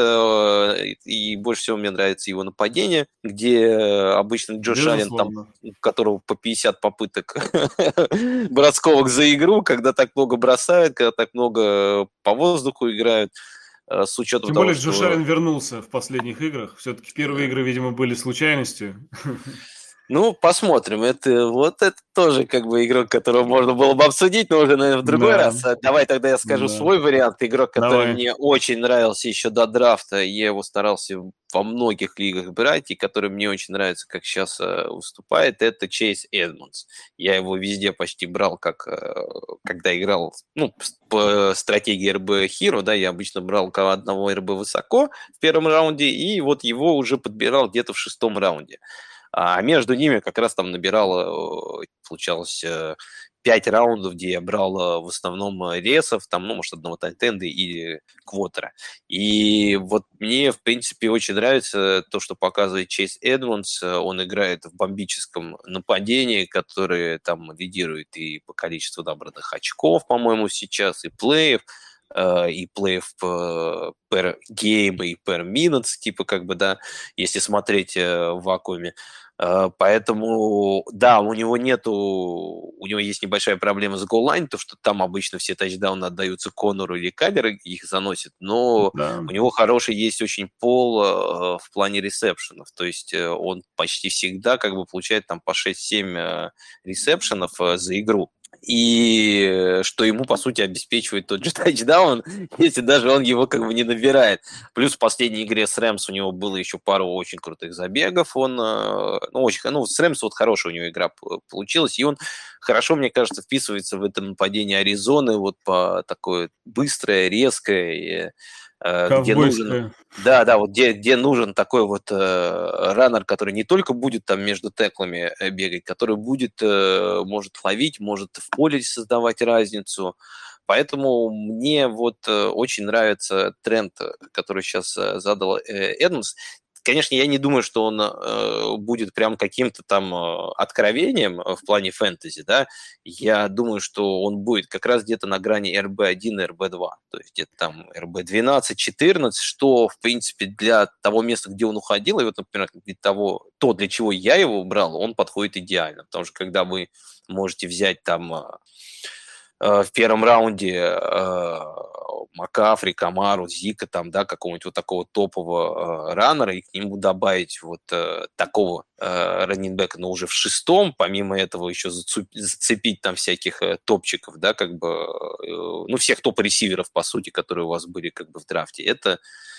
и больше всего мне нравится его нападение, где обычно Джош Аллен, там, у которого по пятьдесят попыток бросковых за игру, когда так много бросают, когда так много по воздуху играют, с учетом Тем того, более что... Джош Аллен вернулся в последних играх. Все-таки первые игры, видимо, были случайностью. Ну, посмотрим. Это, вот это тоже как бы игрок, которого можно было бы обсудить, но уже, наверное, в другой Да. раз. Давай тогда я скажу Да. свой вариант. Игрок, который Давай. мне очень нравился еще до драфта. Я его старался во многих лигах брать, и который мне очень нравится, как сейчас э, выступает, это Чейз Эдмондс. Я его везде почти брал, как э, когда играл, ну, по стратегии эр би Hero, да, я обычно брал одного эр би высоко в первом раунде, и вот его уже подбирал где-то в шестом раунде. А между ними как раз там набирало, получалось, пять раундов, где я брал в основном ресов, там, ну, может, одного тайтенда или квотера. И вот мне, в принципе, очень нравится то, что показывает Чейз Эдмондс. Он играет в бомбическом нападении, которое там лидирует и по количеству набранных очков, по-моему, сейчас, и плеев, и плеев per game, и per minutes, типа, как бы, да, если смотреть в вакууме. Поэтому, да, у него нету, у него есть небольшая проблема с голлайн, то, что там обычно все тачдауны отдаются Коннору или Каллеру, их заносят, но Да. у него хороший есть очень пол э, в плане ресепшенов, то есть э, он почти всегда как бы получает там по шесть-семь э, ресепшенов э, за игру. И что ему, по сути, обеспечивает тот же тачдаун, если даже он его как бы не набирает. Плюс в последней игре с Рэмс у него было еще пару очень крутых забегов. Он, ну, очень, ну, с Рэмс вот хорошая у него игра получилась, и он хорошо, мне кажется, вписывается в это нападение Аризоны, вот по такое быстрое, резкое, где нужен, да, да, вот где, где нужен такой вот э, раннер, который не только будет там между теклами э, бегать, который будет, э, может ловить, может в поле создавать разницу. Поэтому мне вот э, очень нравится тренд, который сейчас э, задал э, Эдмондс. Конечно, я не думаю, что он э, будет прям каким-то там э, откровением в плане фэнтези, да. Я думаю, что он будет как раз где-то на грани эр би один и эр би два, то есть где-то там эр би двенадцать четырнадцать, что, в принципе, для того места, где он уходил, и вот, например, для того, то, для чего я его брал, он подходит идеально, потому что когда вы можете взять там э, э, в первом раунде э, Макафри, Камару, Зика, там, да, какого-нибудь вот такого топового э, раннера, и к нему добавить вот э, такого э, раннинбека, но уже в шестом, помимо этого еще зацеп- зацепить там всяких э, топчиков, да, как бы, э, ну, всех топ-ресиверов, по сути, которые у вас были как бы в драфте, это,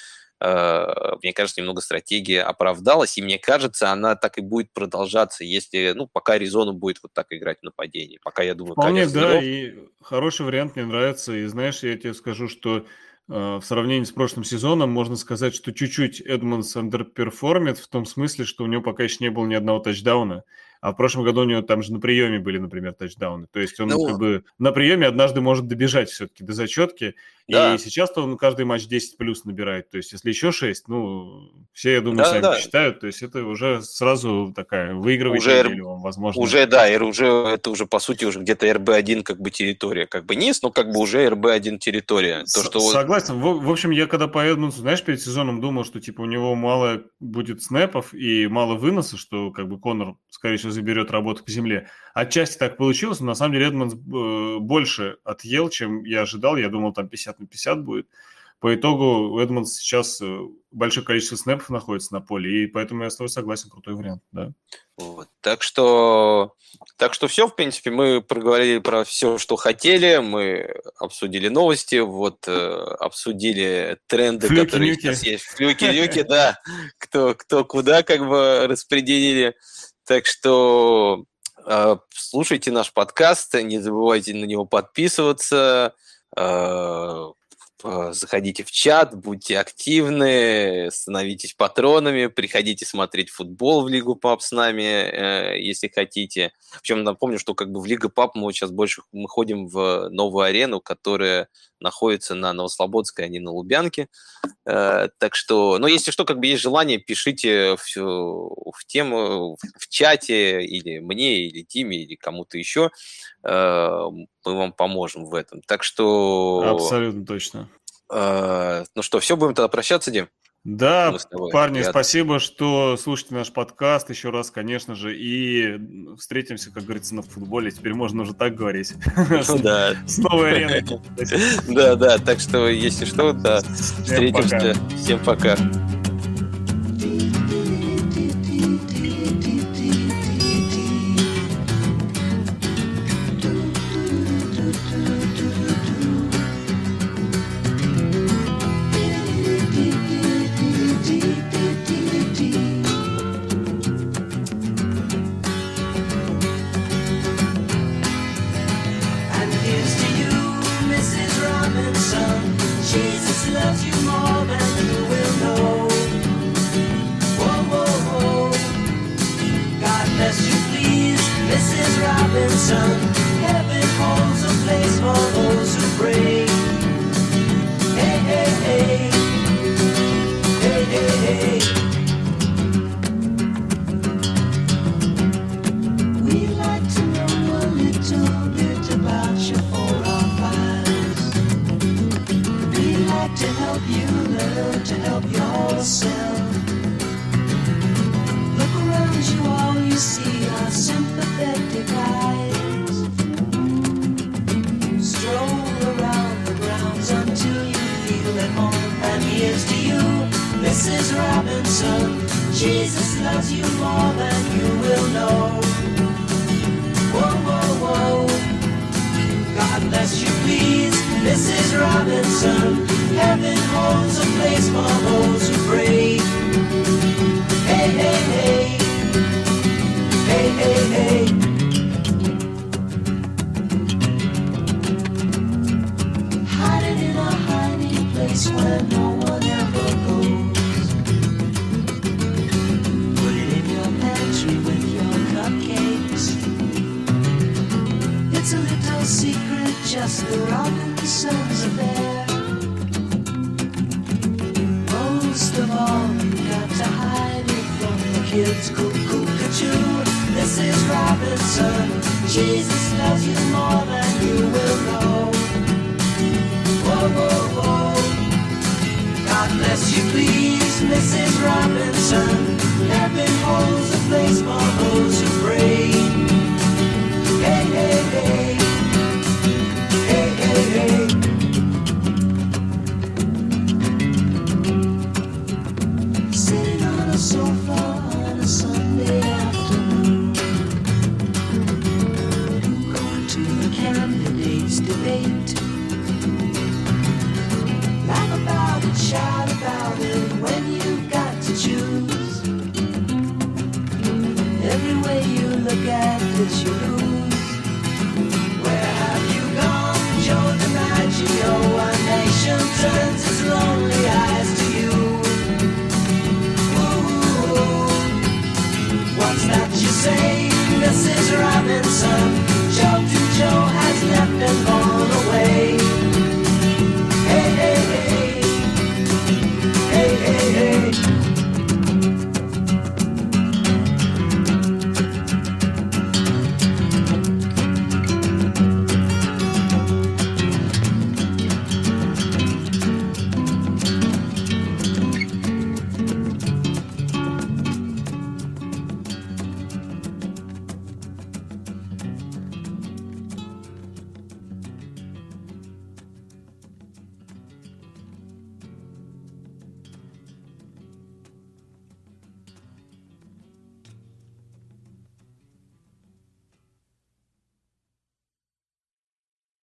э, мне кажется, немного стратегия оправдалась, и мне кажется, она так и будет продолжаться, если, ну, пока Аризона будет вот так играть в нападении, пока, я думаю, Вполне, конец да, здоров. и хороший вариант, мне нравится. И знаешь, я тебе скажу, что э, в сравнении с прошлым сезоном можно сказать, что чуть-чуть Эдмондс андерперформит в том смысле, что у него пока еще не было ни одного тачдауна. А в прошлом году у него там же на приеме были, например, тачдауны. То есть он Ну, как бы на приеме однажды может добежать все-таки до зачетки. да. И сейчас-то он каждый матч десять плюс набирает. То есть если еще шесть, ну, все, я думаю, Да, сами да. посчитают. То есть это уже сразу такая выигрывающая Уже эр- неделя вам, возможно. Уже, да, эр- уже это уже, по сути, уже где-то эр би один как бы территория, как бы низ, но как бы уже эр би один территория. То, С- что вот- Согласен. В, в общем, я когда по Эдмонсу, знаешь, перед сезоном думал, что типа у него мало будет снэпов и мало выноса, что как бы Коннор, скорее всего, заберет работу по земле. Отчасти так получилось, но на самом деле Эдмонс э, больше отъел, чем я ожидал. Я думал, там пятьдесят на пятьдесят будет. По итогу Эдмонс сейчас э, большое количество снэпов находится на поле, и поэтому я с тобой согласен, крутой вариант, да. вот. Так что, так что все, в принципе, мы проговорили про все, что хотели, мы обсудили новости, вот, э, обсудили тренды, Флюки, которые нюки. сейчас есть. Флюки-люки, да, кто, кто куда как бы распределили. Так что э, слушайте наш подкаст, не забывайте на него подписываться, э, заходите в чат, будьте активны, становитесь патронами, приходите смотреть футбол в Лигу Паб с нами, э, если хотите. Причем напомню, что как бы в Лигу Паб мы вот сейчас больше мы ходим в новую арену, которая находится на Новослободской, а не на Лубянке. Э, так что, ну, если что, как бы есть желание, пишите в, в тему, в чате, или мне, или Диме, или кому-то еще. Э, мы вам поможем в этом. Так что... Абсолютно точно. Э, ну что, все, будем тогда прощаться, Дим? Да, Мы с тобой. парни, Я- спасибо, что слушаете наш подкаст еще раз, конечно же, и встретимся, как говорится, на футболе. Теперь можно уже так говорить. Ну да. С новой ареной. Да, да, так что, если что, да, Всем встретимся. пока. Всем пока. loves you more than you will know. Whoa, whoa, whoa. God bless you, please, Missus Robinson. Heaven holds a place for those who pray. Hey, hey, hey. Hey, hey, hey. We'd like to know a little bit about your four or fives. We'd like to help you learn to help yourself. Look around you, all you see are sympathetic eyes. Stroll around the grounds until you feel at home. And here's to you, Missus Robinson. Jesus loves you more than you will know. Whoa, whoa, whoa. God bless you, please, Missus Robinson. Heaven holds a place for those who pray. Hey, hey, hey. Hey, hey, hey. Hiding in a hiding place where no one ever goes. Put it in your pantry with your cupcakes. It's a little secret, just the Robinsons affair. Most of all, you got to hide it from the kids. Cuckoo-cuckoo, Missus Robinson. Jesus loves you more than you will know. Whoa, whoa, whoa. God bless you, please, Missus Robinson. Heaven holds a place for those who pray. Hey, hey, hey. Hey, hey, hey. Sitting on a sofa on a Sunday afternoon, going to the candidates' debate. Laugh about it, shout about it when you've got to choose. Every way you look at it, you lose. Where have you gone, Joe DiMaggio? A nation turns its lonely eyes to you. Ooh, what's that you say, Missus Robinson? Joe to Joe has left and